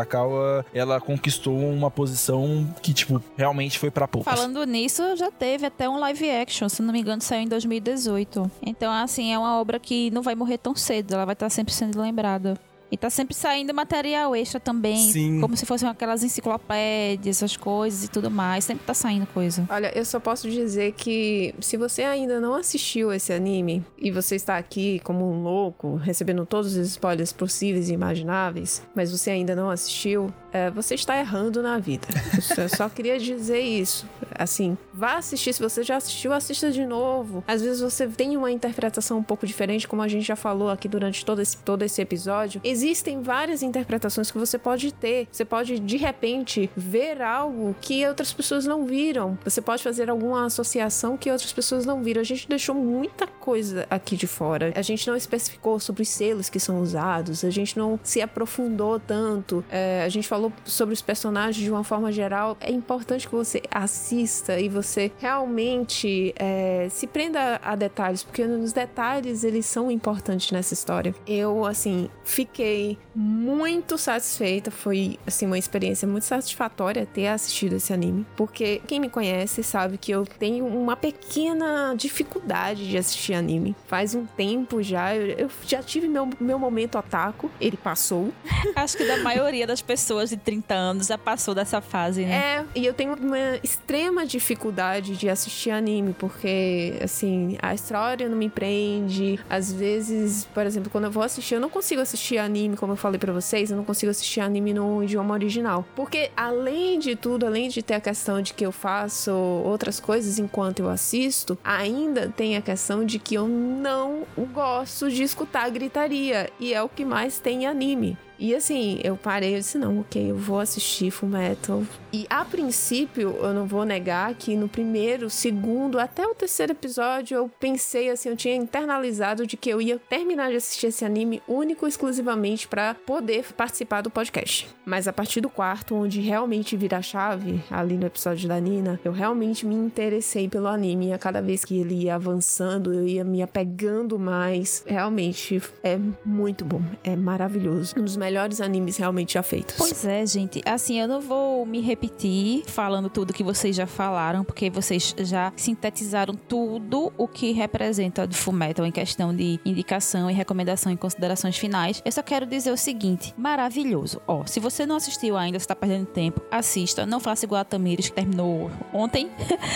D: ela conquistou uma posição que, tipo, realmente foi pra poucos.
C: Falando nisso, já teve até um live action, se não me engano, saiu em 2018. Então, assim, é uma obra que não vai morrer tão cedo, ela vai estar sempre sendo lembrada. E tá sempre saindo material extra também.
A: Sim.
C: Como se fossem aquelas enciclopédias, essas coisas e tudo mais. Sempre tá saindo coisa.
B: Olha, eu só posso dizer que se você ainda não assistiu esse anime e você está aqui como um louco, recebendo todos os spoilers possíveis e imagináveis, mas você ainda não assistiu, você está errando na vida. Eu só queria dizer isso. Assim, vá assistir. Se você já assistiu, assista de novo. Às vezes você tem uma interpretação um pouco diferente, como a gente já falou aqui durante todo esse episódio. Existem várias interpretações que você pode ter. Você pode, de repente, ver algo que outras pessoas não viram. Você pode fazer alguma associação que outras pessoas não viram. A gente deixou muita coisa aqui de fora. A gente não especificou sobre os selos que são usados. A gente não se aprofundou tanto. A gente falou sobre os personagens de uma forma geral. É importante que você assista e você realmente se prenda a detalhes, porque os detalhes, eles são importantes nessa história. Eu, assim, fiquei muito satisfeita. Foi, assim, uma experiência muito satisfatória ter assistido esse anime, porque quem me conhece sabe que eu tenho uma pequena dificuldade de assistir anime. Faz um tempo já, eu já tive meu momento otaku, ele passou.
C: Acho que da maioria das pessoas de 30 anos já passou dessa fase, né?
B: E eu tenho uma extrema dificuldade de assistir anime, porque, assim, a história não me prende. Às vezes, por exemplo, quando eu vou assistir, eu não consigo assistir anime, como eu falei pra vocês, eu não consigo assistir anime no idioma original. Porque, além de tudo, além de ter a questão de que eu faço outras coisas enquanto eu assisto, ainda tem a questão de que eu não gosto de escutar gritaria. E é o que mais tem em anime. E assim, eu parei e disse, não, ok, eu vou assistir Fullmetal. E a princípio, eu não vou negar que no primeiro, segundo, até o terceiro episódio, eu pensei assim, eu tinha internalizado de que eu ia terminar de assistir esse anime único e exclusivamente pra poder participar do podcast. Mas a partir do quarto, onde realmente vira a chave, ali no episódio da Nina, eu realmente me interessei pelo anime. E a cada vez que ele ia avançando, eu ia me apegando mais. Realmente, é muito bom, é maravilhoso. Um dos melhores animes realmente já feitos.
C: Pois é, gente. Assim, eu não vou me repetir falando tudo que vocês já falaram, porque vocês já sintetizaram tudo o que representa do Fullmetal em questão de indicação e recomendação e considerações finais. Eu só quero dizer o seguinte, maravilhoso. Ó, se você não assistiu ainda, você tá perdendo tempo, assista. Não faça igual a Tamires, que terminou ontem.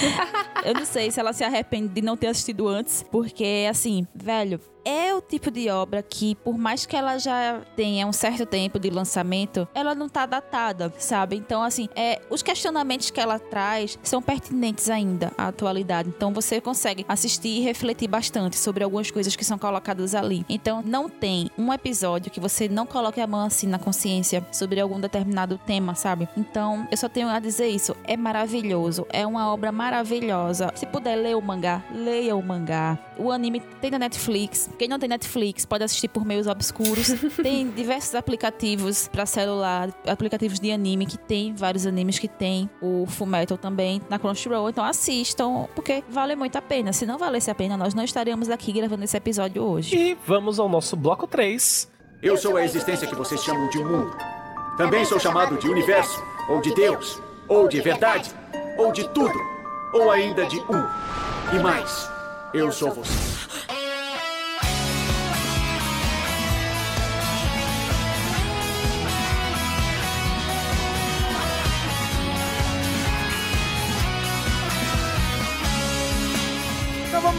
C: Eu não sei se ela se arrepende de não ter assistido antes, porque, assim, velho, é o tipo de obra que, por mais que ela já tenha um certo tempo de lançamento, ela não tá datada, sabe? Então, assim, os questionamentos que ela traz são pertinentes ainda à atualidade. Então, você consegue assistir e refletir bastante sobre algumas coisas que são colocadas ali. Então, não tem um episódio que você não coloque a mão assim na consciência sobre algum determinado tema, sabe? Então, eu só tenho a dizer isso. É maravilhoso. É uma obra maravilhosa. Se puder ler o mangá, leia o mangá. O anime tem na Netflix. Quem não tem Netflix pode assistir por meios obscuros. Tem diversos aplicativos para celular, aplicativos de anime, que tem vários animes que tem o Fullmetal também na Crunchyroll. Então assistam, porque vale muito a pena. Se não valesse a pena, nós não estaríamos aqui gravando esse episódio hoje.
A: E vamos ao nosso bloco 3.
E: Eu sou a existência que vocês chamam de mundo. Também sou chamado de universo, ou de Deus, ou de verdade, ou de tudo, ou ainda de um. E mais, eu sou você.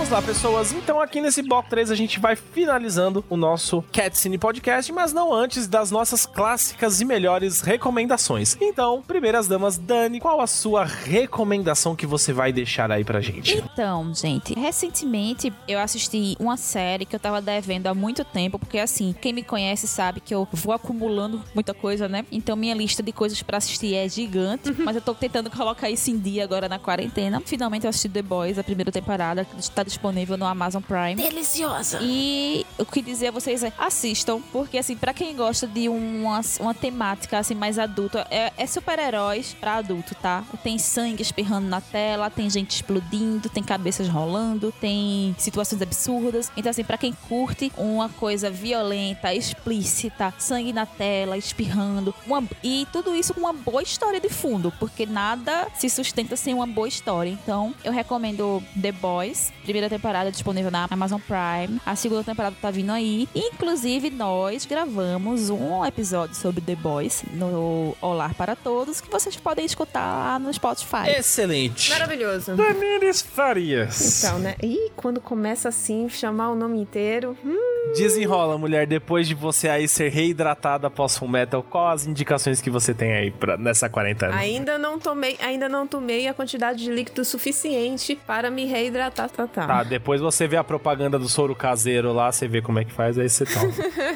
A: Vamos lá, pessoas. Então, aqui nesse bloco 3, a gente vai finalizando o nosso Cat Cine Podcast, mas não antes das nossas clássicas e melhores recomendações. Então, primeiras damas, Dani, qual a sua recomendação que você vai deixar aí pra gente?
C: Então, gente, recentemente eu assisti uma série que eu tava devendo há muito tempo, porque assim, quem me conhece sabe que eu vou acumulando muita coisa, né? Então minha lista de coisas pra assistir é gigante, mas eu tô tentando colocar isso em dia agora na quarentena. Finalmente eu assisti The Boys, a primeira temporada, que está disponível no Amazon Prime.
B: Deliciosa!
C: E o que dizer a vocês é, assistam, porque assim, pra quem gosta de uma temática assim mais adulta, é super-heróis pra adulto, tá? Tem sangue espirrando na tela, tem gente explodindo, tem cabeças rolando, tem situações absurdas. Então assim, pra quem curte uma coisa violenta, explícita, sangue na tela, espirrando, e tudo isso com uma boa história de fundo, porque nada se sustenta sem uma boa história. Então eu recomendo The Boys, primeira temporada disponível na Amazon Prime, a segunda temporada tá vindo aí. Inclusive nós gravamos um episódio sobre The Boys no Olá para Todos, que vocês podem escutar no Spotify.
A: Excelente.
B: Maravilhoso.
A: Damiris Farias.
B: Então, né? E quando começa assim, chamar o nome inteiro...
A: Desenrola, mulher, depois de você aí ser reidratada após Fullmetal, quais as indicações que você tem aí nessa quarentena?
B: Ainda não tomei a quantidade de líquido suficiente para me reidratar.
A: Tá, depois você vê a propaganda do soro caseiro lá, você vê como é que faz, aí você toma.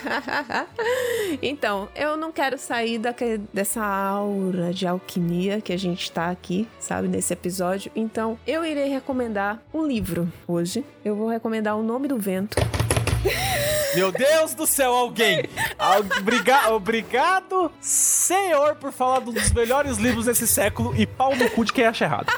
B: Então, eu não quero sair dessa aura de alquimia que a gente tá aqui, sabe, nesse episódio. Então, eu irei recomendar um livro hoje. Eu vou recomendar O Nome do Vento.
A: Meu Deus do céu, alguém! Obrigado, senhor, por falar dos melhores livros desse século e pau no cu de quem acha errado.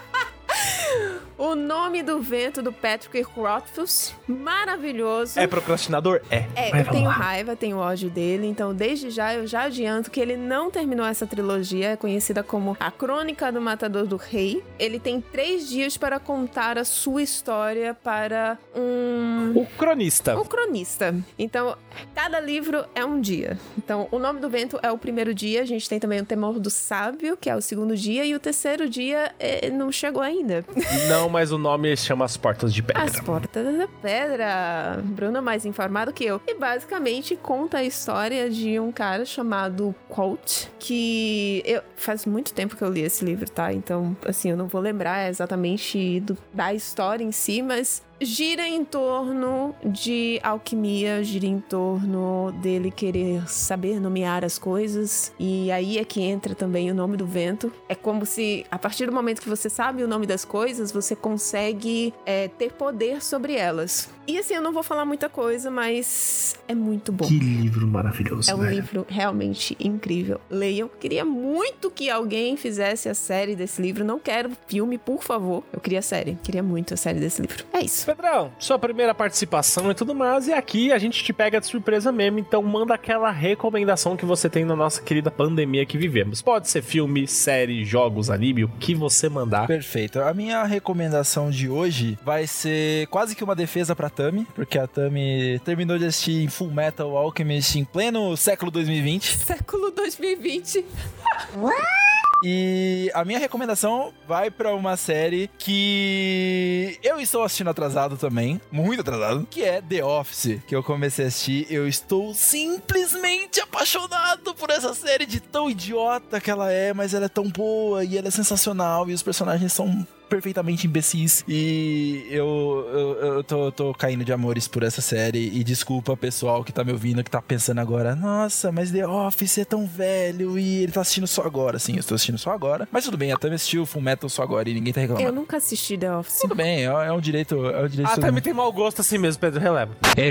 B: O Nome do Vento, do Patrick Rothfuss. Maravilhoso.
A: É procrastinador? É.
B: Eu tenho raiva, tenho ódio dele. Então, desde já, eu já adianto que ele não terminou essa trilogia. É conhecida como A Crônica do Matador do Rei. Ele tem 3 dias para contar a sua história para
A: O cronista.
B: O cronista. Então, cada livro é um dia. Então, O Nome do Vento é o primeiro dia. A gente tem também O Temor do Sábio, que é o segundo dia. E o terceiro dia não chegou ainda.
A: Não, mas o nome chama As Portas de Pedra.
B: As Portas da Pedra. Bruna mais informado que eu. E basicamente conta a história de um cara chamado Colt, que faz muito tempo que eu li esse livro, tá? Então, assim, eu não vou lembrar exatamente da história em si, mas gira em torno de alquimia, gira em torno dele querer saber nomear as coisas. E aí é que entra também O Nome do Vento. É como se, a partir do momento que você sabe o nome das coisas, você consegue ter poder sobre elas. E assim, eu não vou falar muita coisa, mas é muito bom.
A: Que livro maravilhoso,
B: É um livro realmente incrível. Leiam. Queria muito que alguém fizesse a série desse livro. Não quero filme, por favor. Eu queria a série. Queria muito a série desse livro. É isso.
A: Pedrão, sua primeira participação e tudo mais, e aqui a gente te pega de surpresa mesmo, então manda aquela recomendação que você tem na nossa querida pandemia que vivemos. Pode ser filme, série, jogos, anime, o que você mandar.
D: Perfeito. A minha recomendação de hoje vai ser quase que uma defesa pra Tami, porque a Tami terminou de assistir Fullmetal Alchemist em pleno século 2020.
B: Século 2020.
D: E a minha recomendação vai pra uma série que eu estou assistindo atrasado também, muito atrasado, que é The Office, que eu comecei a assistir. Eu estou simplesmente apaixonado por essa série, de tão idiota que ela é, mas ela é tão boa e ela é sensacional e os personagens são perfeitamente imbecis. E eu tô caindo de amores por essa série. E desculpa, pessoal que tá me ouvindo, que tá pensando agora, nossa, mas The Office é tão velho e ele tá assistindo só agora. Sim, eu estou assistindo só agora. Mas tudo bem, a Tami assistiu Fullmetal só agora e ninguém tá reclamando.
B: Eu nunca assisti The Office.
D: Tudo bem, é um direito.
A: A Tami tem mau gosto assim mesmo, Pedro, releva.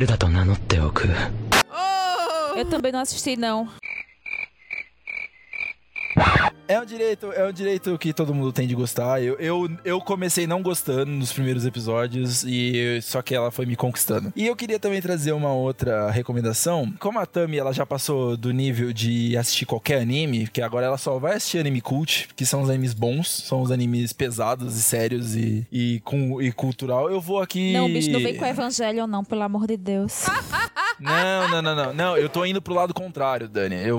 C: Eu também não assisti, não.
D: É um direito que todo mundo tem de gostar. Eu comecei não gostando nos primeiros episódios, só que ela foi me conquistando. E eu queria também trazer uma outra recomendação. Como a Tami, ela já passou do nível de assistir qualquer anime, que agora ela só vai assistir anime cult, que são os animes bons, são os animes pesados e sérios e cultural. Eu vou aqui...
C: Não, bicho, não vem com Evangelion não, pelo amor de Deus.
D: Não, eu tô indo pro lado contrário, Dani. Eu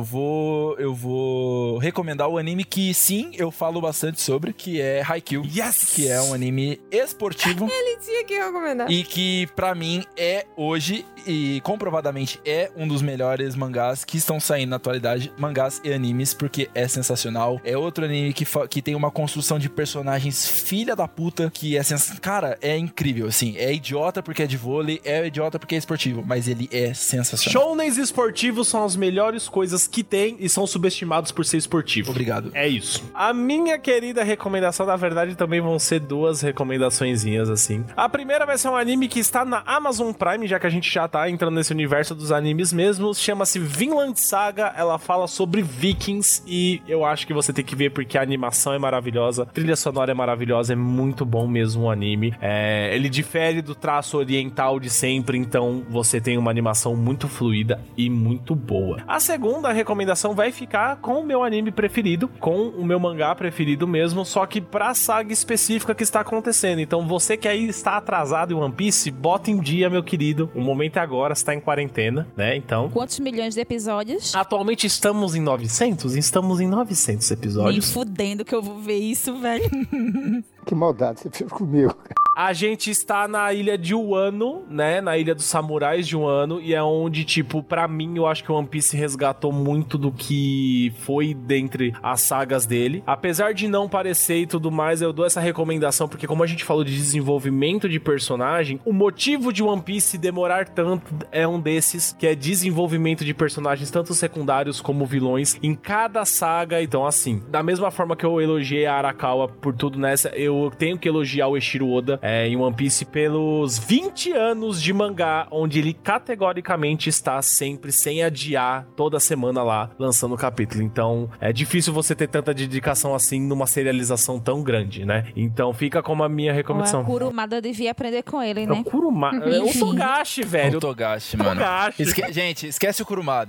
D: vou recomendar o anime que, sim, eu falo bastante sobre, que é Haikyuu.
A: Yes!
D: Que é um anime esportivo.
B: Ele tinha que recomendar.
D: E que, pra mim, é hoje, e comprovadamente é um dos melhores mangás que estão saindo na atualidade, mangás e animes, porque é sensacional. É outro anime que tem uma construção de personagens filha da puta, que é sensacional. Cara, é incrível, assim. É idiota porque é de vôlei, é idiota porque é esportivo, mas ele é sensacional.
A: Shounens esportivos são as melhores coisas que tem e são subestimados por ser esportivo.
D: Obrigado.
A: É isso. A minha querida recomendação, na verdade, também vão ser duas recomendaçõezinhas, assim. A primeira vai ser um anime que está na Amazon Prime, já que a gente já tá entrando nesse universo dos animes mesmo. Chama-se Vinland Saga. Ela fala sobre vikings e eu acho que você tem que ver porque a animação é maravilhosa, a trilha sonora é maravilhosa, é muito bom mesmo o anime. Ele difere do traço oriental de sempre, então você tem uma animação muito fluida e muito boa. A segunda recomendação vai ficar com o meu anime preferido, com o meu mangá preferido mesmo, só que pra saga específica que está acontecendo. Então você que aí está atrasado em One Piece, bota em dia, meu querido. O momento é agora, você tá em quarentena, né? Então...
C: Quantos milhões de episódios?
A: Atualmente estamos em 900? Estamos em 900 episódios.
C: Nem fudendo que eu vou ver isso, velho.
K: Que maldade você fez comigo.
A: A gente está na ilha de Wano, né? Na ilha dos samurais de Wano. E é onde, tipo, pra mim, eu acho que o One Piece resgatou muito do que foi dentre as sagas dele. Apesar de não parecer e tudo mais, eu dou essa recomendação, porque como a gente falou de desenvolvimento de personagem, o motivo de One Piece demorar tanto é um desses, que é desenvolvimento de personagens, tanto secundários como vilões, em cada saga. Então, assim, da mesma forma que eu elogiei a Arakawa por tudo nessa, eu tenho que elogiar o Eiichiro Oda em One Piece pelos 20 anos de mangá, onde ele categoricamente está sempre, sem adiar, toda semana lá, lançando o capítulo. Então, é difícil você ter tanta dedicação assim numa serialização tão grande, né? Então, fica como a minha recomendação.
C: O Kurumada devia aprender com ele, né?
A: O Kurumada... É o Togashi, velho.
D: O Togashi, mano. Gente, esquece o Kurumada.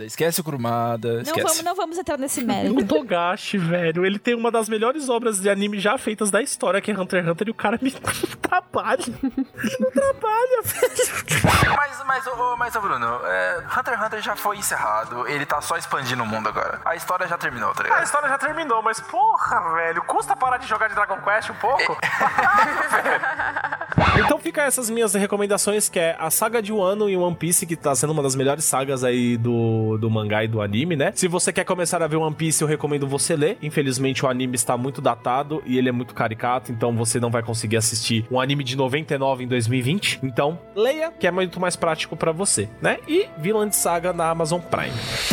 C: Não vamos entrar nesse mérito.
A: O Togashi, velho. Ele tem uma das melhores obras de anime já feitas da história, que é Hunter x Hunter, e o cara me trabalha. Não trabalha, velho.
D: Mas, Bruno, Hunter x Hunter já foi encerrado. Ele tá só expandindo o mundo agora. A história já terminou, tá ligado?
A: A história já terminou, mas porra, velho. Custa parar de jogar de Dragon Quest um pouco? Então fica essas minhas recomendações, que é a saga de Wano e One Piece, que tá sendo uma das melhores sagas aí do mangá e do anime, né? Se você quer começar a ver One Piece, eu recomendo você ler. Infelizmente o anime está muito datado e ele é muito caricato, então você não vai conseguir assistir um anime de 99 em 2020. Então leia, que é muito mais prático pra você, né? E Vinland Saga na Amazon Prime.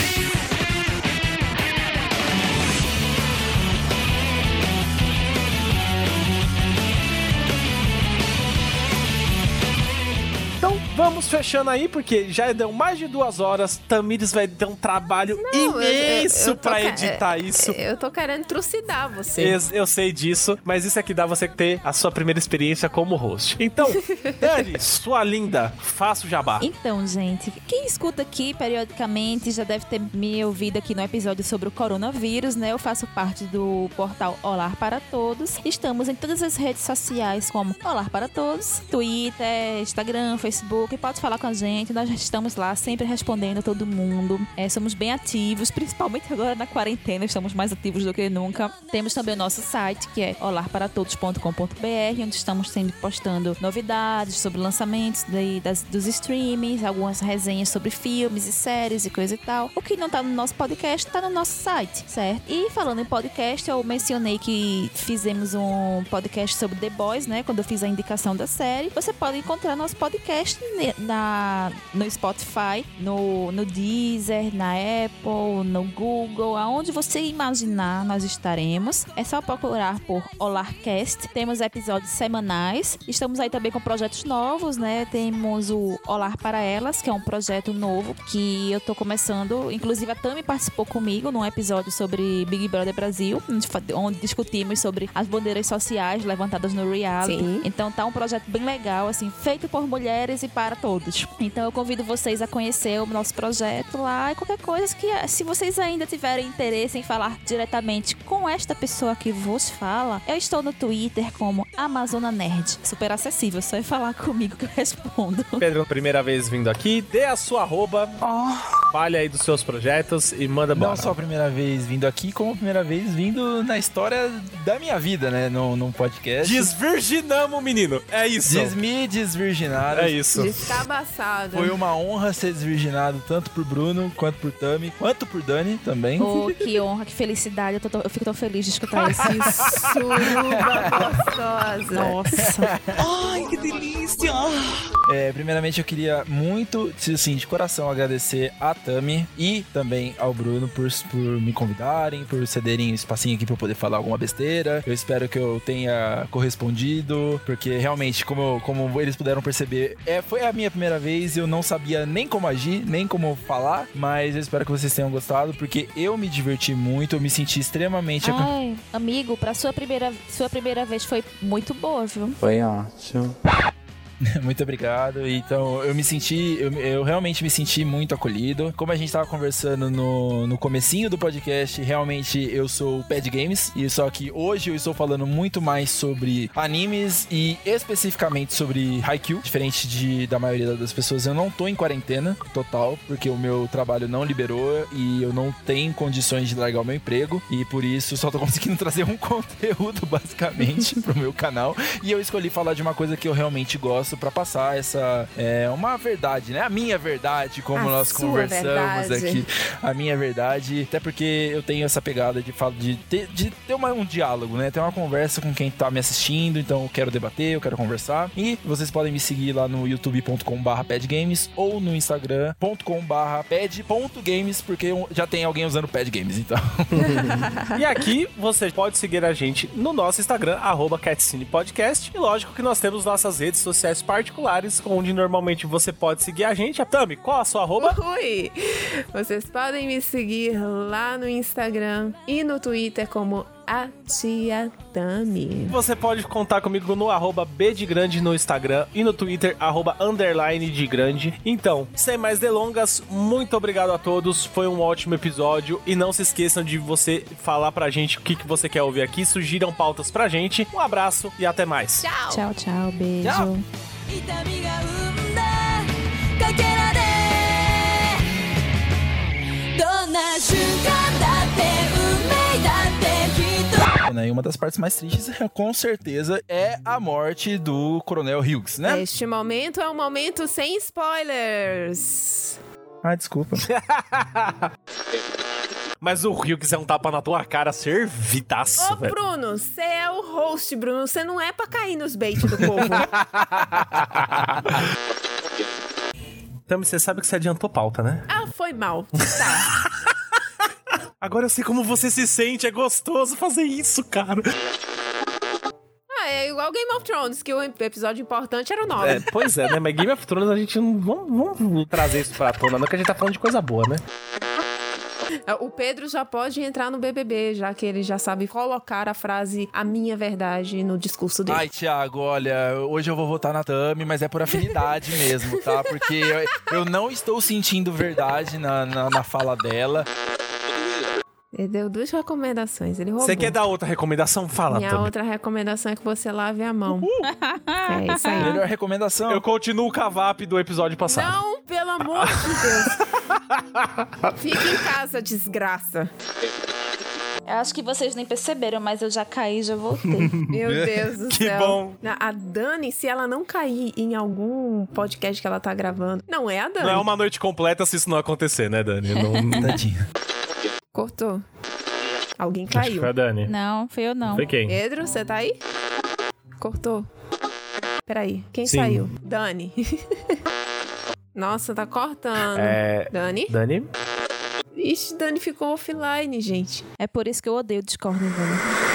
A: Vamos fechando aí, porque já deu mais de 2 horas. Tamires vai ter um trabalho imenso pra editar isso.
B: Eu tô querendo trucidar você.
A: Eu sei disso, mas isso é que dá você ter a sua primeira experiência como host. Então, Dani, sua linda, faça o jabá.
C: Então, gente, quem escuta aqui periodicamente já deve ter me ouvido aqui no episódio sobre o coronavírus, né? Eu faço parte do portal Olhar para Todos. Estamos em todas as redes sociais como Olhar para Todos, Twitter, Instagram, Facebook. Pode falar com a gente, nós estamos lá sempre respondendo todo mundo. Somos bem ativos, principalmente agora na quarentena, estamos mais ativos do que nunca. Temos também o nosso site, que é olarparatodos.com.br, onde estamos sempre postando novidades sobre lançamentos dos streamings, algumas resenhas sobre filmes e séries e coisa e tal. O que não tá no nosso podcast, tá no nosso site, certo? E falando em podcast, eu mencionei que fizemos um podcast sobre The Boys, né? Quando eu fiz a indicação da série. Você pode encontrar nosso podcast no Spotify, no Deezer, na Apple, no Google, aonde você imaginar nós estaremos. É só procurar por Olarcast. Temos episódios semanais. Estamos aí também com projetos novos, né? Temos o Olar para Elas, que é um projeto novo que eu tô começando. Inclusive a Tami participou comigo num episódio sobre Big Brother Brasil, onde discutimos sobre as bandeiras sociais levantadas no reality. Sim. Então tá um projeto bem legal, assim, feito por mulheres e para todos. todos. Então eu convido vocês a conhecer o nosso projeto lá e qualquer coisa que, se vocês ainda tiverem interesse em falar diretamente com esta pessoa que vos fala, eu estou no Twitter como Amazona Nerd. Super acessível, só é falar comigo que eu respondo.
A: Pedro, primeira vez vindo aqui, dê a sua arroba, fale aí dos seus projetos e manda bora.
D: Não só a primeira vez vindo aqui, como a primeira vez vindo na história da minha vida, né? Num podcast.
A: Desvirginamos, menino. É isso.
D: Me desvirginaram.
A: É isso.
B: Descabaçado.
D: Foi uma honra ser desvirginado tanto por Bruno, quanto por Tami, quanto por Dani também.
C: Oh, que honra, que felicidade. Eu fico tão feliz de escutar isso.
B: Suruba gostosa.
C: Nossa.
J: Ai, que delícia.
D: Primeiramente eu queria muito, assim, de coração agradecer a Tami e também ao Bruno por me convidarem, por cederem um espacinho aqui pra eu poder falar alguma besteira. Eu espero que eu tenha correspondido, porque realmente, como eles puderam perceber, foi a minha primeira vez e eu não sabia nem como agir, nem como falar, mas eu espero que vocês tenham gostado, porque eu me diverti muito, eu me senti extremamente...
C: Ai, amigo, pra sua primeira vez foi muito boa, viu?
K: Foi ótimo.
D: Muito obrigado. Então, eu realmente me senti muito acolhido. Como a gente tava conversando no comecinho do podcast, realmente eu sou o Pad Games, e só que hoje eu estou falando muito mais sobre animes e especificamente sobre Haikyuu. Diferente da maioria das pessoas, eu não tô em quarentena total, porque o meu trabalho não liberou e eu não tenho condições de largar o meu emprego, e por isso só tô conseguindo trazer um conteúdo basicamente pro meu canal, e eu escolhi falar de uma coisa que eu realmente gosto pra passar uma verdade, né? A minha verdade, como nós conversamos aqui. A minha verdade, até porque eu tenho essa pegada de ter um diálogo, né? Ter uma conversa com quem tá me assistindo, então eu quero debater, eu quero conversar. E vocês podem me seguir lá no youtube.com/padgames ou no instagram.com/pad.games, porque já tem alguém usando padgames, então.
A: E aqui você pode seguir a gente no nosso Instagram, @catcinepodcast. E lógico que nós temos nossas redes sociais particulares, onde normalmente você pode seguir a gente. A Tami, qual a sua arroba?
B: Ui! Vocês podem me seguir lá no Instagram e no Twitter como a Tia Tami.
A: Você pode contar comigo no @bdegrande no Instagram e no Twitter _de_grande. Então, sem mais delongas, muito obrigado a todos, foi um ótimo episódio e não se esqueçam de você falar pra gente o que você quer ouvir aqui, sugiram pautas pra gente. Um abraço e até mais.
B: Tchau!
C: Tchau, tchau, beijo.
A: Tchau.
D: E uma das partes mais tristes, com certeza, é a morte do Coronel Hughes, né?
B: Este momento é um momento sem spoilers.
D: Ah, desculpa.
A: Mas o Hughes é um tapa na tua cara servidaço,
B: Ô,
A: velho.
B: Bruno, você é o host, Bruno. Você não é pra cair nos bait do povo.
A: Tami, você sabe que você adiantou pauta, né?
B: Ah, foi mal. Tá.
A: Agora eu sei como você se sente, é gostoso fazer isso, cara.
B: É igual Game of Thrones, que o episódio importante era o 9.
A: Pois é, né? Mas Game of Thrones a gente não... Vamos trazer isso pra tona, não, que a gente tá falando de coisa boa, né?
B: O Pedro já pode entrar no BBB, já que ele já sabe colocar a frase "a minha verdade" no discurso dele.
D: Ai, Thiago, olha, hoje eu vou votar na Tami, mas é por afinidade mesmo, tá? Porque eu não estou sentindo verdade na fala dela.
B: Ele deu 2 recomendações, ele roubou.
A: Você quer dar outra recomendação? Fala,
B: Minha
A: Tami.
B: outra recomendação é que você lave a mão. É isso aí.
D: Melhor recomendação.
A: Eu continuo o cavap do episódio passado.
B: Não, pelo amor de Deus. Fica em casa, desgraça.
C: Eu acho que vocês nem perceberam, mas eu já caí e já voltei.
B: Meu Deus do
A: Que
B: céu.
A: bom.
B: A Dani, se ela não cair em algum podcast que ela tá gravando, não é a Dani.
A: Não é uma noite completa se isso não acontecer, né, Dani? Não...
D: Tadinha.
B: Cortou. Alguém
A: Acho que
B: caiu.
A: foi a Dani.
C: Não, foi eu não.
A: Foi quem?
B: Pedro, você tá aí? Cortou. Peraí, quem
A: Sim.
B: saiu? Dani. Nossa, tá cortando. Dani?
A: Dani?
B: Ixi, Dani ficou offline, gente.
C: É por isso que eu odeio o Discord, velho.